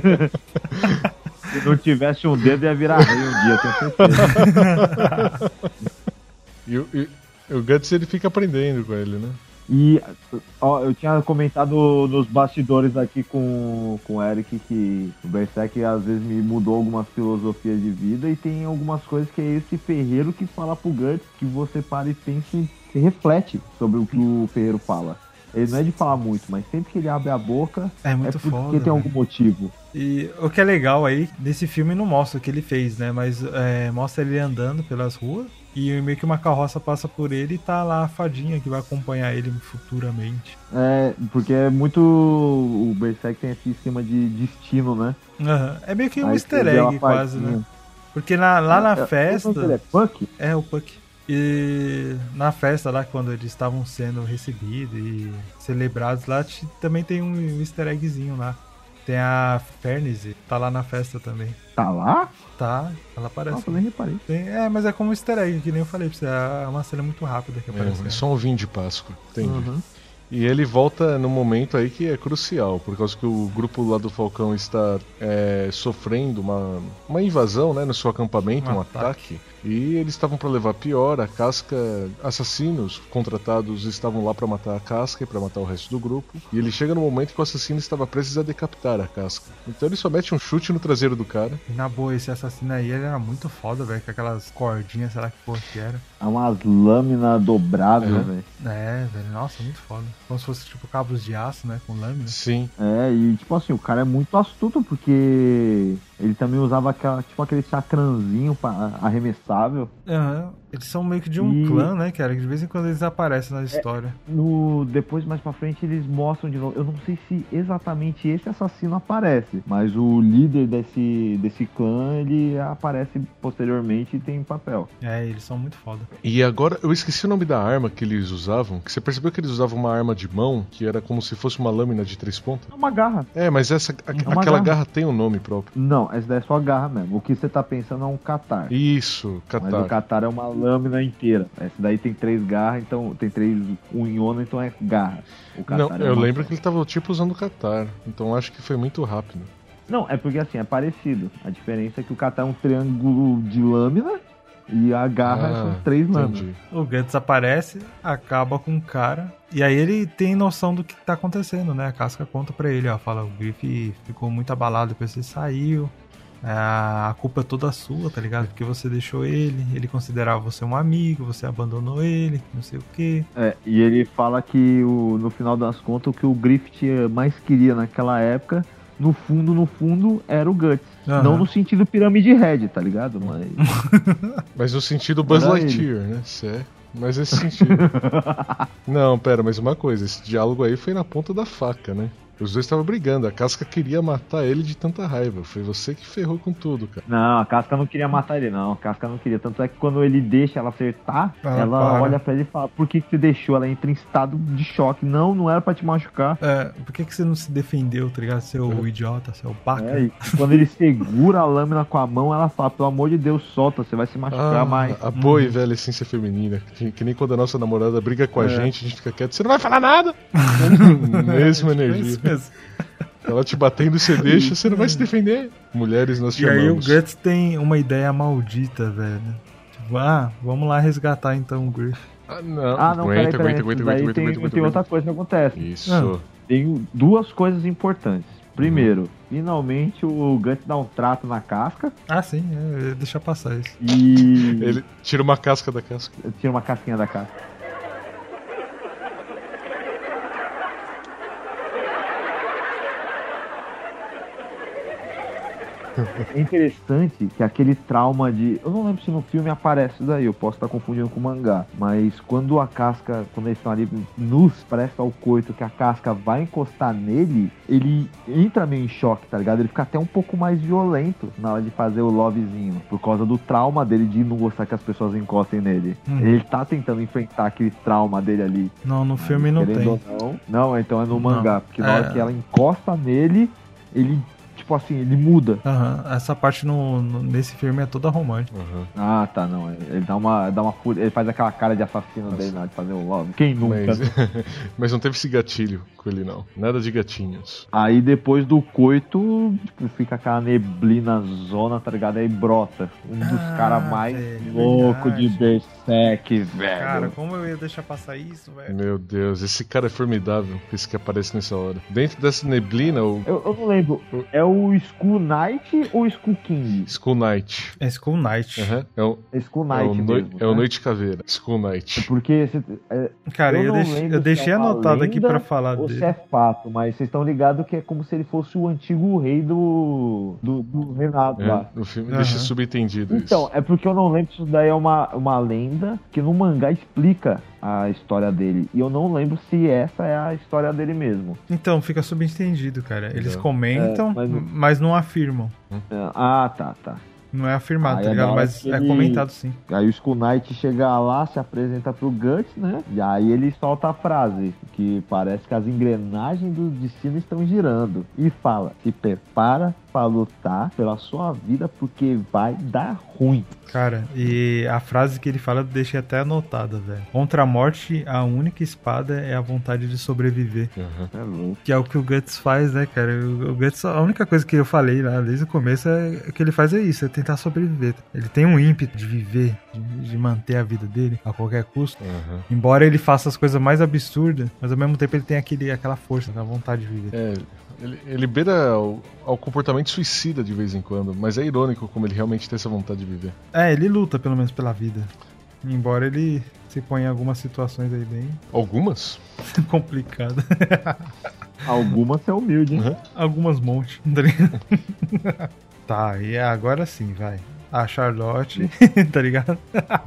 Se não tivesse um dedo ia virar rei um dia, tenho certeza. e, o- e o Guts ele fica aprendendo com ele, né? E ó, eu tinha comentado nos bastidores aqui com, com o Eric que o Berserk às vezes me mudou algumas filosofias de vida e tem algumas coisas que é esse ferreiro que fala pro Guts que você para e pensa e se reflete sobre o que o ferreiro fala. Ele não é de falar muito, mas sempre que ele abre a boca É muito é porque foda, tem velho. algum motivo. E o que é legal aí, nesse filme não mostra o que ele fez, né? Mas é, mostra ele andando pelas ruas e meio que uma carroça passa por ele e tá lá a fadinha que vai acompanhar ele futuramente. É, porque é muito. O Berserk tem esse esquema de destino, né? Aham. É meio que um Aí easter você vê uma egg quase, fadinha. né? Porque na- lá na É, festa... Ele é punk? É, o Puck. E na festa lá, quando eles estavam sendo recebidos e celebrados lá, t- também tem um easter eggzinho lá. Tem a Fernice, tá lá na festa também. Tá lá? Tá, ela aparece. Nossa, eu nem reparei. Tem- é, mas é como um easter egg, que nem eu falei pra você. É uma cena muito rápida que aparece. É, é né? só um vinho de Páscoa, entendi. Uhum. E ele volta num momento aí que é crucial, por causa que o grupo lá do Falcão está é, sofrendo uma, uma invasão, né, no seu acampamento, Um um, ataque. ataque. E eles estavam para levar pior, a Casca, assassinos contratados estavam lá para matar a Casca e para matar o resto do grupo. E ele chega no momento que o assassino estava prestes a decapitar a Casca. Então ele só mete um chute no traseiro do cara. E na boa, esse assassino aí, ele era muito foda, velho, com aquelas cordinhas, sei lá que porra que era. É umas lâminas dobráveis, Uhum. velho. É, velho, nossa, muito foda. Como se fosse tipo cabos de aço, né, com lâmina. Sim. É, e tipo assim, o cara é muito astuto porque ele também usava aquela, tipo aquele chacranzinho pra- arremessável. Aham. Eles são meio que de um E- clã, né, cara? Que de vez em quando eles aparecem na história. No, depois, mais pra frente, eles mostram de novo. Eu não sei se exatamente esse assassino aparece, mas o líder desse, desse clã, ele aparece posteriormente e tem papel. É, eles são muito foda. E agora, eu esqueci o nome da arma que eles usavam. Que você percebeu que eles usavam uma arma de mão, que era como se fosse uma lâmina de três pontas? É uma garra. É, mas essa, a- uma aquela garra. garra tem um nome próprio. Não, essa daí é só garra mesmo. O que você tá pensando é um catar. Isso, Mas o catar. catar é uma lâmina inteira. Essa daí tem três garras, então tem três unhona, então é garra. O Não, catar é eu uma lembro só. que ele tava tipo usando o catar. Então acho que foi muito rápido. Não, é porque assim, é parecido. A diferença é que o catar é um triângulo de lâmina e a garra Ah, são três lâminas. entendi. O Guts aparece, acaba com o cara, e aí ele tem noção do que tá acontecendo, né? A Casca conta pra ele, ó, fala, o Griff ficou muito abalado depois que você saiu, é, a culpa é toda sua, tá ligado? Porque você deixou ele, ele considerava você um amigo, você abandonou ele, não sei o quê. É, e ele fala que o, no final das contas o que o Griffith mais queria naquela época, no fundo, no fundo, era o Guts. Aham. Não no sentido pirâmide Red, tá ligado? Mas. Mas no sentido Buzz Era Lightyear, né? Se é, mas esse sentido. Não, pera, mas uma coisa, esse diálogo aí foi na ponta da faca, né? Os dois estavam brigando, a Casca queria matar ele de tanta raiva. Foi você que ferrou com tudo, cara. Não, a Casca não queria matar ele, não. A Casca não queria. Tanto é que quando ele deixa ela acertar, Ela ela para. olha pra ele e fala: por que, que você deixou? Ela entra em estado de choque. Não, não era pra te machucar. É, por que, que você não se defendeu, tá ligado? Seu idiota, seu baca. É, e quando ele segura a lâmina com a mão, ela fala: pelo amor de Deus, solta, você vai se machucar Ah, mais. a boa e velha essência feminina. Que, que nem quando a nossa namorada briga com a gente, a gente fica quieto. Você não vai falar nada! Mesma É energia. isso mesmo. Ela te batendo, você deixa, você não vai se defender. Mulheres, nós te E aí o amamos. Guts tem uma ideia maldita, velho. Tipo, ah, vamos lá resgatar então o Griff. Ah, não. Ah, não, aguenta, peraí, peraí. aguenta, aguenta, Daí aguenta, tem, aguenta, aguenta, tem outra aguenta. coisa que acontece. Isso. Ah. Tem duas coisas importantes. Primeiro, finalmente o Guts dá um trato na casca Ah, sim, é, deixa passar isso. e Ele tira uma casca da casca. tira uma casquinha da casca. É interessante que aquele trauma de... Eu não lembro se no filme aparece isso daí, eu posso estar confundindo com o mangá. Mas quando a casca, quando eles estão ali nus, parece ao coito, que a casca vai encostar nele, ele entra meio em choque, tá ligado? Ele fica até um pouco mais violento na hora de fazer o lovezinho, por causa do trauma dele de não gostar que as pessoas encostem nele. Uhum. Ele tá tentando enfrentar aquele trauma dele ali. Não, no filme não Querendo tem. ou Não, não, então é no mangá, porque na É. hora que ela encosta nele, ele, tipo assim, ele muda. Aham, essa parte no, no- nesse filme é toda romântica. Uhum. Ah, tá, não. Ele dá uma, dá uma fúria, ele faz aquela cara de assassino dele na hora de fazer o love. Quem nunca? Mas, mas não teve esse gatilho com ele, não. Nada de gatinhos. Aí depois do coito, tipo, fica aquela neblina zona, tá ligado? Aí brota um dos Ah, caras mais velho, loucos de verdade. Berserk, velho. Cara, como eu ia deixar passar isso, velho? Meu Deus, esse cara é formidável, esse que aparece nessa hora. Dentro dessa neblina, o eu, eu não lembro, é o Skull Knight ou Skull King? Skull Knight. É Skull Knight. Uhum. É o, É Skull é Knight o, noi- mesmo, é o né? Noite Caveira. Skull Knight. Porque cê- é, Cara, Eu eu, não deix- lembro eu deixei se é uma anotado aqui lenda pra falar ou dele. se é fato, mas vocês estão ligados que é como se ele fosse o antigo rei do, do, do Renato É, lá. no filme Aham. deixa subentendido Então, isso. é porque eu não lembro se isso daí é uma, uma lenda que no mangá explica a história dele. E eu não lembro se essa é a história dele mesmo. Então, fica subentendido, cara. Eles Não. comentam, É, mas- mas não afirmam. É, Ah, tá, tá. Não é afirmado, Aí tá é ligado? da hora Mas que é ele- comentado sim. Aí o Skull Knight chega lá, se apresenta pro Guts, né? E aí ele solta a frase, que parece que as engrenagens do destino estão girando. E fala, se prepara pra lutar pela sua vida, porque vai dar ruim. Cara, e a frase que ele fala eu deixei até anotada, velho. Contra a morte, a única espada é a vontade de sobreviver. Uhum. É louco. Que é o que o Guts faz, né, cara? O, o Guts, a única coisa que eu falei lá desde o começo é que ele faz é isso, é tentar sobreviver. Ele tem um ímpeto de viver, de, de manter a vida dele a qualquer custo. Uhum. Embora ele faça as coisas mais absurdas, mas ao mesmo tempo ele tem aquele, aquela força, aquela vontade de viver. É, ele, ele beira ao, ao comportamento suicida de vez em quando, mas é irônico como ele realmente tem essa vontade de viver. É, ele luta pelo menos pela vida. Embora ele se ponha em algumas situações aí bem Algumas? complicadas. Algumas é humilde, hein? Uhum. Algumas montes, tá ligado? Tá, e agora sim, vai. a Charlotte, tá ligado?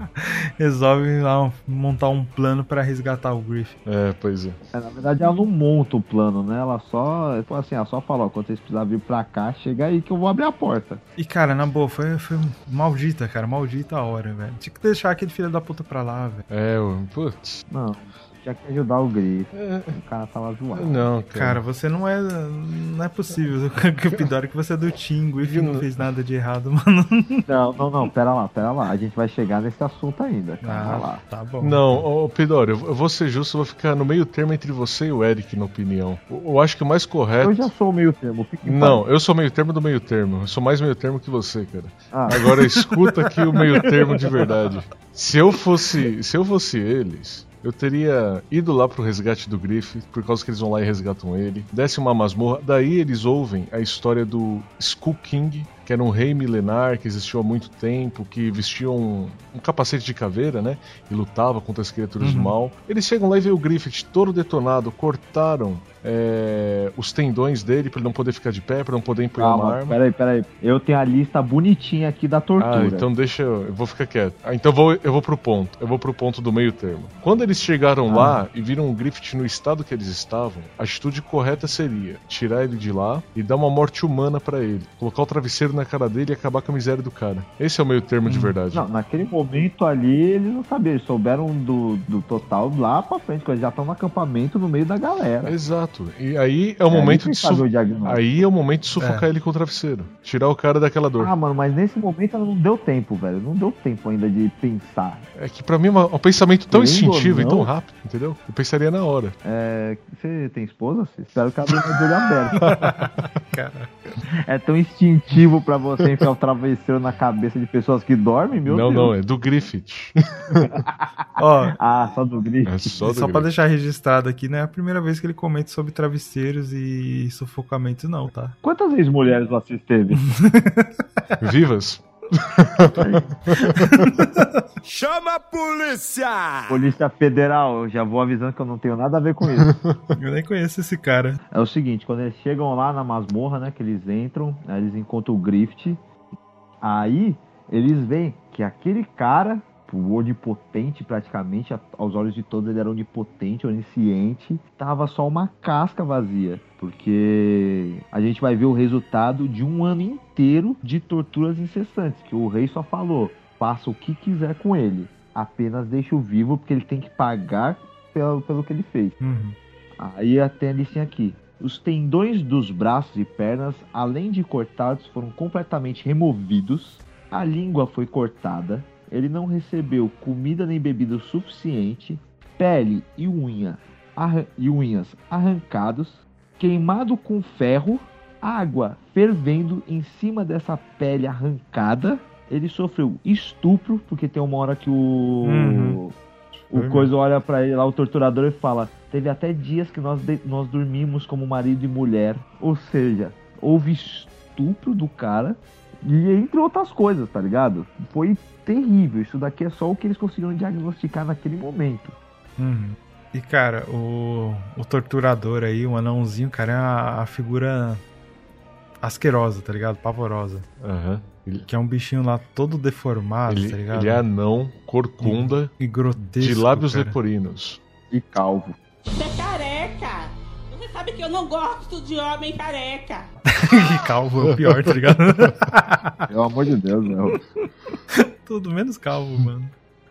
Resolve lá montar um plano pra resgatar o Griffith. É, pois é. É, na verdade, ela não monta o plano, né? Ela só, assim, ela só fala, ó, quando vocês precisarem vir pra cá, chega aí que eu vou abrir a porta. E, cara, na boa, foi, foi maldita, cara, maldita a hora, velho. Tinha que deixar aquele filho da puta pra lá, velho. É, putz. Não, tinha que ajudar o Griffith. É. O cara tava zoado. Não, cara. Cara, você não é. Não é possível, Cupidoro, que você é do Team. O Griffith não fez nada de errado, mano. Não, não, não, pera lá, pera lá. A gente vai chegar nesse assunto ainda. Calma Ah, lá. tá bom. Não, ô Pidoro, eu vou ser justo, eu vou ficar no meio termo entre você e o Eric, na opinião. Eu, eu acho que o mais correto. Eu já sou o meio termo. Fique em Não, paz. eu sou meio termo do meio termo. Eu sou mais meio termo que você, cara. Ah. Agora escuta aqui o meio termo de verdade. Se eu fosse, se eu fosse eles, eu teria ido lá pro resgate do Griffith, por causa que eles vão lá e resgatam ele. Desce uma masmorra, daí eles ouvem a história do Skull King, que era um rei milenar que existiu há muito tempo, que vestia um, um capacete de caveira, né? E lutava contra as criaturas do mal. Eles chegam lá e veem o Griffith todo detonado, cortaram é, os tendões dele pra ele não poder ficar de pé, pra não poder empunhar uma Calma, arma. peraí, peraí. Eu tenho a lista bonitinha aqui da tortura. Ah, então deixa eu. Eu vou ficar quieto. Ah, então eu vou, eu vou pro ponto. Eu vou pro ponto do meio termo. Quando eles chegaram Ah. lá e viram o Griffith no estado que eles estavam, a atitude correta seria tirar ele de lá e dar uma morte humana pra ele. Colocar o travesseiro na cara dele e acabar com a miséria do cara. Esse é o meio termo de verdade. Não, naquele momento ali, eles não sabiam. Eles souberam do, do total lá pra frente, quando eles já estão no acampamento no meio da galera. Exato. E aí é o É, momento ali de tem que fazer su... o diagnóstico. Aí é o momento de sufocar É. ele com o travesseiro. Tirar o cara daquela dor. Ah, mano, mas nesse momento ela não deu tempo, velho. Não deu tempo ainda de pensar. É que pra mim é uma- um pensamento tão Querendo ou instintivo e não. tão rápido, entendeu? Eu pensaria na hora. É, você tem esposa? Espero que ela tenha de olho aberto. Cara. É tão instintivo pra você enfiar o travesseiro na cabeça de pessoas que dormem, meu não, Deus. não, é do Griffith. Ó, Ah, só do grito. É só do só pra Griffith. deixar registrado aqui, não é a primeira vez que ele comenta sobre travesseiros e sufocamento, não, tá? Quantas vezes mulheres você teve? Vivas? Chama a polícia! Polícia Federal, eu já vou avisando que eu não tenho nada a ver com isso. Eu nem conheço esse cara. É o seguinte, quando eles chegam lá na masmorra, né, que eles entram, aí eles encontram o Griffith, aí eles veem que aquele cara, o onipotente praticamente, a- aos olhos de todos ele era onipotente, onisciente, tava só uma casca vazia, porque a gente vai ver o resultado de um ano inteiro de torturas incessantes, que o rei só falou, faça o que quiser com ele, apenas deixe-o vivo, porque ele tem que pagar pelo, pelo que ele fez. Uhum. Aí até a listinha aqui. Os tendões dos braços e pernas, além de cortados, foram completamente removidos. A língua foi cortada. Ele não recebeu comida nem bebida o suficiente. Pele e, unha, arran- e unhas arrancados. Queimado com ferro. Água fervendo em cima dessa pele arrancada. Ele sofreu estupro, porque tem uma hora que o... Uhum. O coisa olha pra ele lá, o torturador, e fala: teve até dias que nós, de- nós dormimos como marido e mulher. Ou seja, houve estupro do cara e entre outras coisas, tá ligado? Foi terrível. Isso daqui é só o que eles conseguiram diagnosticar naquele momento. Uhum. E, cara, o, o torturador aí, o anãozinho, cara, é a, a figura asquerosa, tá ligado? Pavorosa. Aham. Ele, Que é um bichinho lá todo deformado, ele, tá ligado? ele é anão, corcunda, E grotesco, de lábios cara. lepoриnos. E calvo. Você é careca! Você sabe que eu não gosto de homem careca! E calvo é o pior, tá ligado? Pelo amor de Deus, meu. Tudo menos calvo, mano.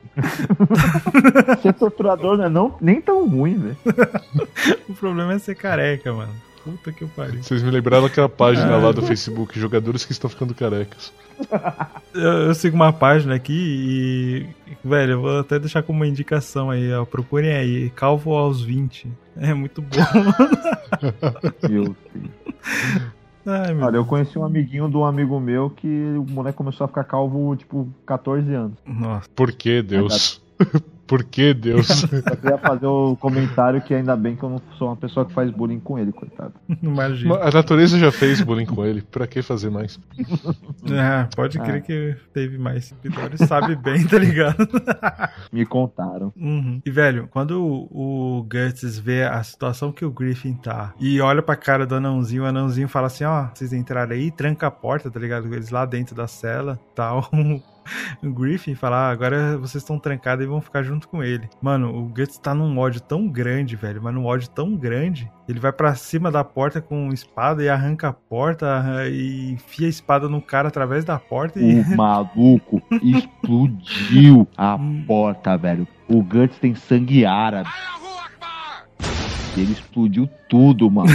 Ser torturador não é não, nem tão ruim, velho. O problema é ser careca, mano. Puta que pariu. Vocês me lembraram aquela página lá do Facebook, jogadores que estão ficando carecas. Eu, eu sigo uma página aqui e, velho, eu vou até deixar como uma indicação aí, ó. Procurem aí, Calvo aos vinte. É muito bom. Meu filho. Ai, meu Olha, eu conheci um amiguinho de um amigo meu que o moleque começou a ficar calvo, tipo, catorze anos. Nossa. Por que, Deus? Por que, Deus? Só queria fazer o comentário que ainda bem que eu não sou uma pessoa que faz bullying com ele, coitado. Imagina. A natureza já fez bullying com ele, pra que fazer mais? É, pode crer ah. que teve mais seguidores, sabe bem, tá ligado? Me contaram. Uhum. E, velho, quando o, o Guts vê a situação que o Griffin tá e olha pra cara do anãozinho, o anãozinho fala assim, ó, oh, vocês entraram aí, tranca a porta, tá ligado? Eles lá dentro da cela, tal. O Griffin fala, ah, agora vocês estão trancados e vão ficar junto com ele. Mano, o Guts tá num ódio tão grande, velho, mas num ódio tão grande, ele vai pra cima da porta com espada e arranca a porta e enfia a espada no cara através da porta e... O maluco explodiu a porta, velho. O Guts tem sangue árabe. Ele explodiu tudo, mano.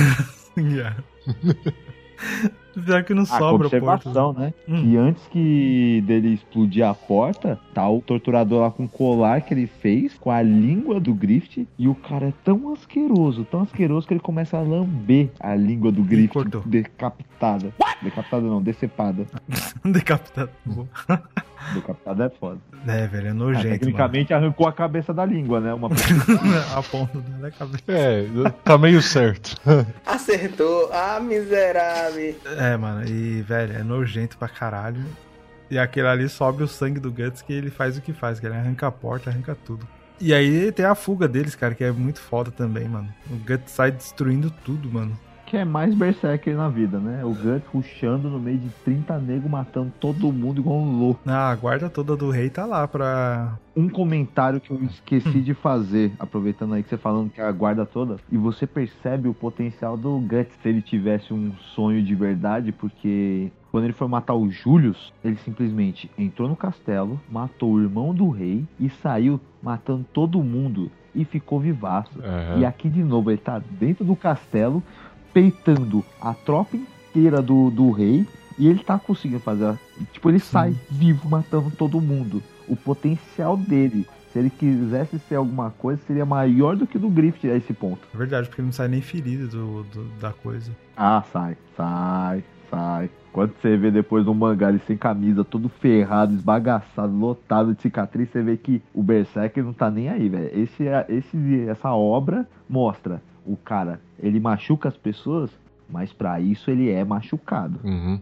Já que não ah, sobra observação, porta. né? Hum. Que antes que dele explodir a porta, tá o torturador lá com o colar que ele fez, com a língua do Griffith, e o cara é tão asqueroso, tão asqueroso que ele começa a lamber a língua do Griffith decapitada. What? Decapitada não, decepada. Decapitada. Decapitada é foda. É, velho, é nojento. Ah, tecnicamente mano. Arrancou a cabeça da língua, né? Uma a ponta da cabeça. É, tá meio certo. Acertou, ah, miserável. É, mano, e, velho, é nojento pra caralho. E aquele ali sobe o sangue do Guts que ele faz o que faz, que ele arranca a porta, arranca tudo. E aí tem a fuga deles, cara, que é muito foda também, mano. O Guts sai destruindo tudo, mano. Que é mais Berserker na vida, né? O Guts rushando no meio de trinta negros, matando todo mundo igual um louco. Ah, a guarda toda do rei tá lá pra... Um comentário que eu esqueci de fazer, aproveitando aí que você falando que é a guarda toda, e você percebe o potencial do Guts se ele tivesse um sonho de verdade, porque quando ele foi matar o Julius, ele simplesmente entrou no castelo, matou o irmão do rei e saiu matando todo mundo e ficou vivaço. Uhum. E aqui de novo ele tá dentro do castelo, peitando a tropa inteira do, do rei, e ele tá conseguindo fazer, tipo, ele Sim. sai vivo matando todo mundo. O potencial dele, se ele quisesse ser alguma coisa, seria maior do que do Griffith a esse ponto. É verdade, porque ele não sai nem ferido do, do, da coisa. Ah, sai, sai, sai. Quando você vê depois no mangá ele sem camisa, todo ferrado, esbagaçado, lotado de cicatriz, você vê que o Berserker não tá nem aí, velho. Esse, esse, essa obra mostra o cara, ele machuca as pessoas, mas pra isso ele é machucado. Uhum.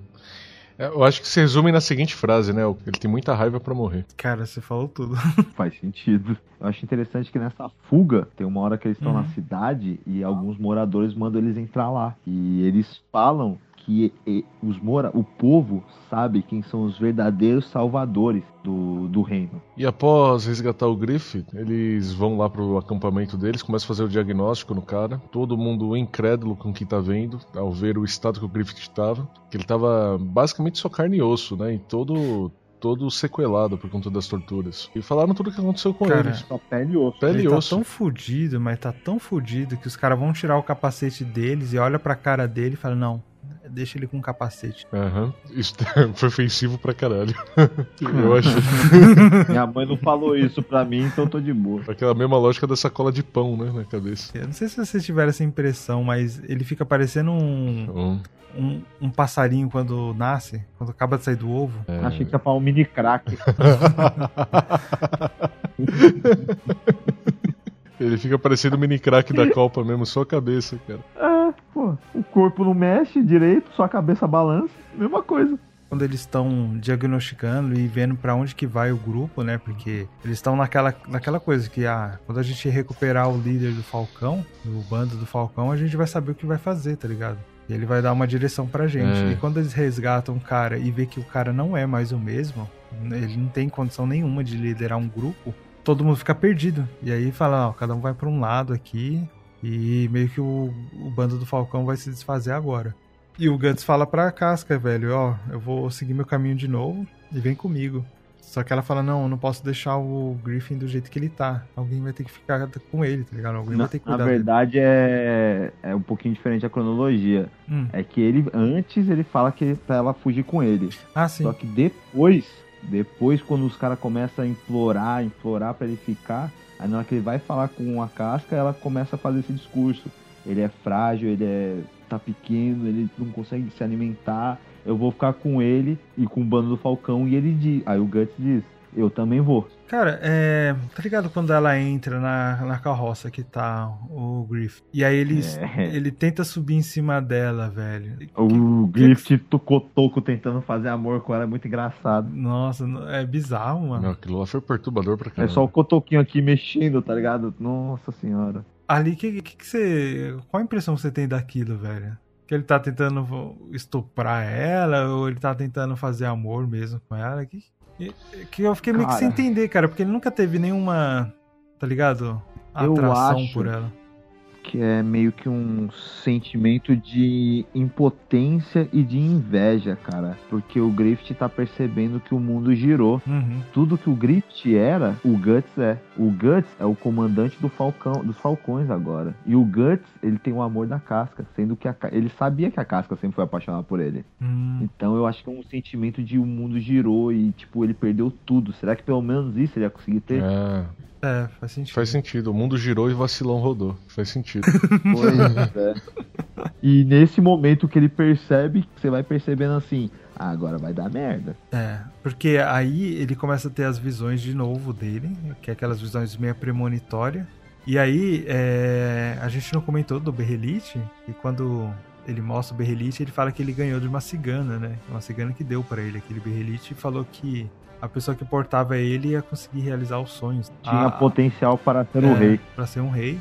Eu acho que se resume na seguinte frase, né? Ele tem muita raiva pra morrer. Cara, você falou tudo. Faz sentido. Eu acho interessante que nessa fuga, tem uma hora que eles estão uhum. na cidade e alguns moradores mandam eles entrar lá. E eles falam que e, os mora, o povo sabe quem são os verdadeiros salvadores do, do reino. E após resgatar o Griffith, eles vão lá pro acampamento deles, começam a fazer o diagnóstico no cara, todo mundo incrédulo com o que tá vendo, ao ver o estado que o Griffith estava, que ele tava basicamente só carne e osso, né, e todo... todo sequelado por conta das torturas. E falaram tudo o que aconteceu com cara, ele. Só pele e osso. Pele ele e tá osso. tão fudido, mas tá tão fudido que os caras vão tirar o capacete deles e olha pra cara dele e falam, não, deixa ele com o capacete. Aham. Uhum. Isso foi ofensivo pra caralho. Eu acho. Minha mãe não falou isso pra mim, então eu tô de boa. Aquela mesma lógica da sacola de pão, né, na cabeça. Eu não sei se vocês tiveram essa impressão, mas ele fica parecendo um... Hum. Um, um passarinho quando nasce, quando acaba de sair do ovo. É. Achei que ia falar um mini crack. Ele fica parecendo o mini crack da Copa mesmo, só a cabeça, cara. É, pô, o corpo não mexe direito, só a cabeça balança, mesma coisa. Quando eles estão diagnosticando e vendo pra onde que vai o grupo, né? Porque eles estão naquela, naquela coisa que, ah, quando a gente recuperar o líder do Falcão, do bando do Falcão, a gente vai saber o que vai fazer, tá ligado? E ele vai dar uma direção pra gente. É. E quando eles resgatam o cara e vê que o cara não é mais o mesmo, ele não tem condição nenhuma de liderar um grupo, todo mundo fica perdido. E aí fala, ó, cada um vai pra um lado aqui e meio que o, o bando do Falcão vai se desfazer agora. E o Guts fala pra Casca, velho, ó, eu vou seguir meu caminho de novo e vem comigo. Só que ela fala, não, eu não posso deixar o Griffin do jeito que ele tá. Alguém vai ter que ficar com ele, tá ligado? Alguém na, vai ter que cuidar Na verdade, dele. é é um pouquinho diferente a cronologia. Hum. É que ele, antes, ele fala que pra ela fugir com ele. Ah, sim. Só que depois, depois quando os caras começam a implorar, implorar pra ele ficar, aí na hora que ele vai falar com a Casca, ela começa a fazer esse discurso. Ele é frágil, ele é, tá pequeno, ele não consegue se alimentar... Eu vou ficar com ele e com o bando do Falcão. E ele diz... Aí o Guts diz... eu também vou. Cara, é. Tá ligado quando ela entra na, na carroça que tá o Griffith? E aí ele, É. ele tenta subir em cima dela, velho. O Griffith toco tentando fazer amor com ela é muito engraçado. Nossa, é bizarro, mano. Não, aquilo lá foi perturbador pra É caramba. só o cotoquinho aqui mexendo, tá ligado? Nossa senhora. Ali, que, que, que você. Qual a impressão que você tem daquilo, velho? Que ele tá tentando estuprar ela ou ele tá tentando fazer amor mesmo com ela? Que, que eu fiquei meio que Cara. sem entender, cara, porque ele nunca teve nenhuma, tá ligado? Eu Atração acho por ela. Que é meio que um sentimento de impotência e de inveja, cara. Porque o Griffith tá percebendo que o mundo girou. Uhum. Tudo que o Griffith era, o Guts é. O Guts é o comandante do Falcão, dos Falcões agora. E o Guts, ele tem o amor da Casca, sendo que a, ele sabia que a Casca sempre foi apaixonada por ele. Hum. Então eu acho que é um sentimento de o mundo girou e, tipo, ele perdeu tudo. Será que pelo menos isso ele ia conseguir ter? É, É, faz sentido. faz sentido. O mundo girou e o vacilão rodou. Faz sentido. Pois é. E nesse momento que ele percebe, você vai percebendo assim, ah, agora vai dar merda. É, porque aí ele começa a ter as visões de novo dele, que é aquelas visões meio premonitórias. E aí, é, a gente não comentou do Berrelite, e quando ele mostra o Berrelite, ele fala que ele ganhou de uma cigana, né? Uma cigana que deu pra ele aquele Berrelite e falou que a pessoa que portava ele ia conseguir realizar os sonhos. Tinha a, potencial para ser é, um rei. Pra ser um rei.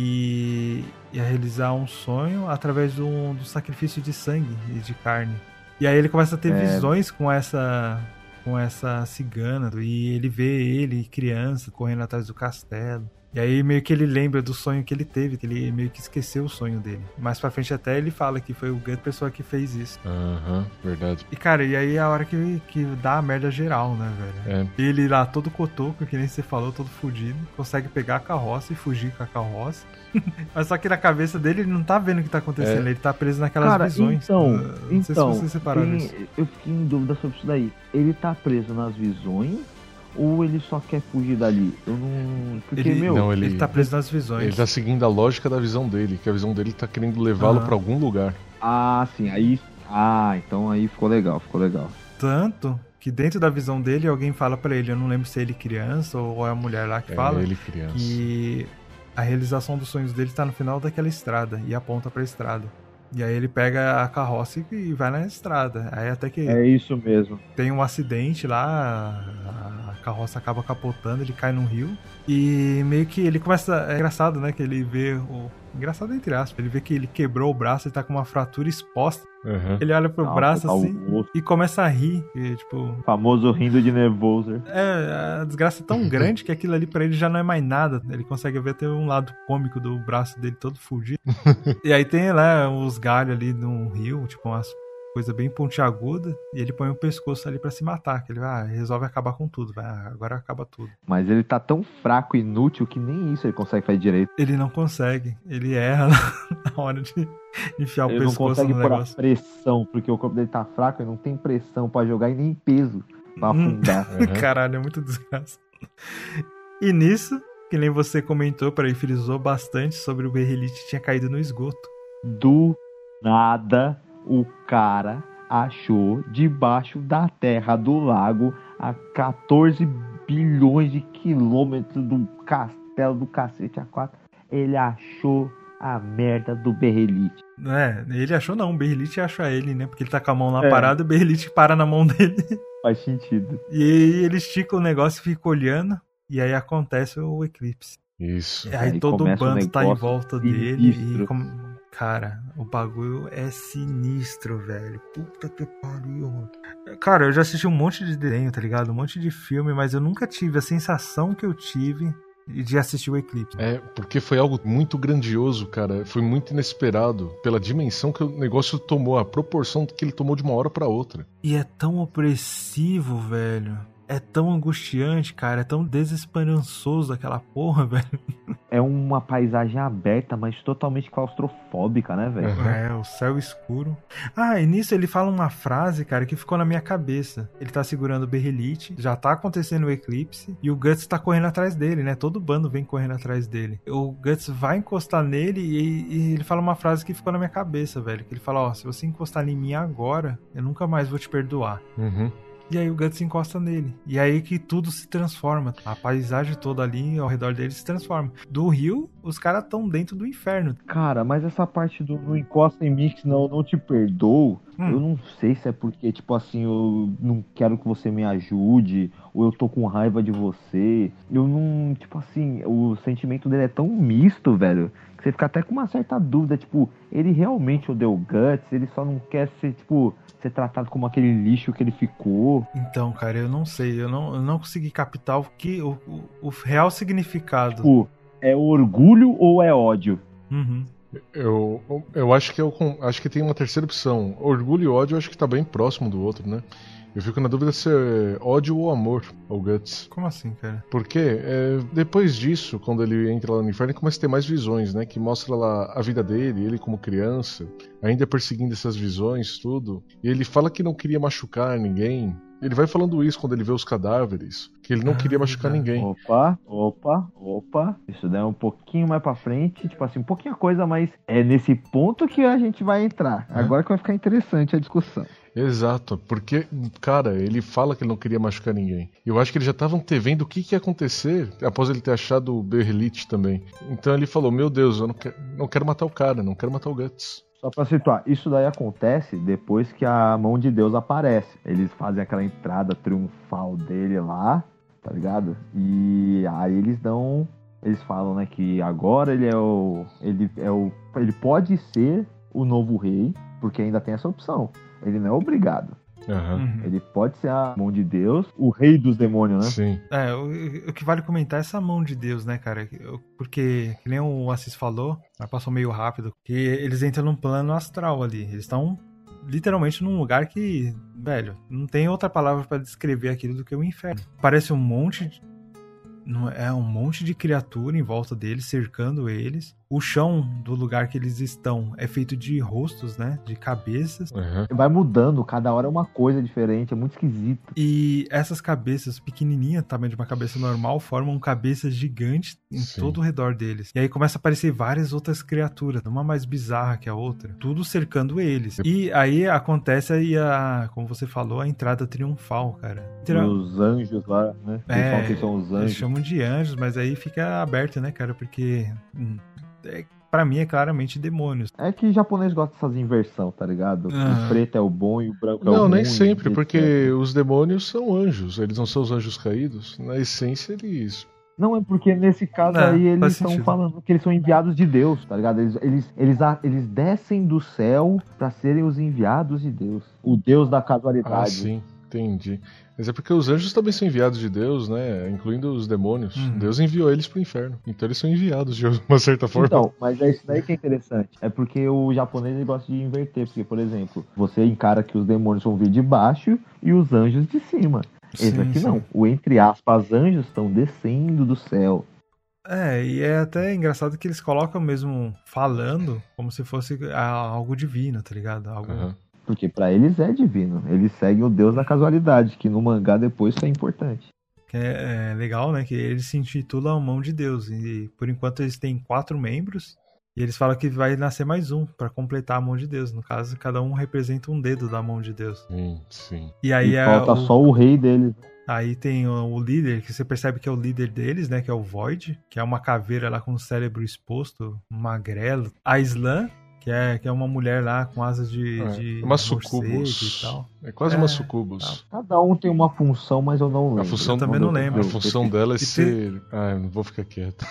E ia realizar um sonho através do, do sacrifício de sangue e de carne. E aí ele começa a ter É. visões com essa com essa cigana. E ele vê ele, criança, correndo atrás do castelo. E aí meio que ele lembra do sonho que ele teve, que ele meio que esqueceu o sonho dele. Mais pra frente até ele fala que foi o Guts pessoa que fez isso. Aham, verdade. E cara, e aí é a hora que, que dá a merda geral, né, velho? É. Ele lá todo cotoco, que nem você falou, todo fudido, consegue pegar a carroça e fugir com a carroça. Mas só que na cabeça dele ele não tá vendo o que tá acontecendo, É. ele tá preso naquelas Cara, visões. então, Uh, não sei então se vocês separaram tem- isso. eu fiquei em dúvida sobre isso daí. Ele tá preso nas visões ou ele só quer fugir dali? Eu não... Porque, Ele, meu... não, ele... ele- tá preso nas visões. Ele tá seguindo a lógica da visão dele, que a visão dele tá querendo levá-lo Aham. pra algum lugar. Ah, sim, aí... Ah, então aí ficou legal, ficou legal. Tanto que dentro da visão dele alguém fala pra ele, eu não lembro se é ele criança ou é a mulher lá que É fala, ele criança. que a realização dos sonhos dele tá no final daquela estrada e aponta pra estrada. E aí ele pega a carroça e vai na estrada. Aí até que É isso mesmo. tem um acidente lá, a carroça acaba capotando, ele cai num rio. E meio que ele começa. É engraçado, né? Que ele vê o. Engraçado entre aspas, ele vê que ele quebrou o braço e tá com uma fratura exposta. Aham. Ele olha pro Nossa, braço tá o assim osso. e começa a rir. E, tipo, Famoso rindo de nervoso. é, a desgraça é tão grande que aquilo ali pra ele já não é mais nada. Ele consegue ver até um lado cômico do braço dele todo fudido. E aí tem lá os galhos ali no rio, tipo umas coisas bem pontiagudas, e ele põe o pescoço ali pra se matar. Que ele ah, resolve acabar com tudo. Vai, ah, agora acaba tudo. Mas ele tá tão fraco e inútil que nem isso ele consegue fazer direito. Ele não consegue. Ele erra na hora de enfiar o Ele não pescoço consegue no pôr a negócio. pressão, porque o corpo dele tá fraco e não tem pressão pra jogar e nem peso pra Hum. afundar. Uhum. Caralho, é muito desgraça. E nisso, que nem você comentou, para ele frisou bastante sobre o Berrelite tinha caído no esgoto. Do nada, o cara achou debaixo da terra do lago a quatorze bilhões de quilômetros do castelo do cacete A quatro. Ele achou a merda do Berrelite. É, ele achou não, o Berrelite acha ele, né? Porque ele tá com a mão na É. parada e o Berrelite para na mão dele. Faz sentido. E aí ele estica o negócio e fica olhando. E aí acontece o eclipse. Isso. E aí, Aí todo o começa um bando tá em negócio volta dele. E sinistro. com- Cara, o bagulho é sinistro, velho. Puta que pariu, mano. Cara, eu já assisti um monte de desenho, tá ligado? Um monte de filme, mas eu nunca tive a sensação que eu tive de assistir o eclipse. É, porque foi algo muito grandioso, cara. Foi muito inesperado pela dimensão que o negócio tomou, a proporção que ele tomou de uma hora pra outra. E é tão opressivo, velho. É tão angustiante, cara. É tão desesperançoso aquela porra, velho. É uma paisagem aberta, mas totalmente claustrofóbica, né, velho? Uhum. É, o céu escuro. Ah, e nisso ele fala uma frase, cara, que ficou na minha cabeça. Ele tá segurando o Berrelite, já tá acontecendo o eclipse, e o Guts tá correndo atrás dele, né? Todo bando vem correndo atrás dele. O Guts vai encostar nele e, e ele fala uma frase que ficou na minha cabeça, velho. Que ele fala, ó, se você encostar em mim agora, eu nunca mais vou te perdoar. Uhum. E aí o Guts encosta nele. E aí que tudo se transforma. A paisagem toda ali ao redor dele se transforma. Do rio, os caras estão dentro do inferno. Cara, mas essa parte do não encosta em mim, que senão eu não te perdoo, hum. eu não sei se é porque, tipo assim, eu não quero que você me ajude, ou eu tô com raiva de você. Eu não, tipo assim, o sentimento dele é tão misto, velho, que você fica até com uma certa dúvida, tipo, ele realmente odeia o Guts, ele só não quer ser, tipo, ser tratado como aquele lixo que ele ficou. Então, cara, eu não sei, eu não, eu não consegui captar o que, o, o, o real significado. Tipo, é orgulho ou é ódio? Uhum. Eu, eu acho que eu acho que tem uma terceira opção. Orgulho e ódio eu acho que tá bem próximo do outro, né? Eu fico na dúvida se é ódio ou amor ao Guts. Como assim, cara? Porque é, depois disso, quando ele entra lá no inferno, ele começa a ter mais visões, né? Que mostra lá a vida dele, ele como criança, ainda perseguindo essas visões, tudo. E ele fala que não queria machucar ninguém. Ele vai falando isso quando ele vê os cadáveres, que ele não ah, queria machucar é. ninguém. Opa, opa, opa. Isso daí é um pouquinho mais pra frente, tipo assim, um pouquinho a coisa, mas é nesse ponto que a gente vai entrar. É. Agora que vai ficar interessante a discussão. Exato, porque, cara, ele fala que ele não queria machucar ninguém. Eu acho que eles já estavam vendo o que, que ia acontecer após ele ter achado o Berlit também. Então ele falou, meu Deus, eu não quero, não quero matar o cara, não quero matar o Guts. Só pra situar, isso daí acontece depois que a mão de Deus aparece. Eles fazem aquela entrada triunfal dele lá, tá ligado? E aí eles dão... Eles falam, né, que agora ele é o... Ele, é o, ele pode ser o novo rei, porque ainda tem essa opção. Ele não é obrigado. Uhum. Ele pode ser a mão de Deus, o rei dos demônios, né? Sim. É, o, o que vale comentar é essa mão de Deus, né, cara? Porque, que nem o Assis falou, passou meio rápido, que eles entram num plano astral ali. Eles estão literalmente num lugar que, velho, não tem outra palavra pra descrever aquilo do que o inferno. Parece um monte de... É um monte de criatura em volta deles, cercando eles. O chão do lugar que eles estão é feito de rostos, né? De cabeças. Uhum. Vai mudando, cada hora é uma coisa diferente, é muito esquisito. E essas cabeças pequenininhas, tamanho de uma cabeça normal, formam cabeças gigantes em Sim. todo o redor deles. E aí começa a aparecer várias outras criaturas, uma mais bizarra que a outra, tudo cercando eles. E aí acontece aí a, como você falou, a entrada triunfal, cara. Tra... Os anjos lá, né? É, falam que são os anjos. Eles chamam de anjos, mas aí fica aberto, né, cara? Porque... Hum, É, pra mim é claramente demônios. É que japonês gosta dessas inversão, tá ligado? Ah. O preto é o bom e o branco é o ruim. Não, nem sempre, porque os demônios são anjos. Eles não são os anjos caídos. Na essência, eles... Não, é porque nesse caso não, aí eles estão falando que eles são enviados de Deus, tá ligado? Eles, eles, eles, eles descem do céu pra serem os enviados de Deus. O Deus da casualidade. Ah, sim. Entendi. Mas é porque os anjos também são enviados de Deus, né? Incluindo os demônios. Uhum. Deus enviou eles pro inferno. Então eles são enviados de uma certa forma. Então, mas é isso daí que é interessante. É porque o japonês ele gosta de inverter. Porque, por exemplo, você encara que os demônios vão vir de baixo e os anjos de cima. Esse sim, aqui sim. não. O entre aspas anjos estão descendo do céu. É, e é até engraçado que eles colocam mesmo falando como se fosse algo divino, tá ligado? Algo... Uhum. Porque pra eles é divino. Eles seguem o Deus da casualidade, que no mangá depois isso é importante. É, é legal, né? Que eles se intitulam Mão de Deus. E por enquanto eles têm quatro membros. E eles falam que vai nascer mais um pra completar a Mão de Deus. No caso, cada um representa um dedo da Mão de Deus. Sim, sim. E aí e é falta o... só o rei deles. Aí tem o, o líder, que você percebe que é o líder deles, né? Que é o Void. Que é uma caveira lá com o cérebro exposto, magrelo. A Slan, que é, que é uma mulher lá com asas de, é, de uma sucubus. E tal. É quase é, uma sucubus. Tá. Cada um tem uma função, mas eu não lembro. A função, eu também não lembro. A função dela é ser... Tem... Ah, eu não vou ficar quieto.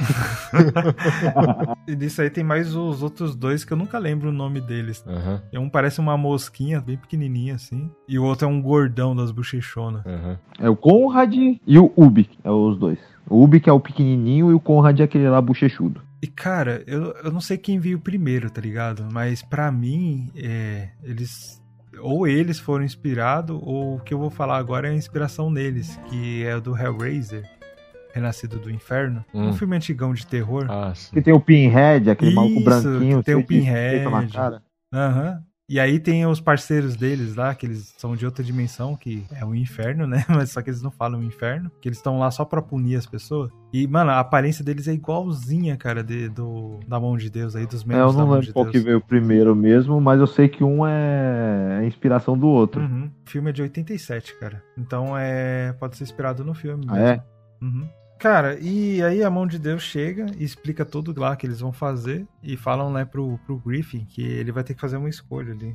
E disso aí tem mais os outros dois que eu nunca lembro o nome deles. Uhum. Um parece uma mosquinha, bem pequenininha assim. E o outro é um gordão das bochechonas. Uhum. É o Conrad e o Ubi. É os dois. O Ubi que é o pequenininho e o Conrad é aquele lá bochechudo. E, cara, eu, eu não sei quem veio primeiro, tá ligado? Mas pra mim, é, eles... Ou eles foram inspirados, ou o que eu vou falar agora é a inspiração neles, que é do Hellraiser, Renascido do Inferno. Hum. Um filme antigão de terror. Ah, sim. Que tem o Pinhead, aquele Isso, maluco branquinho. Que tem o Pinhead. Na cara. Aham. Uhum. E aí tem os parceiros deles lá, que eles são de outra dimensão, que é o inferno, né? Mas só que eles não falam inferno, que eles estão lá só pra punir as pessoas. E, mano, a aparência deles é igualzinha, cara, de, do, da mão de Deus aí, dos É, membros eu da não mão lembro de qual Deus. que veio primeiro mesmo, mas eu sei que um é a inspiração do outro. Uhum. O filme é de oitenta e sete, cara. Então é pode ser inspirado no filme Ah, mesmo. é? Uhum. Cara, e aí a mão de Deus chega e explica tudo lá que eles vão fazer e falam, né, pro, pro Griffin que ele vai ter que fazer uma escolha ali.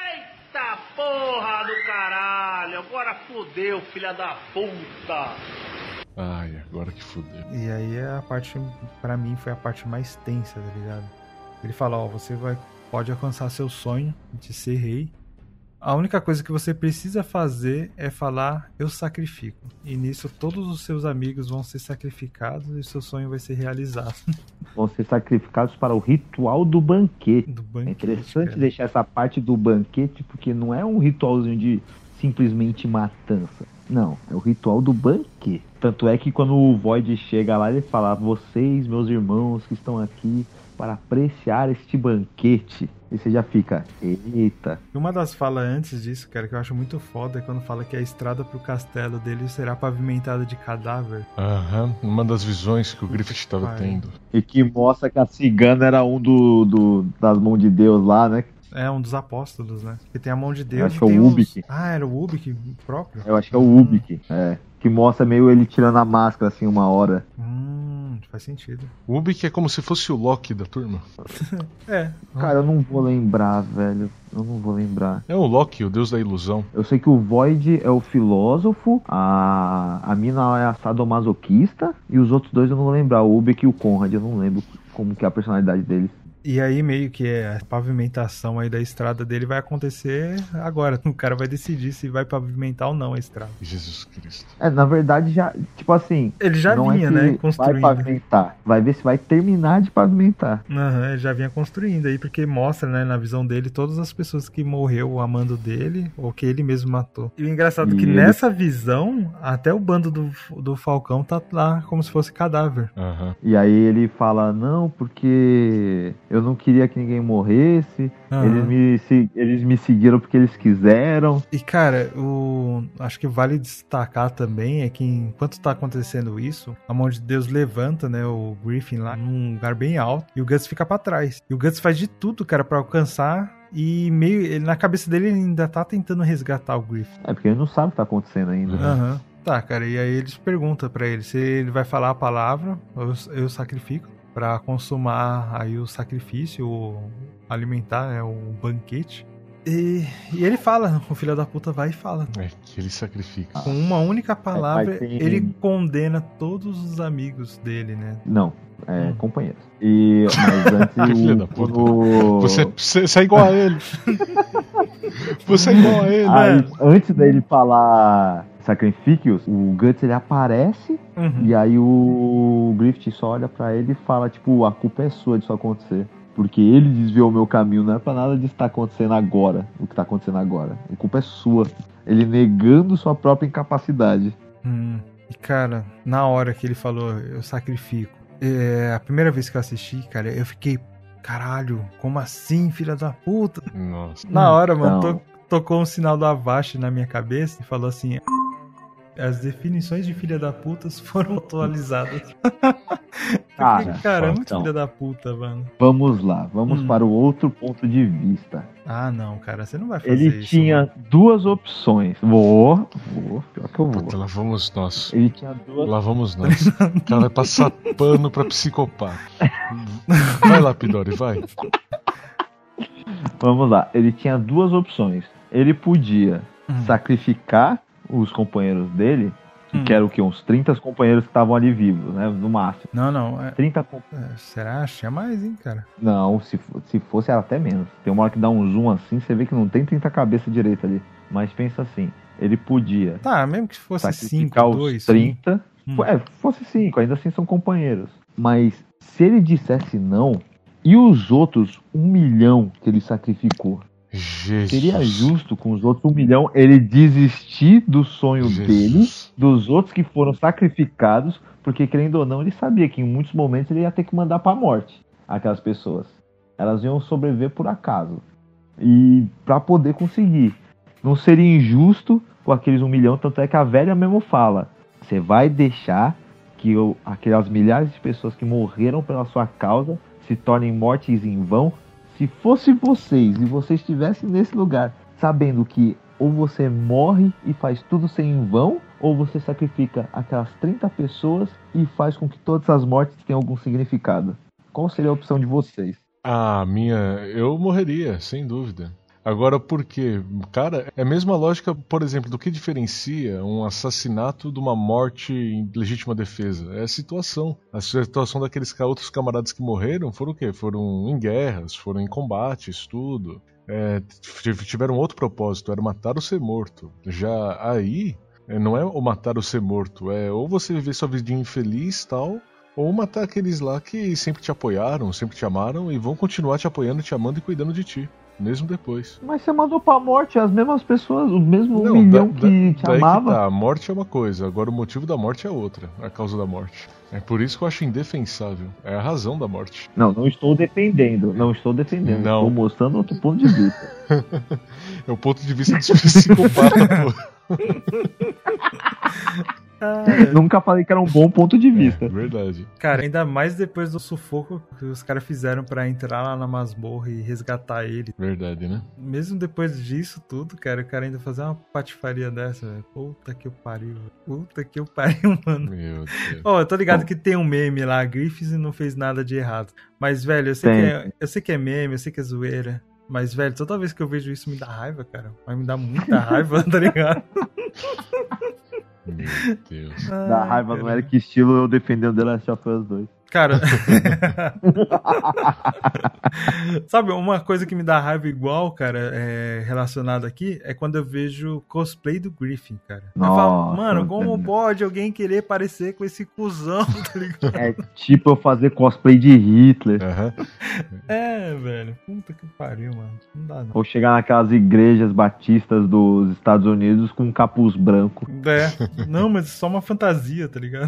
Eita porra do caralho! Agora fodeu, filha da puta! Ai, agora que fudeu. E aí é a parte, pra mim, foi a parte mais tensa, tá ligado? Ele fala, ó, você vai, pode alcançar seu sonho de ser rei. A única coisa que você precisa fazer é falar, eu sacrifico. E nisso todos os seus amigos vão ser sacrificados e seu sonho vai ser realizado. Vão ser sacrificados para o ritual do banquete. Do banquete, é interessante cara. deixar essa parte do banquete, porque não é um ritualzinho de simplesmente matança. Não, é o ritual do banquete. Tanto é que quando o Void chega lá, ele fala, vocês, meus irmãos que estão aqui para apreciar este banquete. E você já fica, eita. E uma das falas antes disso, cara, que eu acho muito foda, é quando fala que a estrada pro castelo dele será pavimentada de cadáver. Aham, uma das visões que o Griffith estava Pai. tendo. E que mostra que a cigana era um do, do, das mãos de Deus lá, né? É, um dos apóstolos, né? Que tem a mão de Deus. Eu acho e que é o tem os- Ubik. Ah, era o Ubik próprio? Eu acho que é o Ubik, é. Que mostra meio ele tirando a máscara, assim, uma hora. Hum, faz sentido. O Ubik é como se fosse o Loki da turma. É. Cara, eu não vou lembrar, velho. Eu não vou lembrar. É o Loki, o deus da ilusão. Eu sei que o Void é o filósofo, a, a mina é a sadomasoquista, e os outros dois eu não vou lembrar, o Ubik e o Conrad, eu não lembro como que é a personalidade deles. E aí meio que é, a pavimentação aí da estrada dele vai acontecer agora. O cara vai decidir se vai pavimentar ou não a estrada. Jesus Cristo. É, na verdade, já, tipo assim... Ele já não vinha, é que né, vai construindo. pavimentar, vai ver se vai terminar de pavimentar. Aham, ele já vinha construindo aí, porque mostra, né, na visão dele, todas as pessoas que morreu amando dele, ou que ele mesmo matou. E o engraçado é E que ele- nessa visão, até o bando do, do Falcão tá lá como se fosse cadáver. Aham. E aí ele fala, não, porque eu não queria que ninguém morresse, Aham. eles, me, se- eles me seguiram porque eles quiseram. E cara, o acho que vale destacar também é que enquanto tá acontecendo isso, a mão de Deus levanta, né, o Griffin lá num lugar bem alto e o Guts fica pra trás. E o Guts faz de tudo, cara, pra alcançar e meio ele, na cabeça dele ele ainda tá tentando resgatar o Griffin. É, porque ele não sabe o que tá acontecendo ainda. Aham. Tá, cara, e aí eles perguntam pra ele se ele vai falar a palavra, eu, eu sacrifico, pra consumar aí o sacrifício, o alimentar, né, o banquete. E, e ele fala, o filho da puta vai e fala. É que ele sacrifica. Com uma única palavra, Aí tem- ele condena todos os amigos dele, né? Não, é Hum. companheiros. E, mas antes Filha o, da puta. o- Você, você, você é igual a ele. Você é igual a ele. Aí, né? antes dele falar sacrifícios, o Guts ele aparece Uhum. e aí o Griffith só olha pra ele e fala, tipo, a culpa é sua disso acontecer. Porque ele desviou o meu caminho, não é pra nada disso tá acontecendo agora, o que tá acontecendo agora. A culpa é sua. Ele negando sua própria incapacidade. Hum. E cara, na hora que ele falou, eu sacrifico. É, a primeira vez que eu assisti, cara, eu fiquei, caralho, como assim, filha da puta? Nossa. Na hora, mano, Então. to- tocou um sinal do Avast na minha cabeça e falou assim: as definições de filha da puta foram atualizadas. Cara, Eu fiquei, cara, é muito então, filha da puta, mano. vamos lá, vamos Hum. para o outro ponto de vista. Ah, não, cara, você não vai fazer Ele isso. tinha mano. duas opções. Vou, vou, pior que eu vou. Puta, lá vamos nós. Ele tinha duas Lá vamos nós. O cara vai passar pano pra psicopata. Vai lá, Pidori, vai. Vamos lá, ele tinha duas opções. Ele podia Hum. sacrificar os companheiros dele, Hum. que eram o quê? Uns trinta companheiros que estavam ali vivos, né? No máximo. Não, não. É, trinta com... é, será? Tinha mais, hein, cara? Não, se, fo- se fosse era até menos. Tem uma hora que dá um zoom assim, você vê que não tem trinta cabeças direita ali. Mas pensa assim, ele podia Tá, mesmo que fosse cinco, sacrificar os dois. trinta. Hum. É, fosse cinco, ainda assim são companheiros. Mas se ele dissesse não, e os outros um milhão que ele sacrificou? Jesus. Seria justo com os outros um milhão ele desistir do sonho Jesus. dele, dos outros que foram sacrificados, porque querendo ou não, ele sabia que em muitos momentos ele ia ter que mandar pra morte aquelas pessoas. Elas iam sobreviver por acaso. E pra poder conseguir. Não seria injusto com aqueles um milhão, tanto é que a velha mesmo fala. Você vai deixar que eu, aquelas milhares de pessoas que morreram pela sua causa se tornem mortes em vão? Se fosse vocês e vocês estivessem nesse lugar, sabendo que ou você morre e faz tudo ser em vão, ou você sacrifica aquelas trinta pessoas e faz com que todas as mortes tenham algum significado. Qual seria a opção de vocês? Ah, minha... Eu morreria, sem dúvida. Agora, por quê? Cara, é a mesma lógica, por exemplo, do que diferencia um assassinato de uma morte em legítima defesa. É a situação. A situação daqueles outros camaradas que morreram foram o quê? Foram em guerras, foram em combates, tudo. É, tiveram outro propósito, era matar ou ser morto. Já aí, não é o matar ou ser morto, é ou você viver sua vida infeliz, tal, ou matar aqueles lá que sempre te apoiaram, sempre te amaram e vão continuar te apoiando, te amando e cuidando de ti. Mesmo depois. Mas você mandou pra morte as mesmas pessoas, o mesmo não, milhão da, que da, te amava. Que tá, a morte é uma coisa, agora o motivo da morte é outra, a causa da morte. É por isso que eu acho indefensável. É a razão da morte. Não, não estou defendendo, não estou defendendo. Não. Estou mostrando outro ponto de vista. É o ponto de vista do psicopata, pô. Ah, nunca falei que era um bom ponto de vista. É, verdade. Cara, ainda mais depois do sufoco que os caras fizeram pra entrar lá na masmorra e resgatar ele. Verdade, né? Mesmo depois disso tudo, cara, o cara ainda fazer uma patifaria dessa, velho. Puta que eu pariu. Puta que eu pariu, mano. Meu Deus. Ó, oh, eu tô ligado Bom. que tem um meme lá, Griffiths não fez nada de errado. Mas, velho, eu sei, que é, eu sei que é meme, eu sei que é zoeira. Mas, velho, toda vez que eu vejo isso me dá raiva, cara. Vai me dar muita raiva, tá ligado? Meu Deus. Dá raiva no Eric estilo eu defendendo The Last of Us dois. Cara, sabe, uma coisa que me dá raiva igual, cara, é, relacionado aqui, é quando eu vejo cosplay do Griffin, cara. Nossa, eu falo, mano, como pode alguém querer parecer com esse cuzão, tá ligado? É tipo eu fazer cosplay de Hitler. Uhum. É, velho, puta que pariu, mano. Não dá não. Ou chegar naquelas igrejas batistas dos Estados Unidos com um capuz branco. É, não, mas só uma fantasia, tá ligado?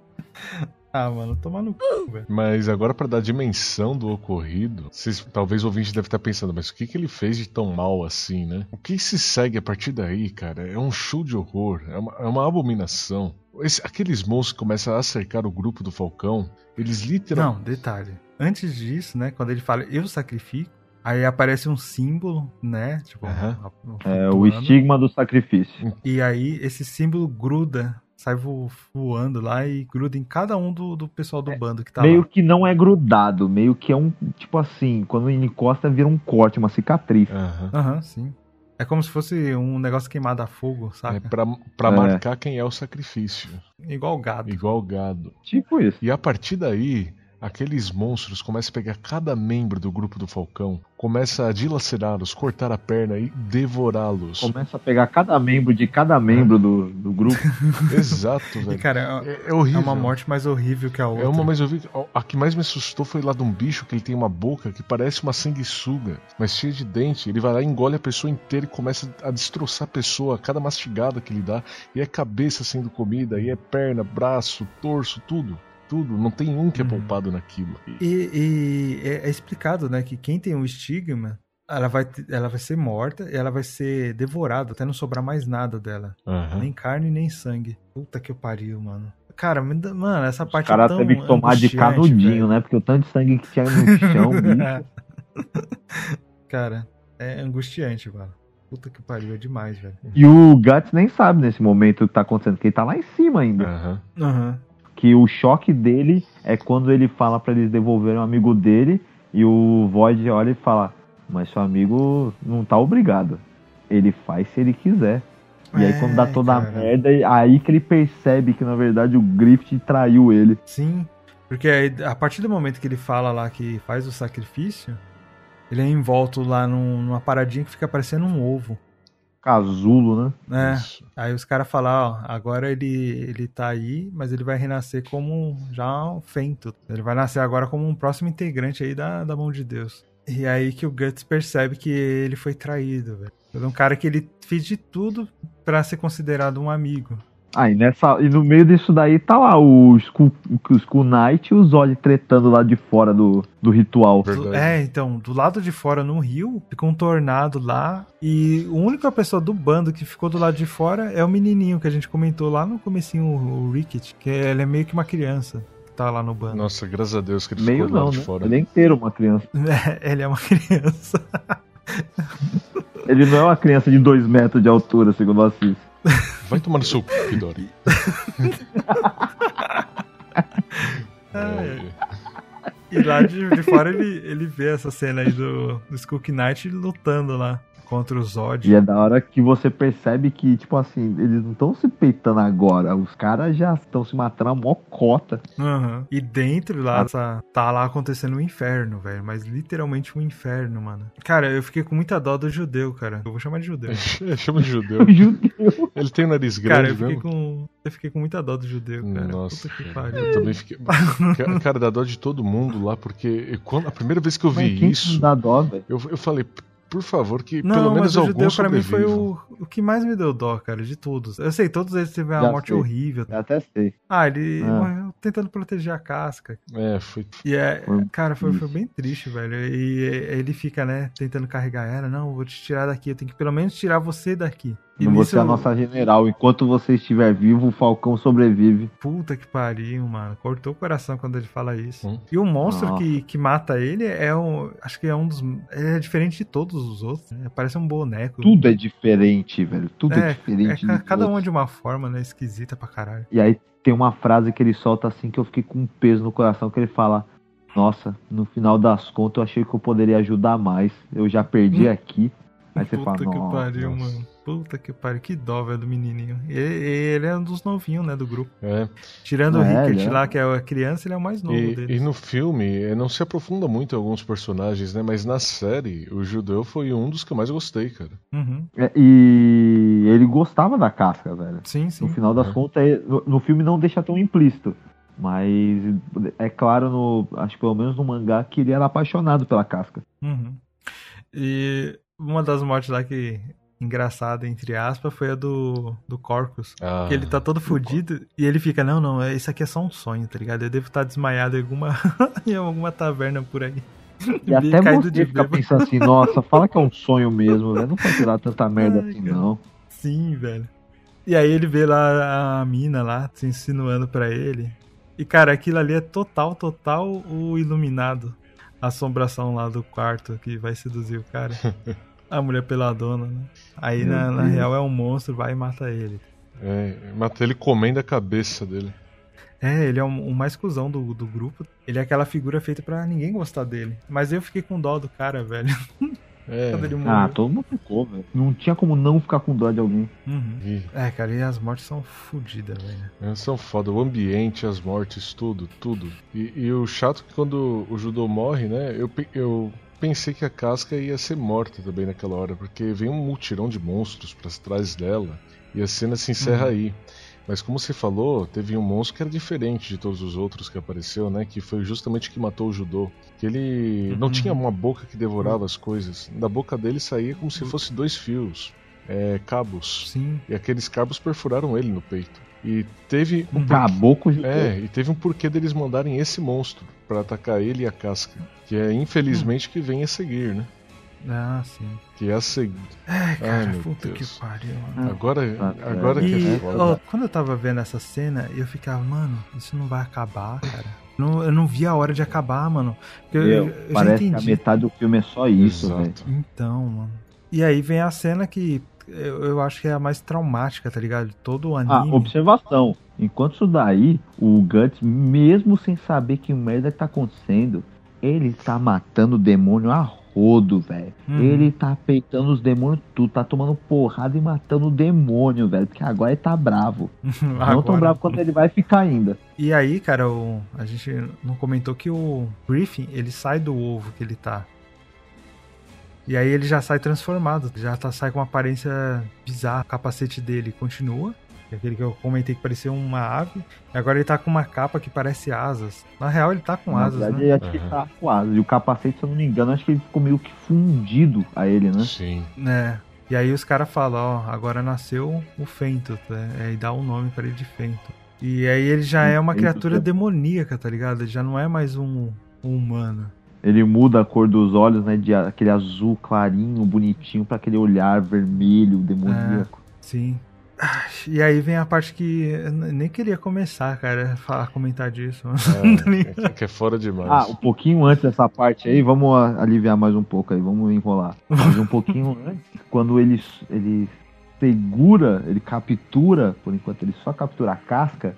Ah, mano, toma no c, velho. Mas agora, pra dar a dimensão do ocorrido, vocês, talvez o ouvinte deve estar pensando, mas o que, que ele fez de tão mal assim, né? O que se segue a partir daí, cara, é um show de horror, é uma, é uma abominação. Esse, aqueles monstros que começam a cercar o grupo do Falcão, eles literalmente... Não, detalhe. Antes disso, né, quando ele fala, eu sacrifico, aí aparece um símbolo, né? Tipo, uhum. É o estigma do sacrifício. E aí esse símbolo gruda, sai voando lá e gruda em cada um do, do pessoal do bando que tá meio lá. Que não é grudado, meio que é um, tipo assim, quando encosta vira um corte, uma cicatriz. Aham, uhum, sim. É como se fosse um negócio queimado a fogo, sabe? É pra, pra é. marcar quem é o sacrifício. Igual gado. Igual gado. Tipo isso. E a partir daí... aqueles monstros começam a pegar cada membro do grupo do Falcão, começa a dilacerá-los, cortar a perna e devorá-los. Começa a pegar cada membro de cada membro do, do grupo. Exato, velho. E, cara, é, é horrível. É uma morte mais horrível que a outra. É uma mais horrível. A que mais me assustou foi lá de um bicho que ele tem uma boca que parece uma sanguessuga, mas cheia de dente. Ele vai lá, engole a pessoa inteira e começa a destroçar a pessoa, cada mastigada que ele dá. E é cabeça sendo comida, e é perna, braço, torso, tudo. Tudo, não tem um que é poupado uhum. naquilo. E, e é, é explicado, né, que quem tem um estigma, ela vai, ela vai ser morta e ela vai ser devorada, até não sobrar mais nada dela. Uhum. Nem carne, nem sangue. Puta que pariu, mano. Cara, mano, essa parte é tão O cara teve que tomar de canudinho, velho. Né? Porque o tanto de sangue que tinha no chão, bicho. Cara, é angustiante, mano. Puta que pariu, é demais, velho. E o Guts nem sabe nesse momento o que tá acontecendo, porque ele tá lá em cima ainda. Aham. Uhum. Aham. Uhum. Que o choque dele é quando ele fala pra eles devolverem o amigo dele e o Void olha e fala, mas seu amigo não tá obrigado. Ele faz se ele quiser. E é, aí quando dá toda cara. a merda, aí que ele percebe que na verdade o Griffith traiu ele. Sim, porque aí, a partir do momento que ele fala lá que faz o sacrifício, ele é envolto lá num, numa paradinha que fica parecendo um ovo. Casulo, né? É, Isso. Aí os caras falam, ó, agora ele, ele tá aí, mas ele vai renascer como já um fento. Ele vai nascer agora como um próximo integrante aí da, da mão de Deus. E aí que o Guts percebe que ele foi traído, velho. Foi um cara que ele fez de tudo pra ser considerado um amigo. Ah, e, nessa, e no meio disso daí tá lá o Skull, o Skull Knight e o Zod tretando lá de fora do, do ritual. Do, é, então, do lado de fora no rio, ficou um tornado lá, e a única pessoa do bando que ficou do lado de fora é o menininho que a gente comentou lá no comecinho, o, o Ricket, que ele é meio que uma criança que tá lá no bando. Nossa, graças a Deus que ele meio ficou do não, lado né? de fora. Ele é inteiro uma criança. É, ele é uma criança. Ele não é uma criança de dois metros de altura, segundo o Assis. Vai tomar no seu cu, Midori. É. E lá de, de fora ele, ele vê essa cena aí do, do Skull Knight lutando lá contra o Zod. E é da hora que você percebe que, tipo assim, eles não estão se peitando agora. Os caras já estão se matando a mó cota. Uhum. E dentro lá, essa, tá lá acontecendo um inferno, velho. Mas literalmente um inferno, mano. Cara, eu fiquei com muita dó do judeu, cara. Eu vou chamar de judeu. Chama de judeu. Judeu. Ele tem o nariz grande, cara, eu fiquei mesmo? com Eu fiquei com muita dó do judeu, cara. Nossa, Puta que cara, pariu. eu também fiquei... Cara, dá dó de todo mundo lá, porque quando, a primeira vez que eu vi Mas quem isso, que dá dó, velho? eu, eu falei, por favor, que Não, pelo menos mas o alguns judeu pra mim foi sobrevivam. o, o que mais me deu dó, cara, de todos. Eu sei, todos eles tiveram Já uma morte sei. horrível. Eu até sei. Ah, ele Ah. morreu tentando proteger a casca. É, foi... E é, Foi cara, foi, foi isso. bem triste, velho. E ele fica, né, tentando carregar ela. Não, eu vou te tirar daqui, eu tenho que pelo menos tirar você daqui. E Não você é a nossa general. Enquanto você estiver vivo, o Falcão sobrevive. Puta que pariu, mano. Cortou o coração quando ele fala isso. Hum. E o monstro Nossa. que, que mata ele é um. Acho que é um dos. Ele é diferente de todos os outros, né? Parece um boneco. Tudo é diferente, velho. Tudo é, é, diferente. é ca- de cada todos. um de uma forma, né? Esquisita pra caralho. E aí tem uma frase que ele solta assim que eu fiquei com um peso no coração, que ele fala: nossa, no final das contas eu achei que eu poderia ajudar mais. Eu já perdi aqui. Aí você Puta fala, que nossa. pariu, mano. Puta que pariu. Que dó, velho, do menininho. E- e ele é um dos novinhos, né, do grupo. É. Tirando o É, Ricket ele é. lá, que é a criança, ele é o mais novo E, deles. e no filme, eh, não se aprofunda muito em alguns personagens, né? Mas na série, o judeu foi um dos que eu mais gostei, cara. Uhum. É, e ele gostava da casca, velho. Sim, sim. No final das É. contas, ele- no, no filme não deixa tão implícito. Mas é claro, no, acho que pelo menos no mangá, que ele era apaixonado pela casca. Uhum. E uma das mortes lá que engraçada, entre aspas, foi a do, do Corcus. Ah, Que ele tá todo fudido e ele fica, não, não, é- isso aqui é só um sonho, tá ligado? Eu devo estar desmaiado em alguma, em alguma taverna por aí. E até Caído você de fica bêbado. pensando assim, nossa, fala que é um sonho mesmo, velho. Não pode tirar tanta merda Ai, assim, cara. não. Sim, velho. E aí ele vê lá a mina lá, se insinuando pra ele. E, cara, aquilo ali é total, total o iluminado. A assombração lá do quarto que vai seduzir o cara. A mulher peladona, né? Aí, Meu na, na Deus. real, é um monstro, vai e mata ele. É, mata ele comendo a cabeça dele. É, ele é o o mais cuzão do, do grupo. Ele é aquela figura feita pra ninguém gostar dele. Mas eu fiquei com dó do cara, velho. É. Quando ele morreu. Ah, todo mundo ficou, velho. Não tinha como não ficar com dó de alguém. Uhum. E, É, cara, e as mortes são fodidas, velho. é, são foda. O ambiente, as mortes, tudo, tudo. E, e o chato é que quando o judô morre, né? Eu, pe- eu pensei que a casca ia ser morta também naquela hora, porque vem um multirão de monstros pra trás dela e a cena se encerra Uhum. aí. Mas como você falou, teve um monstro que era diferente de todos os outros que apareceu, né? Que foi justamente o que matou o judô. Que ele não Uhum. tinha uma boca que devorava as coisas. Da boca dele saía como se fosse dois fios, é, cabos. Sim. E aqueles cabos perfuraram ele no peito. E teve um Uhum. Caboclo de é, e teve um porquê deles mandarem esse monstro pra atacar ele e a casca. Que é infelizmente que vem a seguir, né? Ah, sim. Que é a seguir. É, cara, meu puta Deus. que pariu, mano. Agora, Ah, agora que E é foda. ó, quando eu tava vendo essa cena, eu ficava, mano, isso não vai acabar, cara. Não, eu não vi a hora de acabar, mano. Porque eu, Meu, eu já parece que a entendi. metade do filme é só isso, velho. Exato. Então, mano. E aí vem a cena que eu, eu acho que é a mais traumática, tá ligado? Todo o Ah, anime. observação. Enquanto isso daí, o Guts, mesmo sem saber que merda que tá acontecendo, ele tá matando o demônio a rodo, velho. Uhum. Ele tá peitando os demônios tudo, tá tomando porrada e matando o demônio, velho. Porque agora ele tá bravo. Não tão Agora. bravo quanto ele vai ficar ainda. E aí, cara, o, a gente não comentou que o Griffin, ele sai do ovo que ele tá. E aí ele já sai transformado, já tá, sai com uma aparência bizarra. O capacete dele continua, que é aquele que eu comentei que parecia uma ave. E agora ele tá com uma capa que parece asas. Na real, ele tá com Na asas, verdade, né? ele acho que Uhum. tá com asas. E o capacete, se eu não me engano, acho que ele ficou meio que fundido a ele, né? Sim. É. E aí os caras falam, ó, agora nasceu o Fento, né? E dá um nome pra ele de Fento. E aí ele já é uma criatura demoníaca, tá ligado? Ele já não é mais um, um humano. Ele muda a cor dos olhos, né? De aquele azul clarinho, bonitinho, pra aquele olhar vermelho, demoníaco. É, sim. E aí vem a parte que eu nem queria começar, cara, falar, comentar disso. É, que é fora demais. Ah, um pouquinho antes dessa parte aí, vamos aliviar mais um pouco aí, vamos enrolar. Mas um pouquinho antes, quando ele, ele segura, ele captura, por enquanto ele só captura a casca,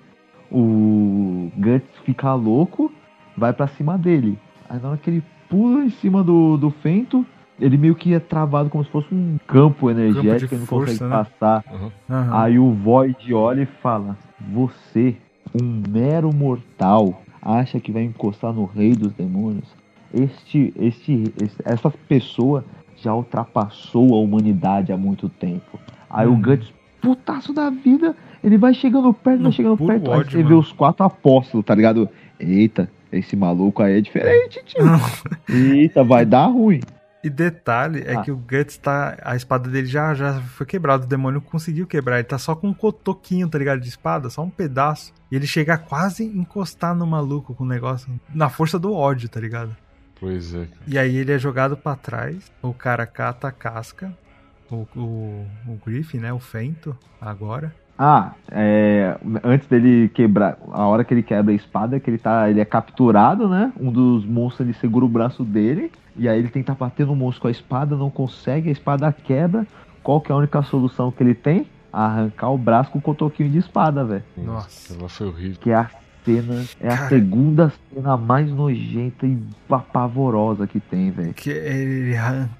o Guts fica louco, vai pra cima dele. Aí na hora que ele pula em cima do, do Fento, ele meio que é travado como se fosse um campo energético, campo ele não força, consegue né? passar. Uhum. Uhum. Aí o Void olha e fala: você, um mero mortal, acha que vai encostar no rei dos demônios? Este, este, este, essa pessoa já ultrapassou a humanidade há muito tempo. Aí uhum. o Guts, putaço da vida, ele vai chegando perto, no vai chegando perto. Ódio, aí você mano. vê os quatro apóstolos, tá ligado? Eita, esse maluco aí é diferente, tio. Eita, vai dar ruim. E detalhe é ah. que o Guts tá... A espada dele já, já foi quebrada. O demônio conseguiu quebrar. Ele tá só com um cotoquinho, tá ligado? De espada, só um pedaço. E ele chega a quase encostar no maluco com o negócio. Na força do ódio, tá ligado? Pois é. E aí ele é jogado pra trás. O cara cata a casca. O, o, o Griffin, né? O Fento, agora. Ah, é, antes dele quebrar, a hora que ele quebra a espada, que ele tá, ele é capturado, né? Um dos monstros ele segura o braço dele, e aí ele tenta bater no monstro com a espada, não consegue, a espada quebra. Qual que é a única solução que ele tem? Arrancar o braço com o cotoquinho de espada, velho. Nossa, ela foi horrível. Que é a cena, é a segunda cena mais nojenta e apavorosa que tem, velho. Que ele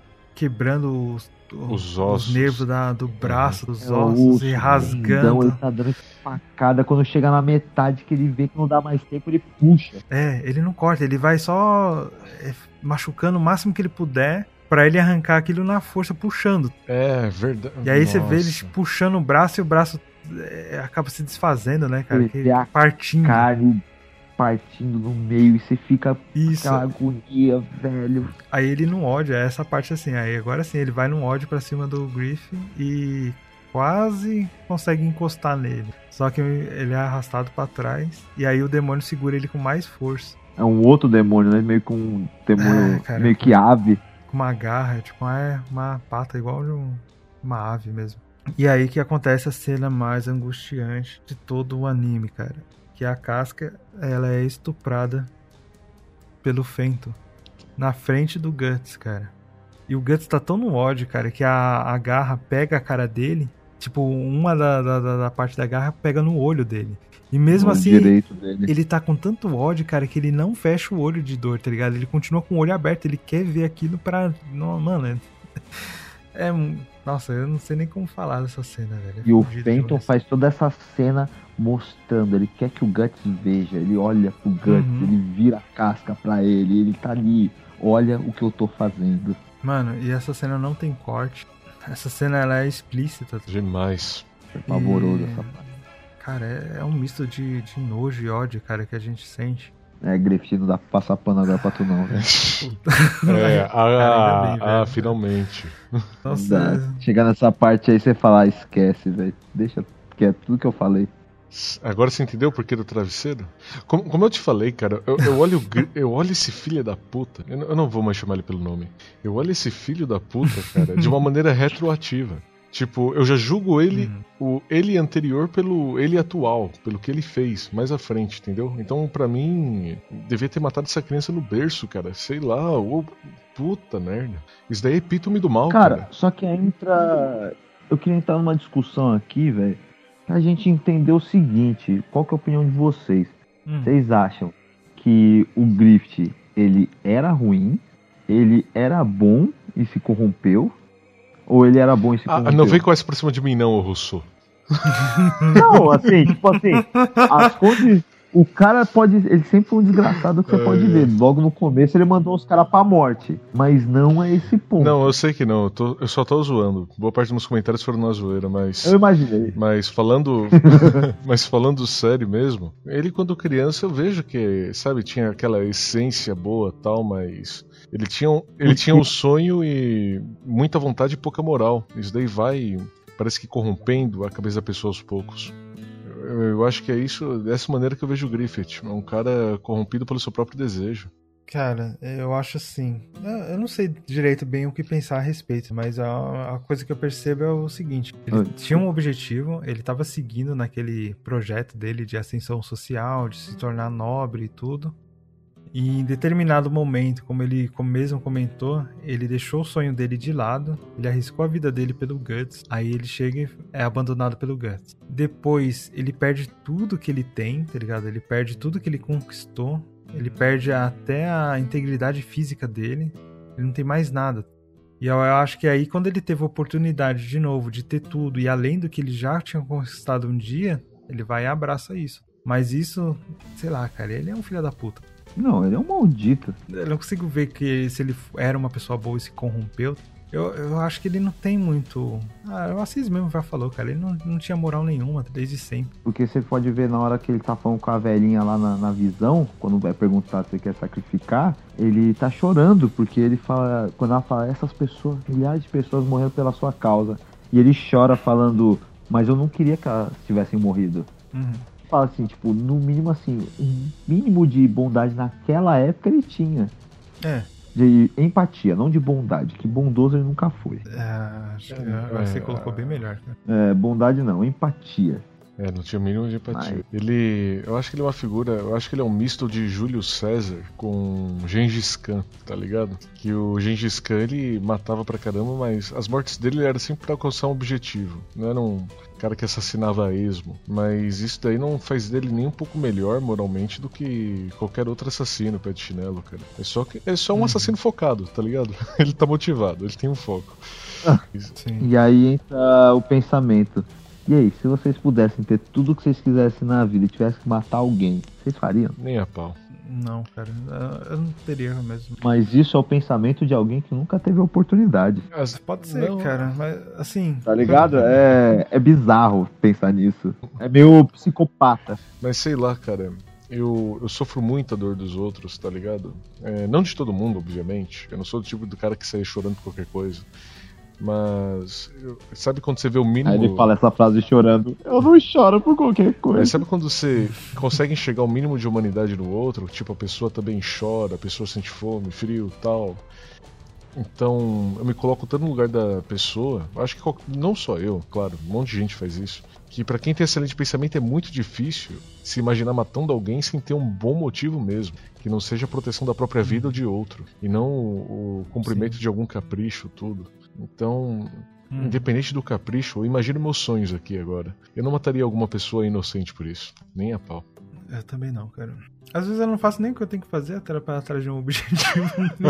quebrando os Os ossos. Os nervos da, do braço, dos é ossos, osso, e rasgando. Então, ele tá dando facada. Quando chega na metade, que ele vê que não dá mais tempo, ele puxa. É, ele não corta, ele vai só é, machucando o máximo que ele puder pra ele arrancar aquilo na força, puxando. É, verdade. E aí Nossa. você vê ele puxando o braço e o braço é, acaba se desfazendo, né, cara? Ele a partindo. Carne partindo no meio e você fica Isso. com aquela agonia, velho. Aí ele não ódio, é essa parte assim. Aí agora sim, ele vai num ódio pra cima do Griffin e quase consegue encostar nele. Só que ele é arrastado pra trás e aí o demônio segura ele com mais força. É um outro demônio, né? Meio com um demônio, ah, cara, meio que ave. Com uma garra, tipo, é uma pata igual de um, uma ave mesmo. E aí que acontece a cena mais angustiante de todo o anime, cara. Que a casca, ela é estuprada pelo Fento na frente do Guts, cara. E o Guts tá tão no ódio, cara, que a, a garra pega a cara dele. Tipo, uma da, da, da parte da garra pega no olho dele. E mesmo no assim, direito dele. Ele tá com tanto ódio, cara, que ele não fecha o olho de dor, tá ligado? Ele continua com o olho aberto, ele quer ver aquilo pra... Não, mano, é... é... Nossa, eu não sei nem como falar dessa cena, velho. E o Fenton faz toda essa cena mostrando, ele quer que o Guts veja, ele olha pro Guts, uhum. ele vira a casca pra ele, ele tá ali, olha o que eu tô fazendo. Mano, e essa cena não tem corte, essa cena ela é explícita. Demais. É pavoroso essa parte. Cara, é, é um misto de, de nojo e ódio, cara, que a gente sente. É, Griffith, não dá pra passar pano agora pra tu não, né? É, ah, cara, bem, ah, finalmente. Nossa. Chegar nessa parte aí, você falar, ah, esquece, velho. Deixa, que é tudo que eu falei. Agora você entendeu o porquê do travesseiro? Como, como eu te falei, cara, eu, eu, olho, eu olho esse filho da puta, eu não, eu não vou mais chamar ele pelo nome. Eu olho esse filho da puta, cara, de uma maneira retroativa. Tipo, eu já julgo ele, uhum. o ele anterior pelo ele atual, pelo que ele fez mais à frente, entendeu? Então, pra mim, devia ter matado essa criança no berço, cara. Sei lá, ô, puta merda. Isso daí é epítome do mal, cara. Cara, só que entra... Eu queria entrar numa discussão aqui, velho, pra gente entender o seguinte, qual que é a opinião de vocês? Hum. Vocês acham que o Griffith, ele era ruim, ele era bom e se corrompeu? Ou ele era bom e se corrompeu? Ah, não vem com essa pra cima de mim não, ô Rousseau. Não, assim, tipo assim, as, condi- O cara pode. Ele sempre foi um desgraçado que você É. pode ver. Logo no começo ele mandou os caras pra morte. Mas não é esse ponto. Não, eu sei que não, eu, tô- eu só tô zoando. Boa parte dos meus comentários foram na zoeira, mas. Eu imaginei. Mas falando. Mas falando sério mesmo, ele quando criança eu vejo que, sabe, tinha aquela essência boa e tal, mas. Ele tinha, um, ele tinha um sonho e muita vontade e pouca moral. Isso daí vai, parece que corrompendo a cabeça da pessoa aos poucos. Eu, eu acho que é isso, dessa maneira que eu vejo o Griffith. É um cara corrompido pelo seu próprio desejo. Cara, eu acho assim. Eu, eu não sei direito bem o que pensar a respeito, mas a, a coisa que eu percebo é o seguinte: ele Oi. tinha um objetivo, ele estava seguindo naquele projeto dele de ascensão social, de se tornar nobre e tudo. E em determinado momento, como ele como mesmo comentou, ele deixou o sonho dele de lado, ele arriscou a vida dele pelo Guts, aí ele chega e é abandonado pelo Guts. Depois, ele perde tudo que ele tem, tá ligado? Ele perde tudo que ele conquistou, ele perde até a integridade física dele, ele não tem mais nada. E eu acho que aí, quando ele teve a oportunidade de novo de ter tudo, e além do que ele já tinha conquistado um dia, ele vai e abraça isso. Mas isso, sei lá, cara, ele é um filho da puta. Não, ele é um maldito. Eu não consigo ver que se ele era uma pessoa boa e se corrompeu. Eu, eu acho que ele não tem muito... Ah, o Assis mesmo já falou, cara. Ele não, não tinha moral nenhuma desde sempre. Porque você pode ver na hora que ele tá falando com a velhinha lá na, na visão, quando vai perguntar se ele quer sacrificar, ele tá chorando, porque ele fala... Quando ela fala, essas pessoas, milhares de pessoas morreram pela sua causa. E ele chora falando, mas eu não queria que elas tivessem morrido. Uhum. Fala assim, tipo, no mínimo assim, um mínimo de bondade naquela época ele tinha. É. De empatia, não de bondade, que bondoso ele nunca foi. É, acho que agora você colocou bem melhor, cara. É, bondade não, empatia. É, não tinha o mínimo de empatia. Ai. Ele. Eu acho que ele é uma figura. Eu acho que ele é um misto de Júlio César com Gengis Khan, tá ligado? Que o Gengis Khan ele matava pra caramba, mas as mortes dele eram sempre pra alcançar um objetivo. Não era um cara que assassinava a esmo. Mas isso daí não faz dele nem um pouco melhor moralmente do que qualquer outro assassino pé de chinelo, cara. É só, que, é só um assassino focado, tá ligado? Ele tá motivado, ele tem um foco. Sim. E aí entra o pensamento. E aí, se vocês pudessem ter tudo o que vocês quisessem na vida e tivessem que matar alguém, vocês fariam? Nem a pau. Não, cara. Eu não teria mesmo. Mas isso é o pensamento de alguém que nunca teve a oportunidade. As- Pode ser, não, cara. Mas, assim... Tá ligado? É, é bizarro pensar nisso. É meio psicopata. Mas sei lá, cara. Eu, eu sofro muito a dor dos outros, tá ligado? É, não de todo mundo, obviamente. Eu não sou do tipo do cara que sai chorando por qualquer coisa. Mas, eu- sabe quando você vê o mínimo... Aí ele fala essa frase chorando. Eu não choro por qualquer coisa. Mas sabe quando você consegue enxergar o mínimo de humanidade no outro? Tipo, a pessoa também chora, a pessoa sente fome, frio e tal. Então, eu me coloco tanto no lugar da pessoa. Acho que qual- não só eu, claro, um monte de gente faz isso. Que pra quem tem excelente pensamento é muito difícil se imaginar matando alguém sem ter um bom motivo mesmo. Que não seja a proteção da própria vida ou de outro. E não o, o cumprimento Sim. de algum capricho, tudo. Então, Hum. independente do capricho, eu imagino meus sonhos aqui agora. Eu não mataria alguma pessoa inocente por isso. Nem a pau. Eu também não, cara. Às vezes eu não faço nem o que eu tenho que fazer até para atrás de um objetivo.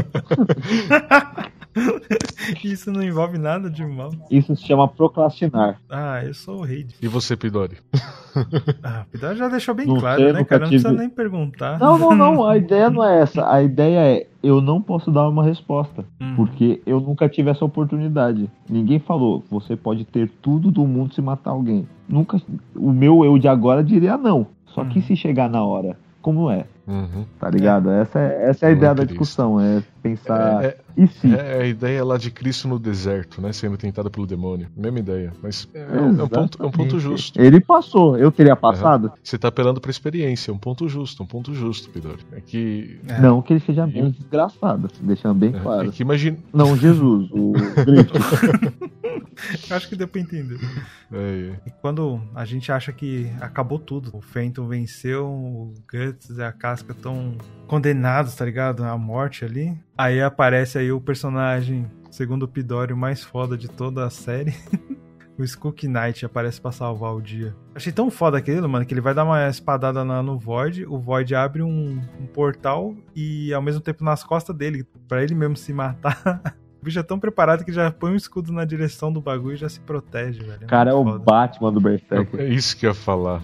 Isso não envolve nada de mal. Isso se chama procrastinar. Ah, eu sou o rei. De... E você, Pidori? Ah, o Pidar já deixou bem Não claro, sei, né, nunca cara? Não precisa tive- nem perguntar. Não, não, não. A ideia não é essa. A ideia é, eu não posso dar uma resposta. Hum. Porque eu nunca tive essa oportunidade. Ninguém falou, você pode ter tudo do mundo se matar alguém. Nunca. O meu eu de agora diria não. Só que Uhum. se chegar na hora, como é? Uhum. Tá ligado? Essa é, essa é a Não, ideia da Cristo. discussão. É pensar. É, E se? é a ideia lá de Cristo no deserto, né? Sendo tentado pelo demônio. Mesma ideia. Mas é, é um, ponto, é um ponto Exatamente. justo. Ele passou. Eu teria passado? Você tá apelando pra experiência. É um ponto justo, um ponto justo, Pidori. É que. É. Não que ele seja bem desgraçado. Deixando bem É, claro. é que imagina. Não, Jesus. O Griffith. Eu acho que deu pra entender. É, E quando a gente acha que acabou tudo, o Fenton venceu, o Guts e a Casca estão condenados, tá ligado? À morte ali. Aí aparece aí o personagem, segundo o Pidori, o mais foda de toda a série. O Skook Knight aparece pra salvar o dia. Achei tão foda aquilo, mano, que ele vai dar uma espadada na- no Void, o Void abre um, um portal e ao mesmo tempo nas costas dele, pra ele mesmo se matar, O bicho é tão preparado que já põe um escudo na direção do bagulho e já se protege, velho. O cara é o Batman do Berserk. É isso que eu ia falar.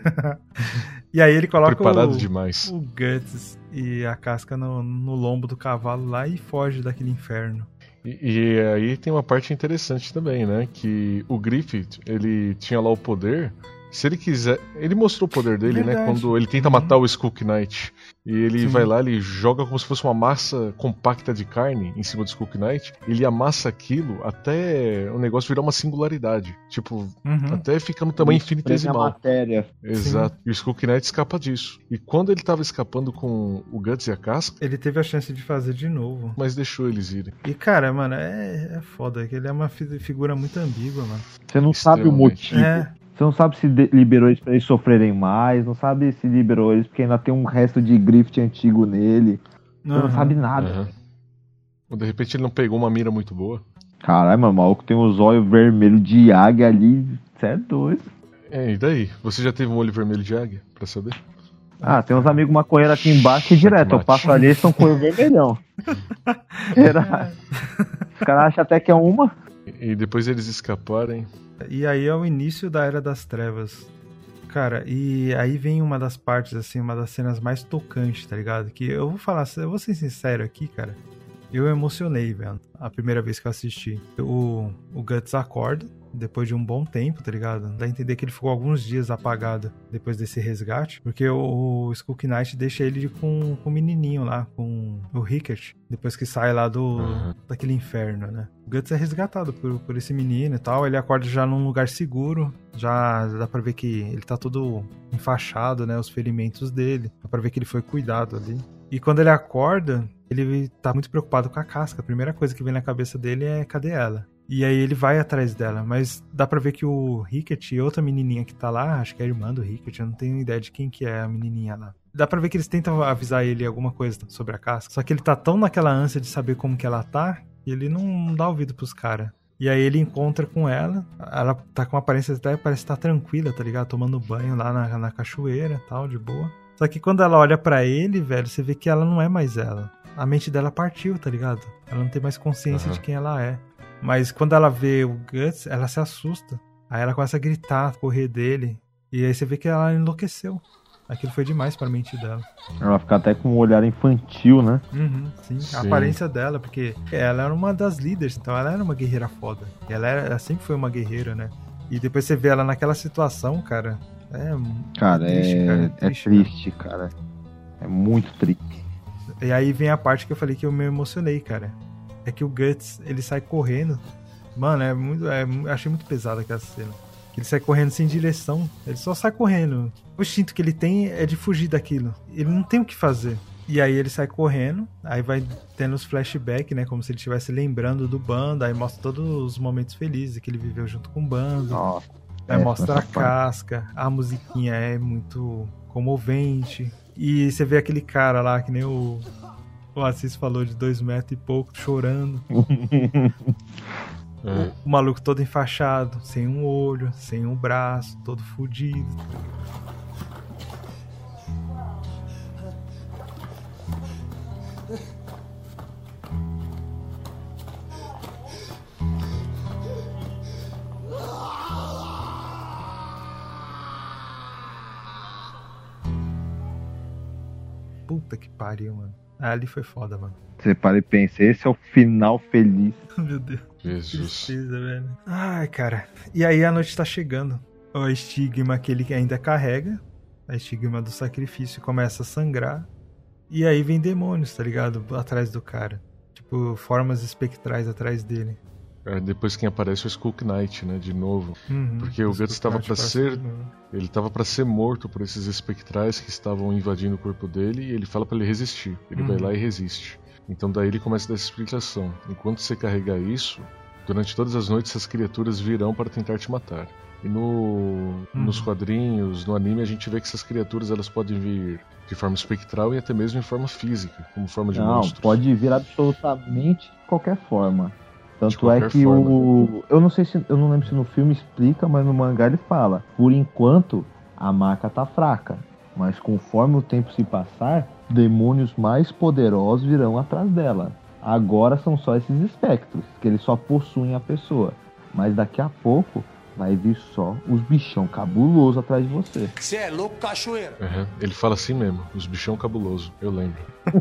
E aí ele coloca Preparado o, demais. o Guts e a casca no, no lombo do cavalo lá e foge daquele inferno. E, e aí tem uma parte interessante também, né? Que o Griffith, ele tinha lá o poder. Se ele quiser... Ele mostrou o poder dele, Verdade. né? Quando ele tenta matar o Skunk Knight. E ele Sim. vai lá, ele joga como se fosse uma massa compacta de carne em cima do Skunk Knight. Ele amassa aquilo até o negócio virar uma singularidade. Tipo, Uhum. até fica no tamanho Prende a infinitesimal. matéria. Exato. E o Skunk Knight escapa disso. E quando ele tava escapando com o Guts e a casca, Ele teve a chance de fazer de novo. mas deixou eles irem. E cara, mano, é, é foda. Que ele é uma fi- figura muito ambígua, mano. Você não sabe o Extremamente. motivo. É. Você não sabe se de- liberou eles pra eles sofrerem mais, não sabe se liberou eles porque ainda tem um resto de Griffith antigo nele. Você não Uhum. sabe nada. Aham. Ou de repente ele não pegou uma mira muito boa. Caralho, mano, o maluco tem os olhos vermelhos de águia ali. Você é doido. É, e daí? Você já teve um olho vermelho de águia, pra saber? Ah, tem uns amigos maconheiros aqui embaixo que direto. Eu Checkmate. passo ali, eles estão com o olho vermelhão. Será? Os caras acham até que é uma. E, e depois eles escaparem. E aí é o início da Era das Trevas. Cara, e aí vem uma das partes, assim, uma das cenas mais tocantes, tá ligado? Que eu vou falar, eu vou ser sincero aqui, cara. Eu emocionei, velho, a primeira vez que eu assisti. O, o Guts acorda, depois de um bom tempo, tá ligado? Dá a entender que ele ficou alguns dias apagado depois desse resgate, porque o, o Skunk Knight deixa ele com, com o menininho lá, com o Rickert, depois que sai lá do Uhum. daquele inferno, né? O Guts é resgatado por, por esse menino e tal, ele acorda já num lugar seguro, já dá pra ver que ele tá todo enfaixado, né? Os ferimentos dele, dá pra ver que ele foi cuidado ali. E quando ele acorda, ele tá muito preocupado com a casca. A primeira coisa que vem na cabeça dele é: cadê ela? E aí ele vai atrás dela, mas dá pra ver que o Rickert e outra menininha que tá lá, acho que é a irmã do Rickert, eu não tenho ideia de quem que é a menininha lá. Dá pra ver que eles tentam avisar ele alguma coisa sobre a casca, só que ele tá tão naquela ânsia de saber como que ela tá, que ele não dá ouvido pros caras. E aí ele encontra com ela, ela tá com uma aparência até, parece estar tranquila, tá ligado? Tomando banho lá na, na cachoeira e tal, de boa. Só que quando ela olha pra ele, velho, você vê que ela não é mais ela. A mente dela partiu, tá ligado? Ela não tem mais consciência Uhum. de quem ela é. Mas quando ela vê o Guts, ela se assusta. Aí ela começa a gritar, correr dele. E aí você vê que ela enlouqueceu. Aquilo foi demais pra mente dela. Ela fica até com um olhar infantil, né? Uhum, sim. Sim. A aparência dela, porque ela era uma das líderes, então ela era uma guerreira foda. Ela, era, ela sempre foi uma guerreira, né? E depois você vê ela naquela situação, cara. É, Cara, triste, é, cara, é triste, triste, cara. É muito triste. E aí vem a parte que eu falei que eu me emocionei, cara. É que o Guts, ele sai correndo. Mano, é muito, é, achei muito pesado aquela cena. Que ele sai correndo sem direção. Ele só sai correndo. O instinto que ele tem é de fugir daquilo. Ele não tem o que fazer. E aí ele sai correndo. Aí vai tendo os flashbacks, né? Como se ele estivesse lembrando do bando. Aí mostra todos os momentos felizes que ele viveu junto com o bando. Nossa. Aí É, mostra a essa parte. casca. A musiquinha é muito comovente. E você vê aquele cara lá, que nem o, o Assis falou, de dois metros e pouco, chorando. É. O maluco todo enfaixado, sem um olho, sem um braço, todo fudido. Puta que pariu, mano. Ali foi foda, mano. Você para e pensa, esse é o final feliz. Meu Deus. Jesus. Tristeza, velho. Ai, cara. E aí a noite tá chegando. O estigma que ele ainda carrega, a estigma do sacrifício, começa a sangrar. E aí vem demônios, tá ligado? Atrás do cara. Tipo, formas espectrais atrás dele. É, depois quem aparece é o Skunk Knight, né? De novo. Uhum. Porque o Os Guts estava pra parece ser. que não. Ele estava pra ser morto por esses espectrais que estavam invadindo o corpo dele. E ele fala pra ele resistir. Ele Uhum. vai lá e resiste. Então daí ele começa a dar essa explicação. Enquanto você carregar isso, durante todas as noites essas criaturas virão para tentar te matar. E no, Uhum. nos quadrinhos, no anime, a gente vê que essas criaturas elas podem vir de forma espectral e até mesmo em forma física, como forma de Não, monstros. pode vir absolutamente de qualquer forma. Tanto qualquer é que forma. o. Eu não sei se. Eu não lembro se no filme explica, mas no mangá ele fala. Por enquanto, a marca tá fraca. Mas conforme o tempo se passar, demônios mais poderosos virão atrás dela. Agora são só esses espectros, que eles só possuem a pessoa. Mas daqui a pouco vai vir só os bichão cabuloso atrás de você. Você é louco, cachoeira? Uhum. Ele fala assim mesmo, os bichão cabuloso, eu lembro.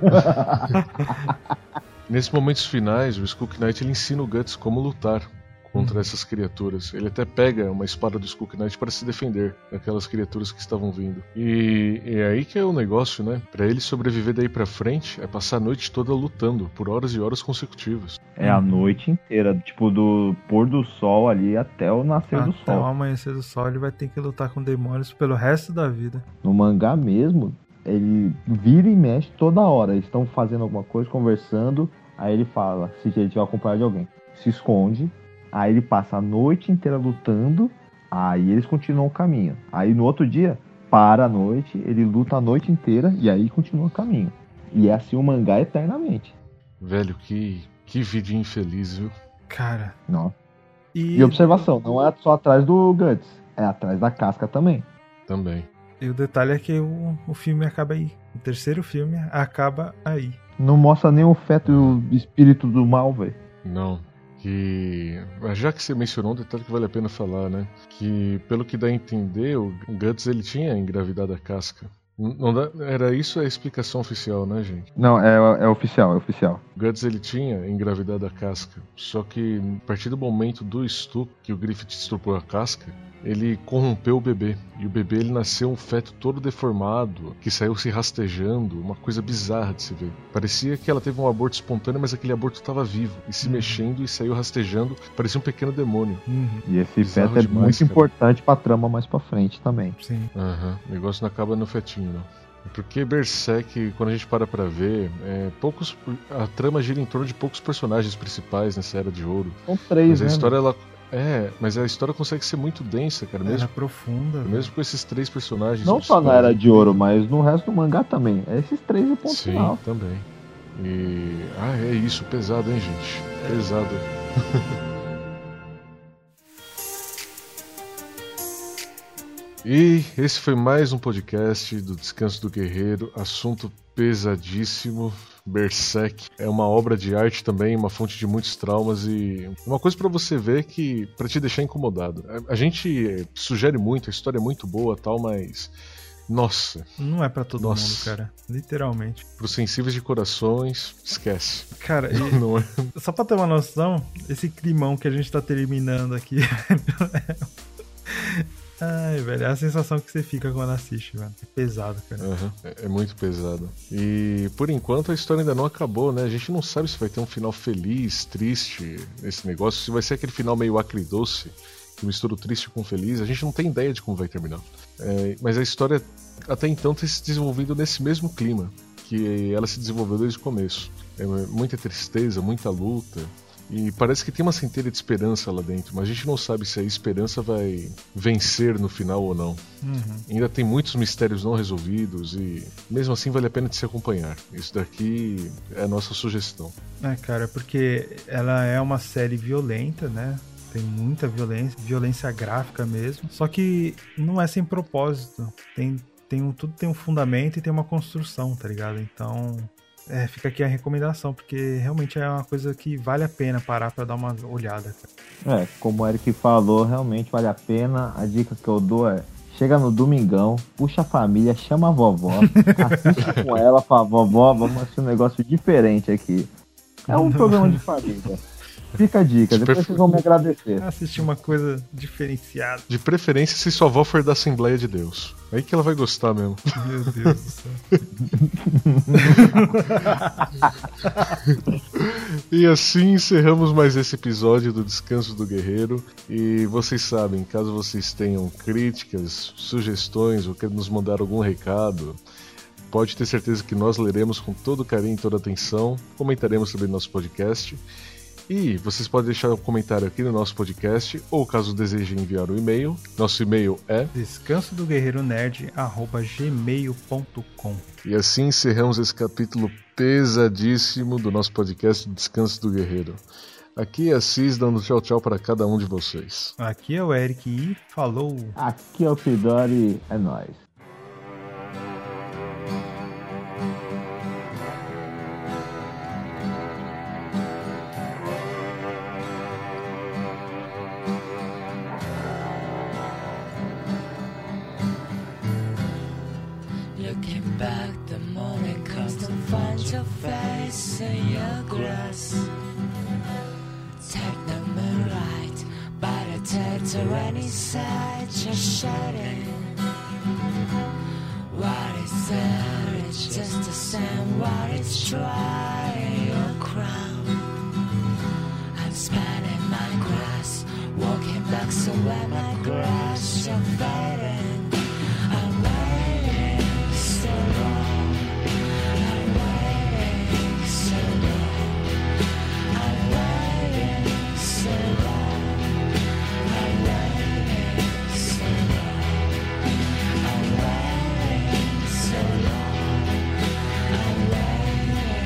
Nesses momentos finais, o Skunk Knight ele ensina o Guts como lutar contra essas criaturas. Ele até pega uma espada do Skunk Knight para se defender daquelas criaturas que estavam vindo. E é aí que é o negócio, né? Pra ele sobreviver daí pra frente, é passar a noite toda lutando, por horas e horas consecutivas. É a noite inteira, tipo, do pôr do sol ali até o nascer Até do sol. o amanhecer do sol, ele vai ter que lutar com demônios pelo resto da vida. No mangá mesmo, ele vira e mexe toda hora. Eles estão fazendo alguma coisa, conversando, aí ele fala, se ele tiver acompanhado de alguém, se esconde. Aí ele passa a noite inteira lutando, aí eles continuam o caminho. Aí no outro dia, para a noite, ele luta a noite inteira e aí continua o caminho. E é assim o mangá eternamente. Velho, que, que vida infeliz, viu? Cara. Nossa. E... e observação, não é só atrás do Guts, é atrás da casca também. Também. E o detalhe é que o, o filme acaba aí. O terceiro filme acaba aí. Não mostra nem o feto e o espírito do mal, velho. Não. Que, já que você mencionou um detalhe que vale a pena falar, né? Que pelo que dá a entender, o Guts ele tinha engravidado a casca. Não dá, era isso a explicação oficial, né, gente? Não, é, é oficial, é oficial. O Guts ele tinha engravidado a casca, só que a partir do momento do estupro, que o Griffith estuprou a casca, ele corrompeu o bebê. E o bebê ele nasceu um feto todo deformado, que saiu se rastejando, uma coisa bizarra de se ver. Parecia que ela teve um aborto espontâneo, mas aquele aborto estava vivo, e se uhum. mexendo e saiu rastejando, parecia um pequeno demônio. Uhum. E esse bizarro feto é demais, muito cara. Importante pra trama mais pra frente também. Sim. Uhum. O negócio não acaba no fetinho, não. Porque Berserk, quando a gente para pra ver, é, poucos, a trama gira em torno de poucos personagens principais nessa Era de Ouro. São três, mas a né? história, ela, é, mas a história consegue ser muito densa, cara. Mesmo, é profunda. Mesmo velho. Com esses três personagens. Não só na Era de Ouro, mas no resto do mangá também. É esses três e ponto Sim, final. também. E... Ah, é isso, pesado, hein, gente? Pesado. E esse foi mais um podcast do Descanso do Guerreiro, assunto pesadíssimo. Berserk é uma obra de arte também, uma fonte de muitos traumas e uma coisa pra você ver que para te deixar incomodado. A, a gente sugere muito, a história é muito boa, tal, mas nossa, não é pra todo nossa. mundo, cara, literalmente. Pros sensíveis de corações, esquece. Cara, e, não é. Só pra ter uma noção, esse climão que a gente tá terminando aqui. Ai, velho, é a sensação que você fica quando assiste, velho. É pesado, cara. Uhum, é, é muito pesado. E por enquanto a história ainda não acabou, né? A gente não sabe se vai ter um final feliz, triste, esse negócio, se vai ser aquele final meio acridoce, que mistura o triste com o feliz. A gente não tem ideia de como vai terminar. É, mas a história até então tem se desenvolvido nesse mesmo clima que ela se desenvolveu desde o começo. É muita tristeza, muita luta. E parece que tem uma centelha de esperança lá dentro, mas a gente não sabe se a esperança vai vencer no final ou não. Uhum. Ainda tem muitos mistérios não resolvidos e mesmo assim vale a pena de se acompanhar. Isso daqui é a nossa sugestão. É, cara, porque ela é uma série violenta, né? Tem muita violência, violência gráfica mesmo. Só que não é sem propósito. Tem, tem um, tudo tem um fundamento e tem uma construção, tá ligado? Então... É, fica aqui a recomendação, porque realmente é uma coisa que vale a pena parar pra dar uma olhada, cara. É, como o Eric falou, realmente vale a pena. A dica que eu dou é: chega no domingão, puxa a família, chama a vovó, assiste com ela, fala, vovó, vamos assistir um negócio diferente aqui. É um programa de família. Fica a dica, de depois prefer... vocês vão me agradecer. Assistir uma coisa diferenciada. De preferência se sua avó for da Assembleia de Deus. Aí que ela vai gostar mesmo. Meu Deus do céu. E assim encerramos mais esse episódio do Descanso do Guerreiro. E vocês sabem, caso vocês tenham críticas, sugestões ou queiram nos mandar algum recado, pode ter certeza que nós leremos com todo carinho e toda atenção. Comentaremos também no nosso podcast. E vocês podem deixar um comentário aqui no nosso podcast, ou caso desejem enviar um e-mail, nosso e-mail é descanso do guerreiro nerd arroba gmail ponto com. E assim encerramos esse capítulo pesadíssimo do nosso podcast Descanso do Guerreiro. Aqui é a Cis dando tchau tchau para cada um de vocês. Aqui é o Eric e falou. Aqui é o Fidori, é nóis. in your grass. Take the moonlight, but I take to any side, just shouting. What is there? It's just the same. What it's trying your crown. I'm spanning my grass, walking back so where my grass are fading. I'm waiting so long. I'm waiting so long. I'm waiting so long. I'm waiting so long. I'm waiting so long. I'm waiting.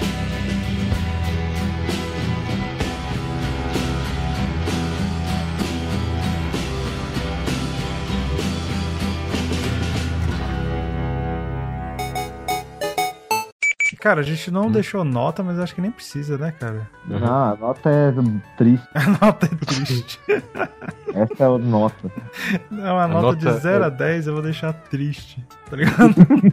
Cara, a gente não hum. deixou nota, mas acho que nem precisa, né, cara? Uhum. Ah, a nota é triste. A nota é triste. Essa é a nota. Não, a, a nota, nota de zero é... a dez eu vou deixar triste, tá ligado?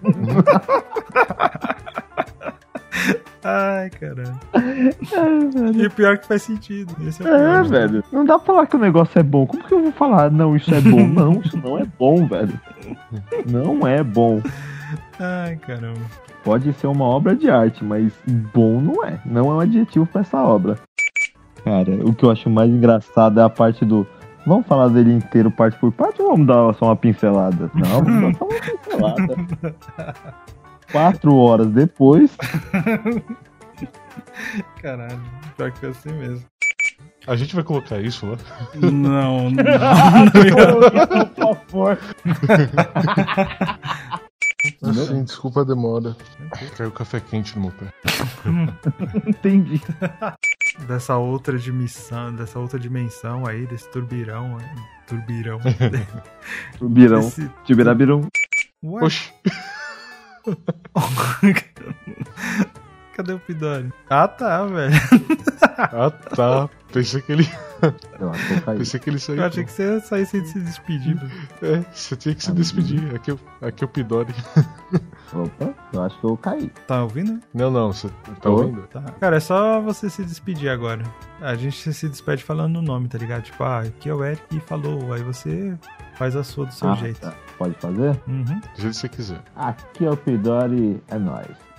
Ai, caramba. É, e o pior que faz sentido. Esse é o pior, é velho. Não dá pra falar que o negócio é bom. Como que eu vou falar, não, isso é bom? Não, isso não é bom, velho. Não é bom. Ai, caramba. Pode ser uma obra de arte, mas bom não é. Não é um adjetivo pra essa obra. Cara, o que eu acho mais engraçado é a parte do... Vamos falar dele inteiro, parte por parte, ou vamos dar só uma pincelada? Não, vamos dar só uma pincelada. Quatro horas depois... Caralho, pior que foi assim mesmo. A gente vai colocar isso lá? Não, não. Por favor. Sim, desculpa a demora. Caiu café quente no meu pé. Entendi. Dessa outra dimensão, dessa outra dimensão aí, desse turbirão. Aí, turbirão. Turbirão. Esse... Tibirabirão. Oxi. Cadê o Pidori? Ah, tá, velho. Ah, tá. Pensei que ele... Eu acho que eu Pensei que ele saiu. Eu achei que você ia sair sem se despedir. É, você tinha que se despedir. Aqui, aqui é o Pidori. Opa, eu acho que eu caí. Tá ouvindo? Não, não, você tá Oi? ouvindo? Tá. Cara, é só você se despedir agora. A gente se despede falando o nome, tá ligado? Tipo, ah, aqui é o Eric e falou. Aí você faz a sua do seu ah, jeito. Tá. Pode fazer? Uhum. Do jeito que você quiser. Aqui é o Pidori, é nóis.